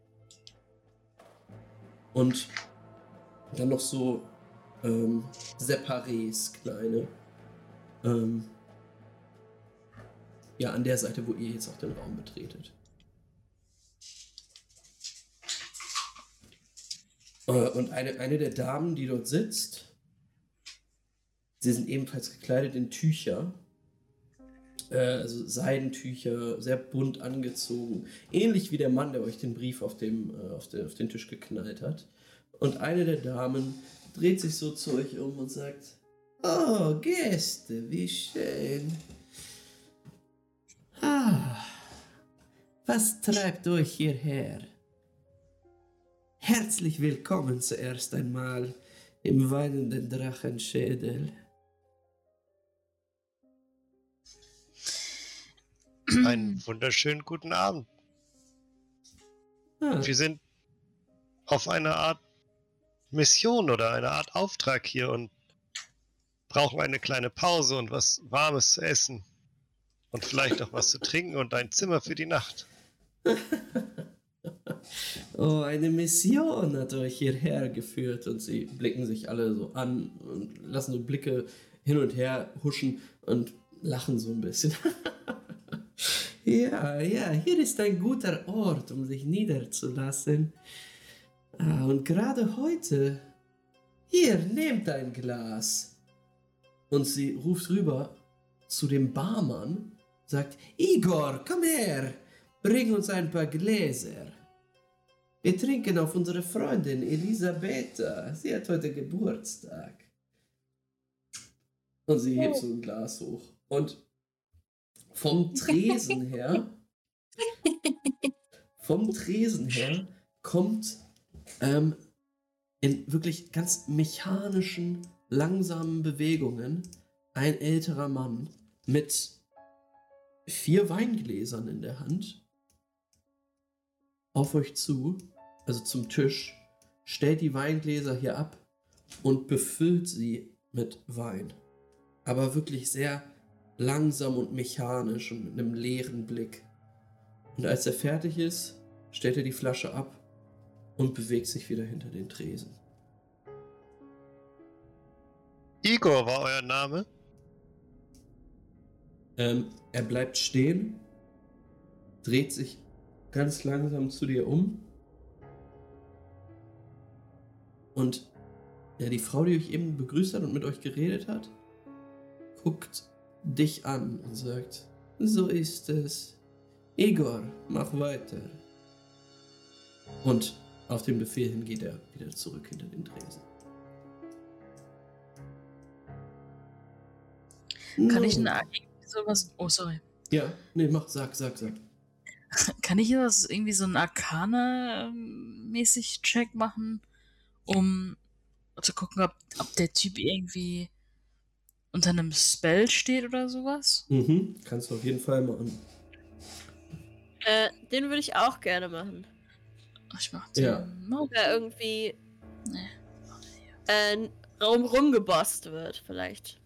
Und dann noch so Separés, kleine. Ja, an der Seite, wo ihr jetzt auch den Raum betretet. Und eine der Damen, die dort sitzt, sie sind ebenfalls gekleidet in Tücher, also Seidentücher, sehr bunt angezogen, ähnlich wie der Mann, der euch den Brief auf den Tisch geknallt hat. Und eine der Damen dreht sich so zu euch um und sagt: Oh, Gäste, wie schön. Was treibt euch hierher? Herzlich willkommen zuerst einmal im weinenden Drachenschädel. Einen wunderschönen guten Abend. Wir sind auf eine Art Mission oder eine Art Auftrag hier und brauchen eine kleine Pause und was Warmes zu essen. Und vielleicht auch was zu trinken und ein Zimmer für die Nacht. Oh, eine Mission hat euch hierher geführt. Und sie blicken sich alle so an und lassen so Blicke hin und her huschen und lachen so ein bisschen. Ja, hier ist ein guter Ort, um sich niederzulassen. Und gerade heute, hier, nehmt ein Glas. Und sie ruft rüber zu dem Barmann, sagt: Igor, komm her, bring uns ein paar Gläser. Wir trinken auf unsere Freundin Elisabetta. Sie hat heute Geburtstag. Und sie hebt so ein Glas hoch. Und vom Tresen her kommt in wirklich ganz mechanischen, langsamen Bewegungen ein älterer Mann mit 4 Weingläsern in der Hand auf euch zu, also zum Tisch, stellt die Weingläser hier ab und befüllt sie mit Wein. Aber wirklich sehr langsam und mechanisch und mit einem leeren Blick. Und als er fertig ist, stellt er die Flasche ab und bewegt sich wieder hinter den Tresen. Igor war euer Name? Er bleibt stehen, dreht sich ganz langsam zu dir um und ja, die Frau, die euch eben begrüßt hat und mit euch geredet hat, guckt dich an und sagt: So ist es. Igor, mach weiter. Und auf den Befehl hin geht er wieder zurück hinter den Tresen. Kann ich sowas... Oh, sorry. Ja, nee, sag. Kann ich irgendwie so einen Arcana-mäßig Check machen, um zu gucken, ob der Typ irgendwie unter einem Spell steht oder sowas? Kannst du auf jeden Fall machen. Den würde ich auch gerne machen. Ich mach den. Ja. Oder irgendwie Nee. rumgebosst wird, vielleicht.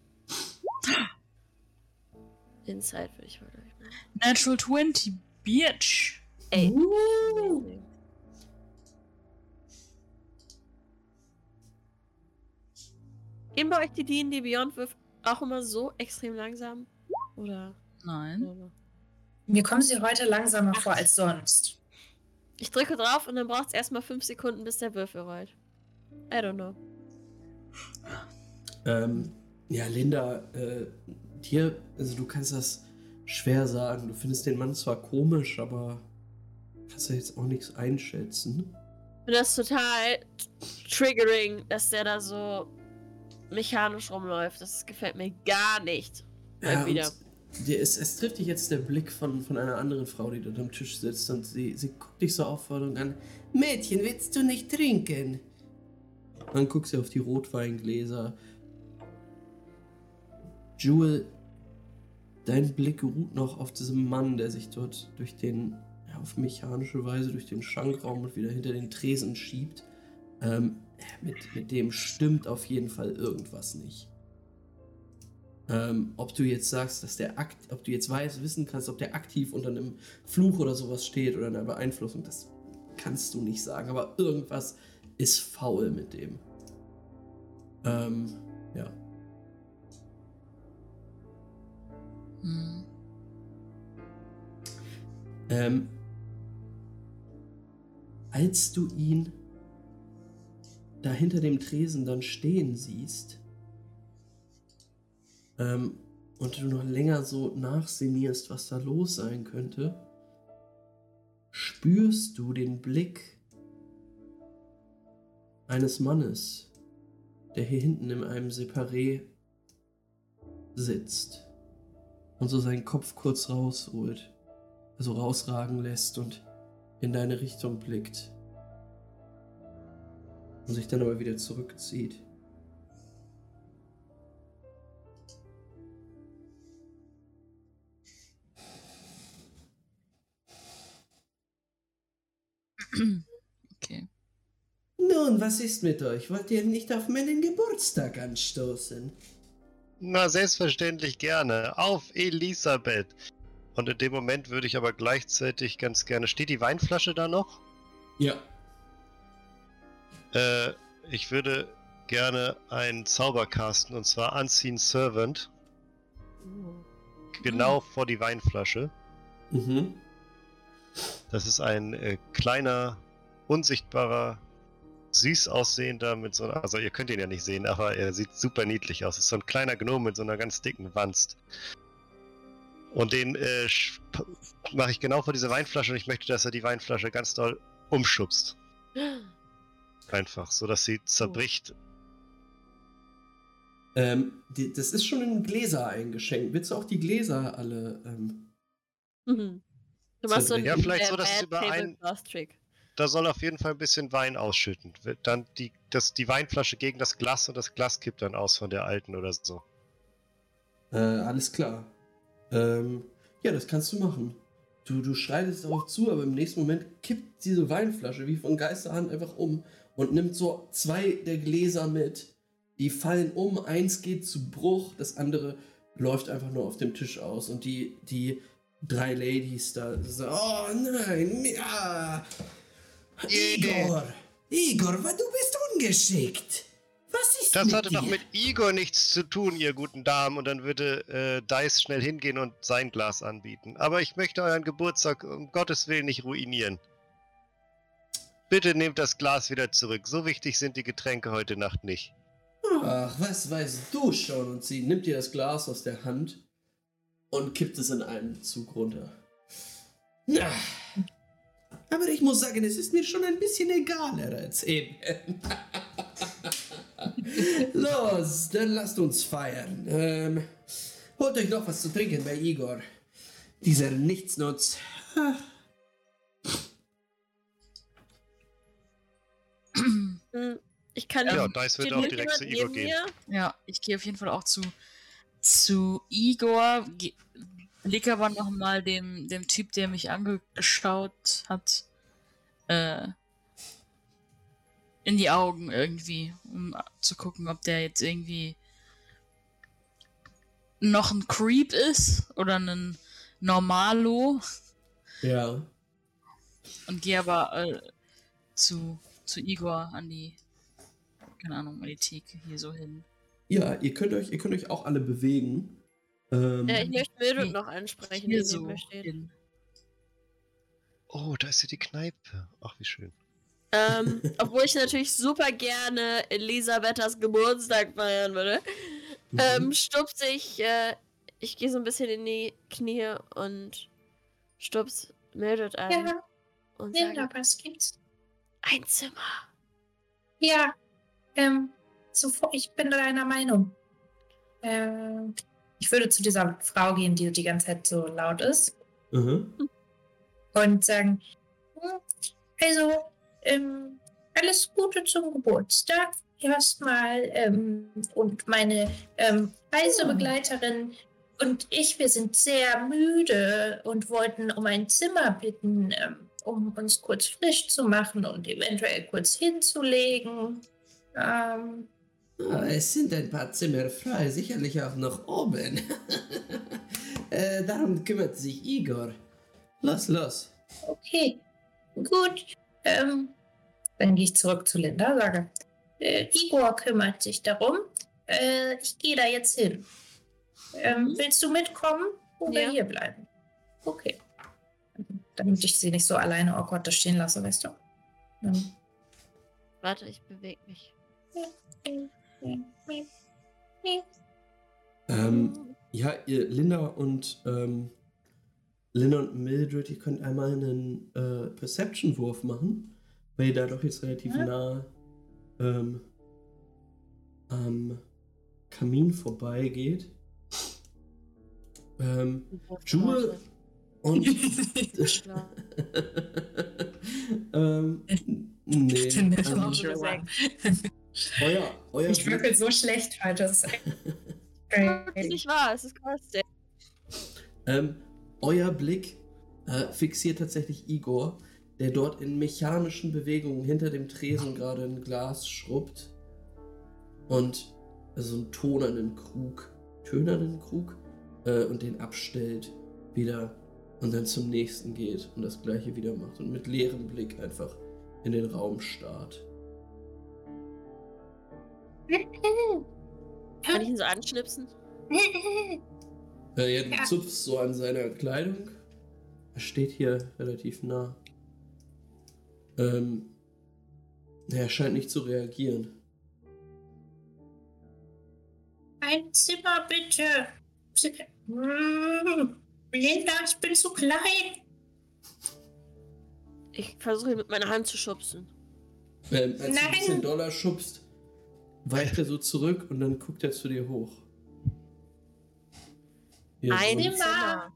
Inside würde ich mal durchmachen. Natural 20, Bitch. Ey. Gehen bei euch die D&D Beyond Würfe auch immer so extrem langsam? Oder? Nein. Mir kommen sie heute langsamer vor als sonst. Ich drücke drauf und dann braucht es erstmal 5 Sekunden, bis der Würfel rollt. I don't know. Ja, Linda, dir, also du kannst das schwer sagen. Du findest den Mann zwar komisch, aber kannst ja jetzt auch nichts einschätzen. Und das ist total triggering, dass der da so mechanisch rumläuft. Das gefällt mir gar nicht. Ja, Wieder. Es trifft dich jetzt der Blick von einer anderen Frau, die dort am Tisch sitzt, und sie guckt dich so auffordernd an. Mädchen, willst du nicht trinken? Dann guckst du auf die Rotweingläser. Jewel, dein Blick ruht noch auf diesem Mann, der sich dort durch den, auf mechanische Weise durch den Schankraum und wieder hinter den Tresen schiebt. Mit dem stimmt auf jeden Fall irgendwas nicht. Ob du jetzt sagst, dass ob du jetzt wissen kannst, ob der aktiv unter einem Fluch oder sowas steht oder einer Beeinflussung, das kannst du nicht sagen, aber irgendwas ist faul mit dem. Ja. Als du ihn da hinter dem Tresen dann stehen siehst, und du noch länger so nachsinnierst, was da los sein könnte, spürst du den Blick eines Mannes, der hier hinten in einem Separé sitzt und so seinen Kopf kurz rausholt, also rausragen lässt und in deine Richtung blickt und sich dann aber wieder zurückzieht. Okay. Nun, was ist mit euch? Wollt ihr nicht auf meinen Geburtstag anstoßen? Na, selbstverständlich gerne. Auf Elisabeth. Und in dem Moment würde ich aber gleichzeitig ganz gerne... Steht die Weinflasche da noch? Ja. Ich würde gerne einen Zauber casten, und zwar Unseen Servant. Genau vor die Weinflasche. Mhm. Das ist ein kleiner, unsichtbarer, süß aussehender mit so einer... Also ihr könnt ihn ja nicht sehen, aber er sieht super niedlich aus. Das ist so ein kleiner Gnome mit so einer ganz dicken Wanst. Und den mache ich genau vor diese Weinflasche und ich möchte, dass er die Weinflasche ganz doll umschubst. Einfach, so dass sie zerbricht. Das ist schon in Gläser eingeschenkt. Willst du auch die Gläser alle... Du machst so einen Ja, vielleicht so, dass es über Trick. Da soll auf jeden Fall ein bisschen Wein ausschütten. Dann die Weinflasche gegen das Glas und das Glas kippt dann aus von der alten oder so. Alles klar. Ja, das kannst du machen. Du schreitest darauf zu, aber im nächsten Moment kippt diese Weinflasche wie von Geisterhand einfach um und nimmt so 2 der Gläser mit. Die fallen um, eins geht zu Bruch, das andere läuft einfach nur auf dem Tisch aus. Und die 3 Ladies da so, oh nein, ja. Igor, du bist ungeschickt. Was ist Das mit hatte dir? doch mit Igor nichts zu tun, ihr guten Damen. Und dann würde Dice schnell hingehen und sein Glas anbieten. Aber ich möchte euren Geburtstag um Gottes Willen nicht ruinieren. Bitte nehmt das Glas wieder zurück. So wichtig sind die Getränke heute Nacht nicht. Ach, was weißt du schon? Und sie nimmt dir das Glas aus der Hand und kippt es in einen Zug runter. Ja. Aber ich muss sagen, es ist mir schon ein bisschen egaler als eben. Los, dann lasst uns feiern. Holt euch noch was zu trinken bei Igor. Dieser Nichtsnutz. Ich kann Ja, Dice wird auch direkt zu Igor neben gehen. mir? Ja, ich gehe auf jeden Fall auch zu Igor. Blick aber nochmal dem Typ, der mich angeschaut hat, in die Augen irgendwie, um zu gucken, ob der jetzt irgendwie noch ein Creep ist oder ein Normalo. Ja. Und gehe aber zu Igor an die, keine Ahnung, an die Theke hier so hin. Ja, ihr könnt euch auch alle bewegen. Ich möchte Mildred noch ansprechen, die Hier neben so mir steht. hin. Oh, da ist ja die Kneipe. Ach, wie schön. Obwohl ich natürlich super gerne Elisabethas Geburtstag feiern würde, stupse ich Ich gehe so ein bisschen in die Knie und stups Mildred an. Ja, und Linda, sage, was gibt's? ein Zimmer. Ja, sofort, ich bin deiner Meinung. Ich würde zu dieser Frau gehen, die die ganze Zeit so laut ist. Mhm. Und sagen, also, alles Gute zum Geburtstag. Erstmal, und meine Reisebegleiterin und ich, wir sind sehr müde und wollten um ein Zimmer bitten, um uns kurz frisch zu machen und eventuell kurz hinzulegen. Es sind ein paar Zimmer frei, sicherlich auch noch oben. Darum kümmert sich Igor. Los. Okay, gut. Dann gehe ich zurück zu Linda, sage, Igor kümmert sich darum. Ich gehe da jetzt hin. Willst du mitkommen oder hier bleiben? Okay. Damit ich sie nicht so alleine awkward da stehen lasse, weißt du? Warte, ich bewege mich. Ja, ihr Linda und Mildred, ihr könnt einmal einen Perception-Wurf machen, weil ihr da doch jetzt relativ nah am Kamin vorbeigeht. Jewel und nee, Ich bin nicht also, auch schon gesagt. euer Ich würfel so schlecht heute. Das ist Das ist nicht wahr, es ist Casting. Euer Blick fixiert tatsächlich Igor, der dort in mechanischen Bewegungen hinter dem Tresen gerade ein Glas schrubbt und so einen tönernen Krug und den abstellt wieder und dann zum nächsten geht und das gleiche wieder macht und mit leerem Blick einfach in den Raum starrt. Kann ich ihn so anschnipsen? Ja, du zupfst so an seiner Kleidung. Er steht hier relativ nah. Er scheint nicht zu reagieren. Ein Zimmer, bitte. Linda, ich bin zu klein. Ich versuche ihn mit meiner Hand zu schubsen. Als du ein bisschen doller schubst, weicht er so zurück und dann guckt er zu dir hoch. Ein und Zimmer.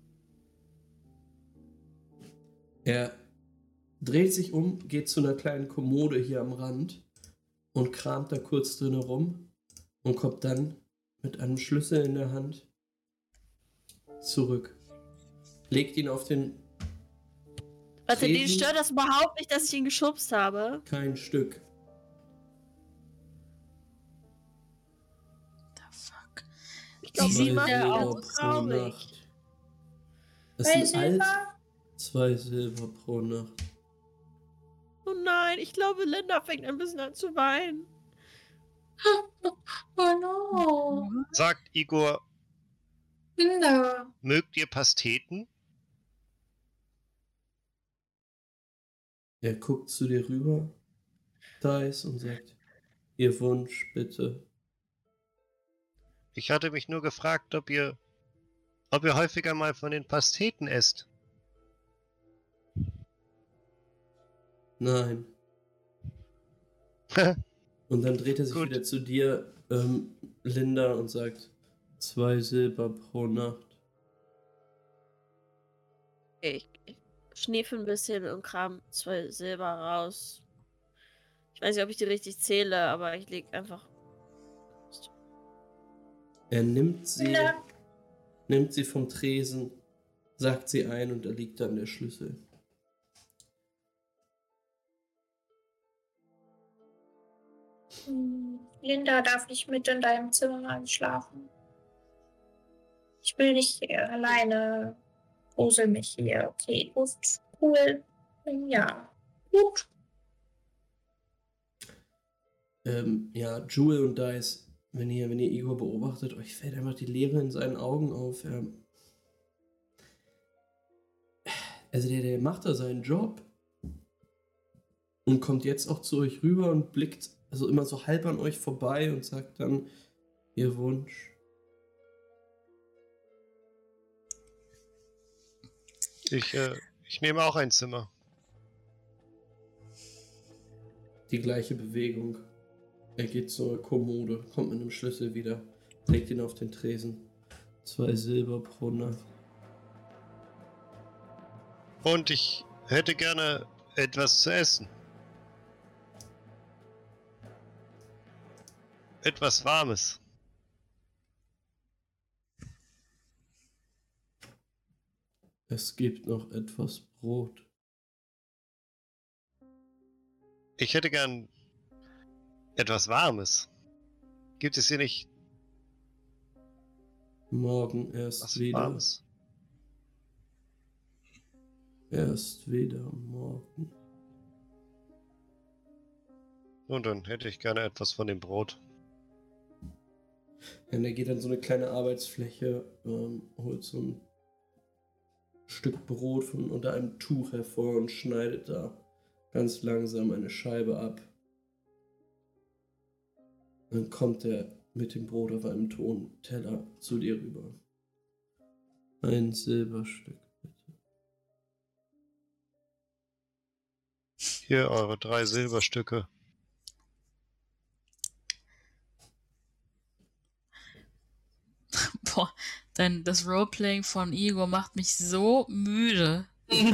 Er dreht sich um, geht zu einer kleinen Kommode hier am Rand und kramt da kurz drin herum und kommt dann mit einem Schlüssel in der Hand zurück. Legt ihn auf den Warte, den Tresen. stört das überhaupt nicht, dass ich ihn geschubst habe. Kein Stück. The fuck. Ich glaube, Sie sie macht sind ja ja auch pro traurig. Nacht. Das 2 sind alles Silber? 2 Silber pro Nacht. Oh nein, ich glaube, Linda fängt ein bisschen an zu weinen. Oh no. Sagt Igor, Linda. mögt ihr Pasteten? Er guckt zu dir rüber, Dice, und sagt, Ihr Wunsch, bitte. Ich hatte mich nur gefragt, ob ihr häufiger mal von den Pasteten esst. Nein. Und dann dreht er sich Gut. wieder zu dir, Linda, und sagt, 2 Silber pro Nacht. Ich schniefe ein bisschen und kram 2 Silber raus. Ich weiß nicht, ob ich die richtig zähle, aber ich lege einfach. Er nimmt sie Linda. vom Tresen, sagt sie ein und da liegt dann der Schlüssel. Linda darf nicht mit in deinem Zimmer einschlafen. Ich will nicht alleine. Grusel mich hier. Okay, gut, cool. Ja, gut. Ja, Jewel und Dice, wenn ihr Igor beobachtet, euch fällt einfach die Leere in seinen Augen auf. Also der macht da seinen Job und kommt jetzt auch zu euch rüber und blickt also immer so halb an euch vorbei und sagt dann, Ihr Wunsch. Ich nehme auch ein Zimmer. Die gleiche Bewegung. Er geht zur Kommode, kommt mit einem Schlüssel wieder, legt ihn auf den Tresen. 2 Silberbrunner. Und ich hätte gerne etwas zu essen. Etwas Warmes. Es gibt noch etwas Brot. Ich hätte gern etwas Warmes. Gibt es hier nicht Morgen erst was wieder. Warmes? Erst wieder morgen. Nun, dann hätte ich gerne etwas von dem Brot. Ja, und er geht an so eine kleine Arbeitsfläche, holt so ein Stück Brot von unter einem Tuch hervor und schneidet da ganz langsam eine Scheibe ab. Dann kommt er mit dem Brot auf einem Tonteller zu dir rüber. Ein Silberstück, bitte. Hier eure 3 Silberstücke. Boah, das Roleplaying von Igor macht mich so müde.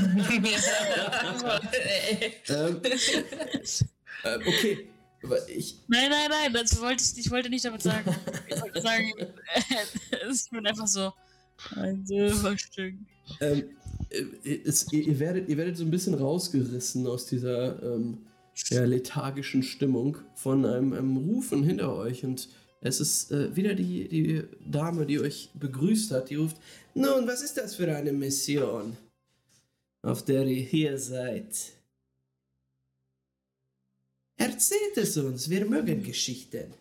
Okay, aber Nein, das wollte ich wollte nicht damit sagen. Ich wollte sagen, ich bin einfach so ein Silberstück. Ihr werdet so ein bisschen rausgerissen aus dieser lethargischen Stimmung von einem Rufen hinter euch und es ist wieder die Dame, die euch begrüßt hat, die ruft: Nun, was ist das für eine Mission, auf der ihr hier seid? Erzählt es uns, wir mögen Geschichten.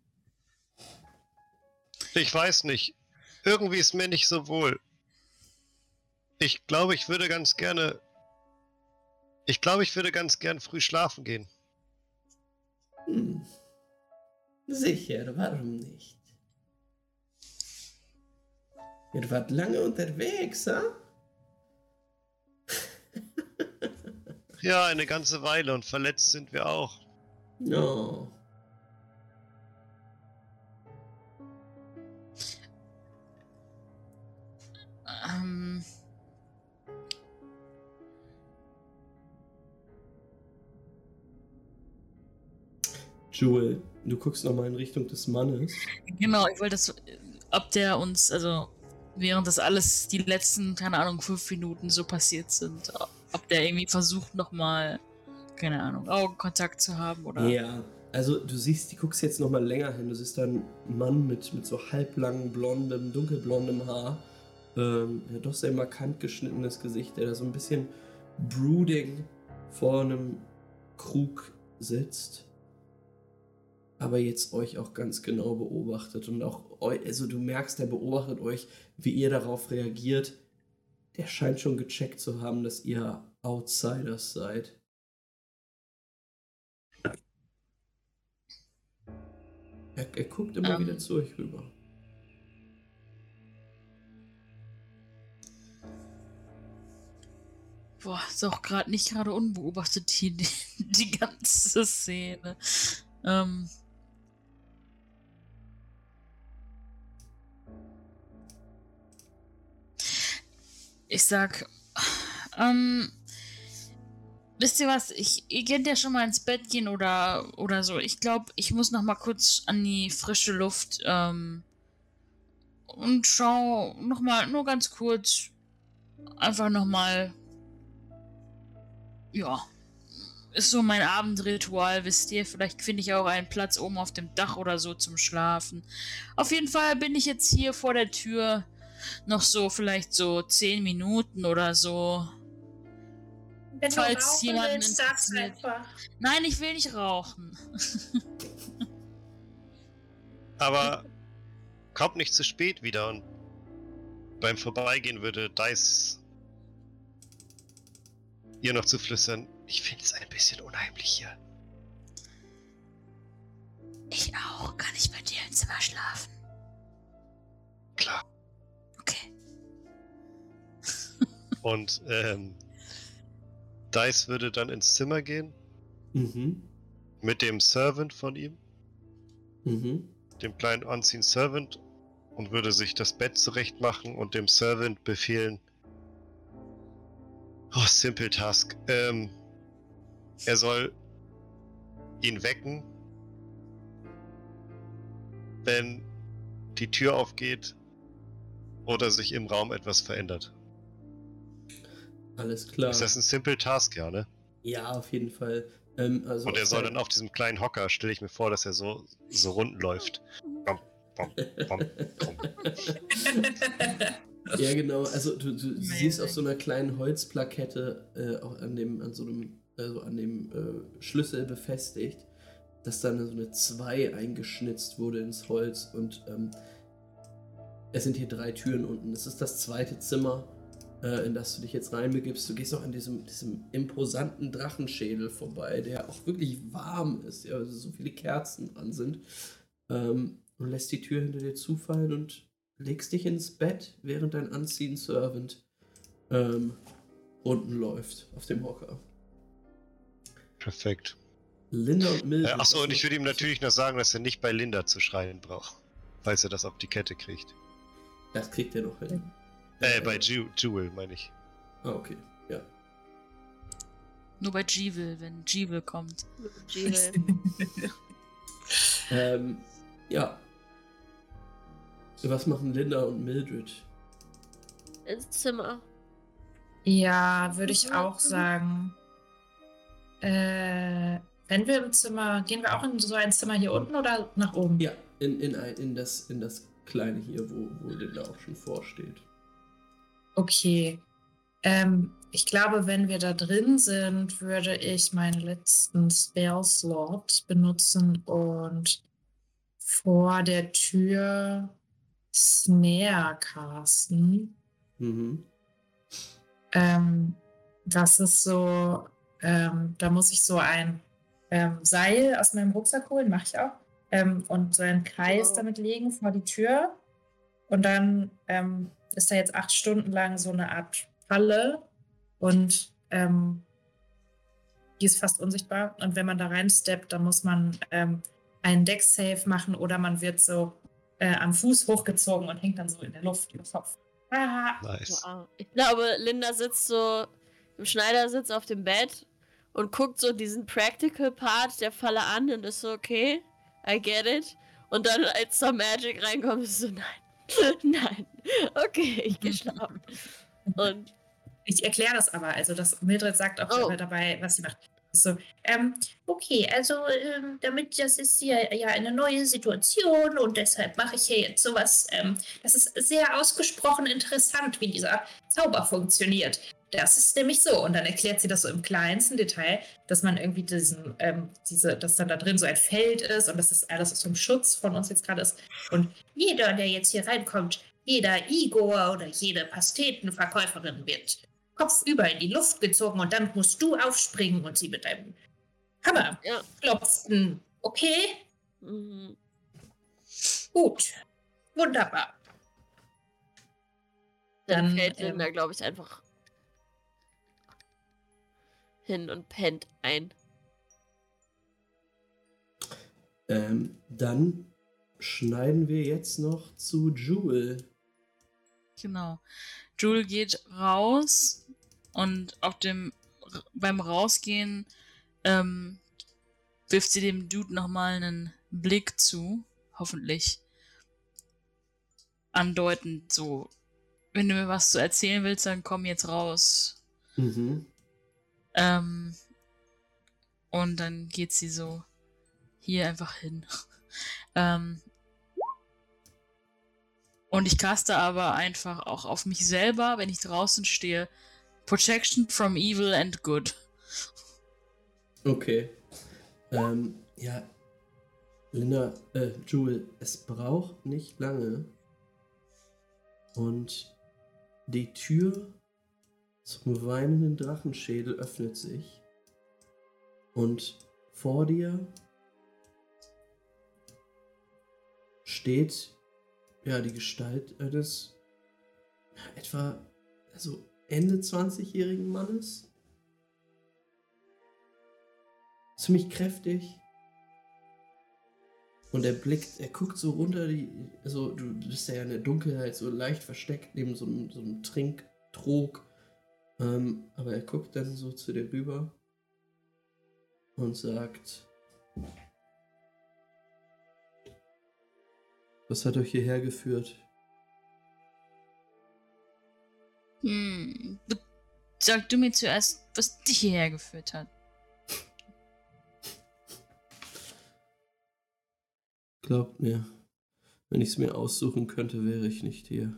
Ich weiß nicht. Irgendwie ist mir nicht so wohl. Ich glaube, ich würde ganz gern früh schlafen gehen. Sicher, warum nicht? Ihr wart lange unterwegs, ha? Ja, eine ganze Weile und verletzt sind wir auch. No. Jewel, du guckst nochmal in Richtung des Mannes. Genau, ich wollte das, ob der uns, also während das alles die letzten, keine Ahnung, 5 Minuten so passiert sind, ob der irgendwie versucht nochmal, keine Ahnung, Augenkontakt zu haben oder... Ja, also du siehst, die guckst jetzt nochmal länger hin, du siehst da einen Mann mit so halblangem, blondem, dunkelblondem Haar, ja, doch sehr markant geschnittenes Gesicht, der da so ein bisschen brooding vor einem Krug sitzt, aber jetzt euch auch ganz genau beobachtet und auch also du merkst, der beobachtet euch, wie ihr darauf reagiert. Der scheint schon gecheckt zu haben, dass ihr Outsiders seid. Er guckt immer wieder zu euch rüber. Boah, ist auch nicht gerade unbeobachtet hier die ganze Szene. Ich sag, wisst ihr was, ihr könnt ja schon mal ins Bett gehen oder so. Ich glaube, ich muss noch mal kurz an die frische Luft und schau noch mal, nur ganz kurz, einfach noch mal, ja, ist so mein Abendritual, wisst ihr. Vielleicht finde ich auch einen Platz oben auf dem Dach oder so zum Schlafen. Auf jeden Fall bin ich jetzt hier vor der Tür noch so vielleicht so 10 Minuten oder so. Wenn du Falls rauchen jemanden willst, sag's interessiert. einfach. Nein, ich will nicht rauchen. Aber kommt nicht zu spät wieder und beim Vorbeigehen würde Dice ihr noch zu flüstern: Ich finde es ein bisschen unheimlich hier. Ich auch. Kann ich bei dir im Zimmer schlafen? Klar. Okay. Und Dice würde dann ins Zimmer gehen Mhm. mit dem Servant von ihm, Mhm. dem kleinen Unseen Servant, und würde sich das Bett zurecht machen und dem Servant befehlen. Oh, Simple Task. Er soll ihn wecken, wenn die Tür aufgeht oder sich im Raum etwas verändert. Alles klar. Ist das ein Simple Task, ja, ne? Ja, auf jeden Fall. Also Und er soll dann auf diesem kleinen Hocker, stelle ich mir vor, dass er so runden läuft. Bom, bom, bom, bom. Ja, genau. Also du siehst auf so einer kleinen Holzplakette auch an dem Schlüssel befestigt, dass da so eine 2 eingeschnitzt wurde ins Holz und es sind hier 3 Türen unten. Das ist das zweite Zimmer, in das du dich jetzt reinbegibst. Du gehst auch an diesem imposanten Drachenschädel vorbei, der auch wirklich warm ist, ja, also so viele Kerzen dran sind. Und lässt die Tür hinter dir zufallen und legst dich ins Bett, während dein Unseen Servant unten läuft auf dem Hocker. Perfekt. Linda und Mildred. Achso, und ich würde ihm natürlich noch sagen, dass er nicht bei Linda zu schreien braucht, falls er das auf die Kette kriegt. Das kriegt er noch hin. Bei Jewel, meine ich. Ah, okay. Ja. Nur bei Jewel, wenn Jewel kommt. Ja. Was machen Linda und Mildred? Ins Zimmer. Ja, würde ich auch sagen. Wenn wir im Zimmer, gehen wir auch in so ein Zimmer hier unten oder nach oben? Ja, in das kleine hier, wo Linda auch schon vorsteht. Okay. Ich glaube, wenn wir da drin sind, würde ich meinen letzten Spell-Slot benutzen und vor der Tür Snare casten. Mhm. Das ist so, da muss ich so ein Seil aus meinem Rucksack holen, mache ich auch, und so einen Kreis damit legen vor die Tür. Und dann ist da jetzt 8 Stunden lang so eine Art Falle und die ist fast unsichtbar. Und wenn man da reinsteppt, dann muss man einen Dex-Save machen oder man wird so am Fuß hochgezogen und hängt dann so in der Luft über den Kopf. Ah. Nice. Wow. Ich glaube, Linda sitzt so im Schneidersitz auf dem Bett und guckt so diesen Practical-Part der Falle an und ist so, okay, I get it. Und dann, als da Magic reinkommt, ist so, nein, nein, okay, ich gehe schlafen. Und Ich erkläre das aber, also das Mildred sagt auch dabei, was sie macht. So, okay, also damit das ist hier ja eine neue Situation und deshalb mache ich hier jetzt sowas. Das ist sehr ausgesprochen interessant, wie dieser Zauber funktioniert. Das ist nämlich so. Und dann erklärt sie das so im kleinsten Detail, dass man irgendwie dass dann da drin so ein Feld ist und dass das alles zum Schutz von uns jetzt gerade ist. Und jeder, der jetzt hier reinkommt, jeder Igor oder jede Pastetenverkäuferin wird kopfüber in die Luft gezogen und dann musst du aufspringen und sie mit deinem Hammer klopfen. Okay? mhm. Gut. Wunderbar. Dann fällt Linda, glaube ich, einfach hin und pennt ein. Dann schneiden wir jetzt noch zu Jewel. Genau. Jewel geht raus und beim Rausgehen wirft sie dem Dude nochmal einen Blick zu, hoffentlich. Andeutend so, wenn du mir was zu erzählen willst, dann komm jetzt raus. Mhm. Und dann geht sie so hier einfach hin. Und ich caste aber einfach auch auf mich selber, wenn ich draußen stehe, Protection from Evil and Good. Okay. Ja. Linda, Jewel, es braucht nicht lange. Und die Tür zum weinenden Drachenschädel öffnet sich. Und vor dir steht die Gestalt eines etwa Ende 20-jährigen Mannes. Ziemlich kräftig. Und er guckt so runter, also du bist ja in der Dunkelheit so leicht versteckt neben so einem Trinktrog. Aber er guckt dann so zu dir rüber und sagt: Was hat euch hierher geführt? Sag du mir zuerst, was dich hierher geführt hat. Glaubt mir, wenn ich es mir aussuchen könnte, wäre ich nicht hier.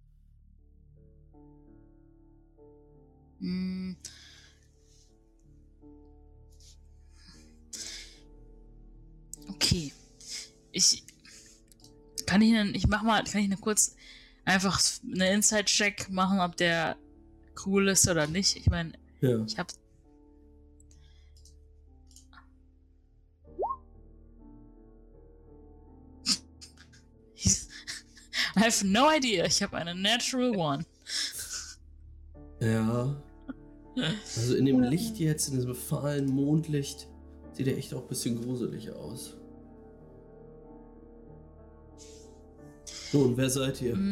Okay. Kann ich kurz einfach eine Inside-Check machen, ob der cool ist oder nicht? Ich meine, Ja. ich hab. I have no idea. Ich habe eine Natural One. Ja. Also in dem Licht jetzt, in diesem fahlen Mondlicht, sieht er echt auch ein bisschen gruselig aus. Nun, wer seid ihr?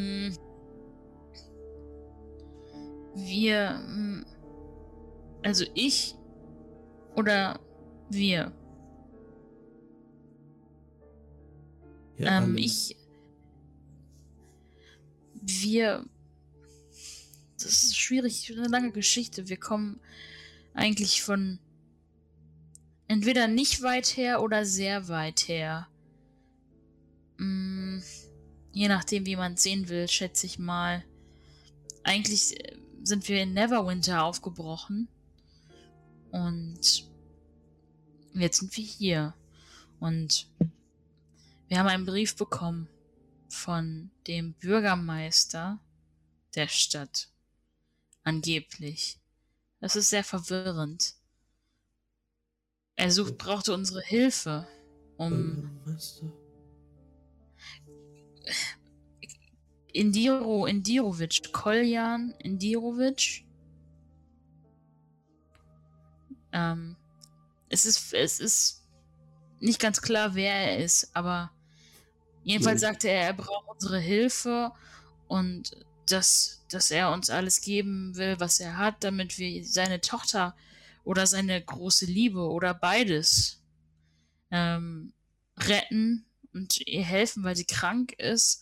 Wir. Also ich oder wir? Ja, Wir. Das ist schwierig, eine lange Geschichte. Wir kommen eigentlich von entweder nicht weit her oder sehr weit her. Je nachdem, wie man es sehen will, schätze ich mal. Eigentlich sind wir in Neverwinter aufgebrochen. Und jetzt sind wir hier. Und wir haben einen Brief bekommen von dem Bürgermeister der Stadt. Angeblich. Das ist sehr verwirrend. Er brauchte unsere Hilfe, Bürgermeister? Koljan Indirovic. Es ist nicht ganz klar, wer er ist, aber jedenfalls sagte er braucht unsere Hilfe und dass er uns alles geben will, was er hat, damit wir seine Tochter oder seine große Liebe oder beides retten und ihr helfen, weil sie krank ist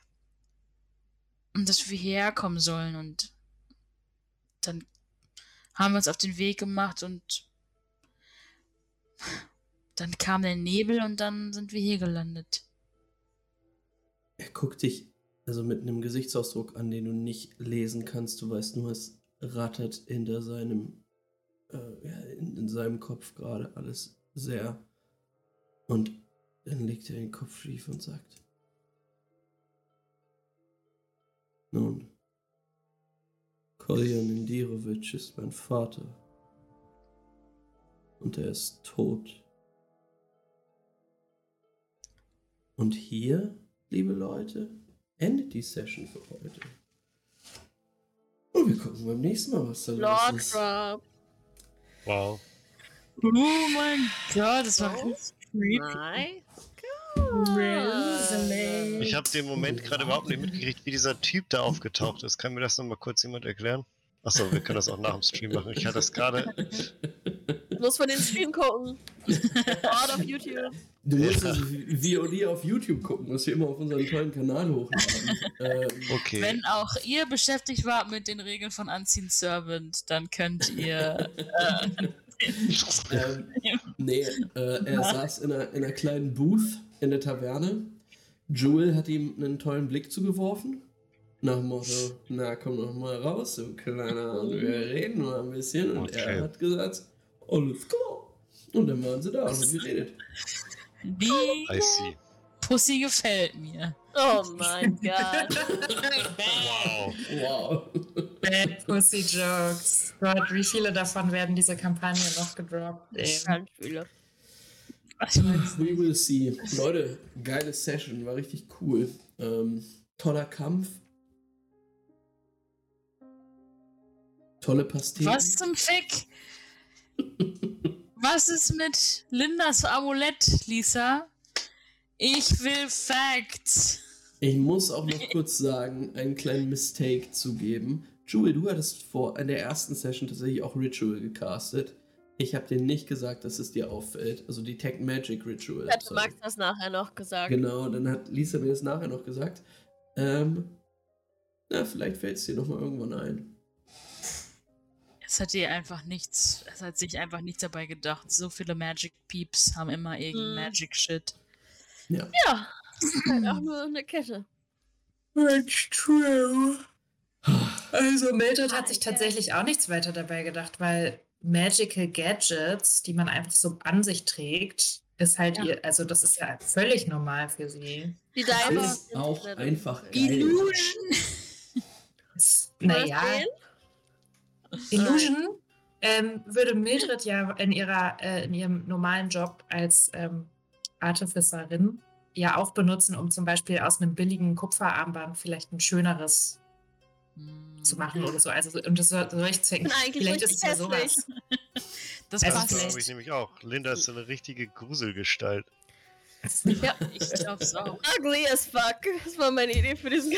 und dass wir hierher kommen sollen. Und dann haben wir uns auf den Weg gemacht und dann kam der Nebel und dann sind wir hier gelandet. Er guckt dich also mit einem Gesichtsausdruck an, den du nicht lesen kannst. Du weißt nur, es rattert hinter seinem in seinem Kopf gerade alles sehr. Und dann legt er den Kopf schief und sagt: Nun, Koljan Indirovic ist mein Vater. Und er ist tot. Und hier, liebe Leute, endet die Session für heute. Und wir gucken beim nächsten Mal, was da los ist. Lord Rob. Wow. Oh mein Gott, das war richtig creepy. Nice. Ich habe den Moment gerade überhaupt nicht mitgekriegt, wie dieser Typ da aufgetaucht ist. Kann mir das nochmal kurz jemand erklären? Achso, wir können das auch nach dem Stream machen. Ich hatte das gerade. Du musst von den Stream gucken. Ort auf YouTube. Du musst das VOD auf YouTube gucken, was wir immer auf unseren tollen Kanal hochladen. Okay. Wenn auch ihr beschäftigt wart mit den Regeln von Unseen Servant, dann könnt ihr. Er saß in einer kleinen Booth in der Taverne. Jewel hat ihm einen tollen Blick zugeworfen. Nach dem Motto: Na, komm doch mal raus, du Kleiner, und wir reden mal ein bisschen. Und Okay. er hat gesagt: Alles klar. Und dann waren sie da und haben geredet. Die I see. Pussy gefällt mir. Oh mein Gott. Wow. Bad Pussy Jokes. Gott, wie viele davon werden diese Kampagne noch gedroppt? Ganz viele. We will see. Leute, geile Session, war richtig cool. Toller Kampf. Tolle Pasteten. Was zum Fick? Was ist mit Lindas Amulett, Lisa? Ich will Facts. Ich muss auch noch kurz sagen, einen kleinen Mistake zugeben. Jewel, du hattest in der ersten Session tatsächlich auch Ritual gecastet. Ich habe dir nicht gesagt, dass es dir auffällt. Also Detect Magic Ritual. Hätte Max das nachher noch gesagt. Genau, dann hat Lisa mir das nachher noch gesagt. Vielleicht fällt es dir nochmal irgendwann ein. Es hat sich einfach nichts dabei gedacht. So viele Magic Peeps haben immer irgendein Magic Shit. Ja. Ja, halt auch nur eine Kette. That's true. Also Mildred hat sich tatsächlich auch nichts weiter dabei gedacht, weil Magical Gadgets, die man einfach so an sich trägt, ist halt also das ist ja völlig normal für sie. Die Diver Ist auch einfach geil. Illusion. Naja, Illusion würde Mildred ja in ihrem normalen Job als Artificerin ja auch benutzen, um zum Beispiel aus einem billigen Kupferarmband vielleicht ein schöneres zu machen oder so. Also um das solche Zwecken. Vielleicht ist es ja sowas. Das Also passt. Das glaube ich nämlich auch. Linda ist so eine richtige Gruselgestalt. Ja, ich glaub's auch. Ugly as fuck. Das war meine Idee für diesen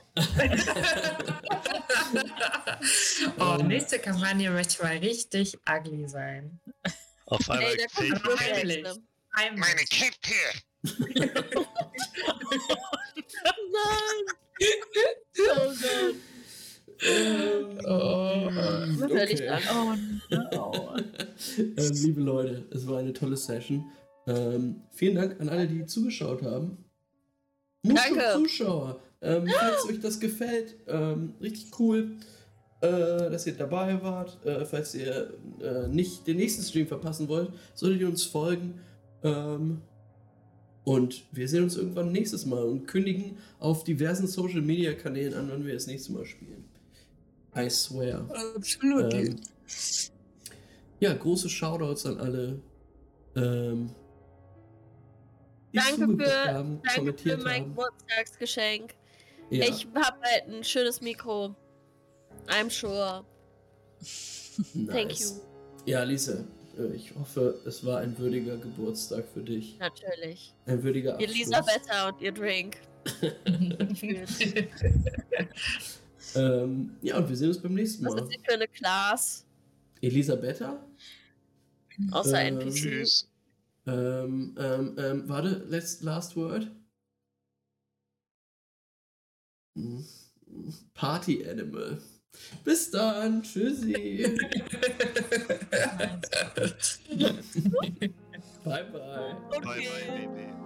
Nächste Kampagne möchte mal richtig ugly sein. Auf einmal Ey, der kommt fällt wirklich Heimlich. extra. meine Kette. Nein! Oh Gott. Hör dich an. Oh no. Liebe Leute, es war eine tolle Session. Vielen Dank an alle, die zugeschaut haben. Danke. Zuschauer, falls euch das gefällt, richtig cool, dass ihr dabei wart. Falls ihr nicht den nächsten Stream verpassen wollt, solltet ihr uns folgen. Und wir sehen uns irgendwann nächstes Mal und kündigen auf diversen Social Media Kanälen an, wann wir das nächste Mal spielen. I swear. Absolut. Ja, große Shoutouts an alle. Die Danke zugehört haben, für kommentiert mein haben. Geburtstagsgeschenk. Ja. Ich habe halt ein schönes Mikro. I'm sure. Thank you. Ja, Lisa, ich hoffe, es war ein würdiger Geburtstag für dich. Natürlich. Ein würdiger Ihr Abschluss. Lisa Better und ihr Drink. Ja, und wir sehen uns beim nächsten Was Mal. ist sie für eine Class? Elisabetta? Außer Ähm, NPC. Tschüss. Warte, last word? Party Animal. Bis dann, tschüssi. Bye bye. Okay. Bye bye, Baby.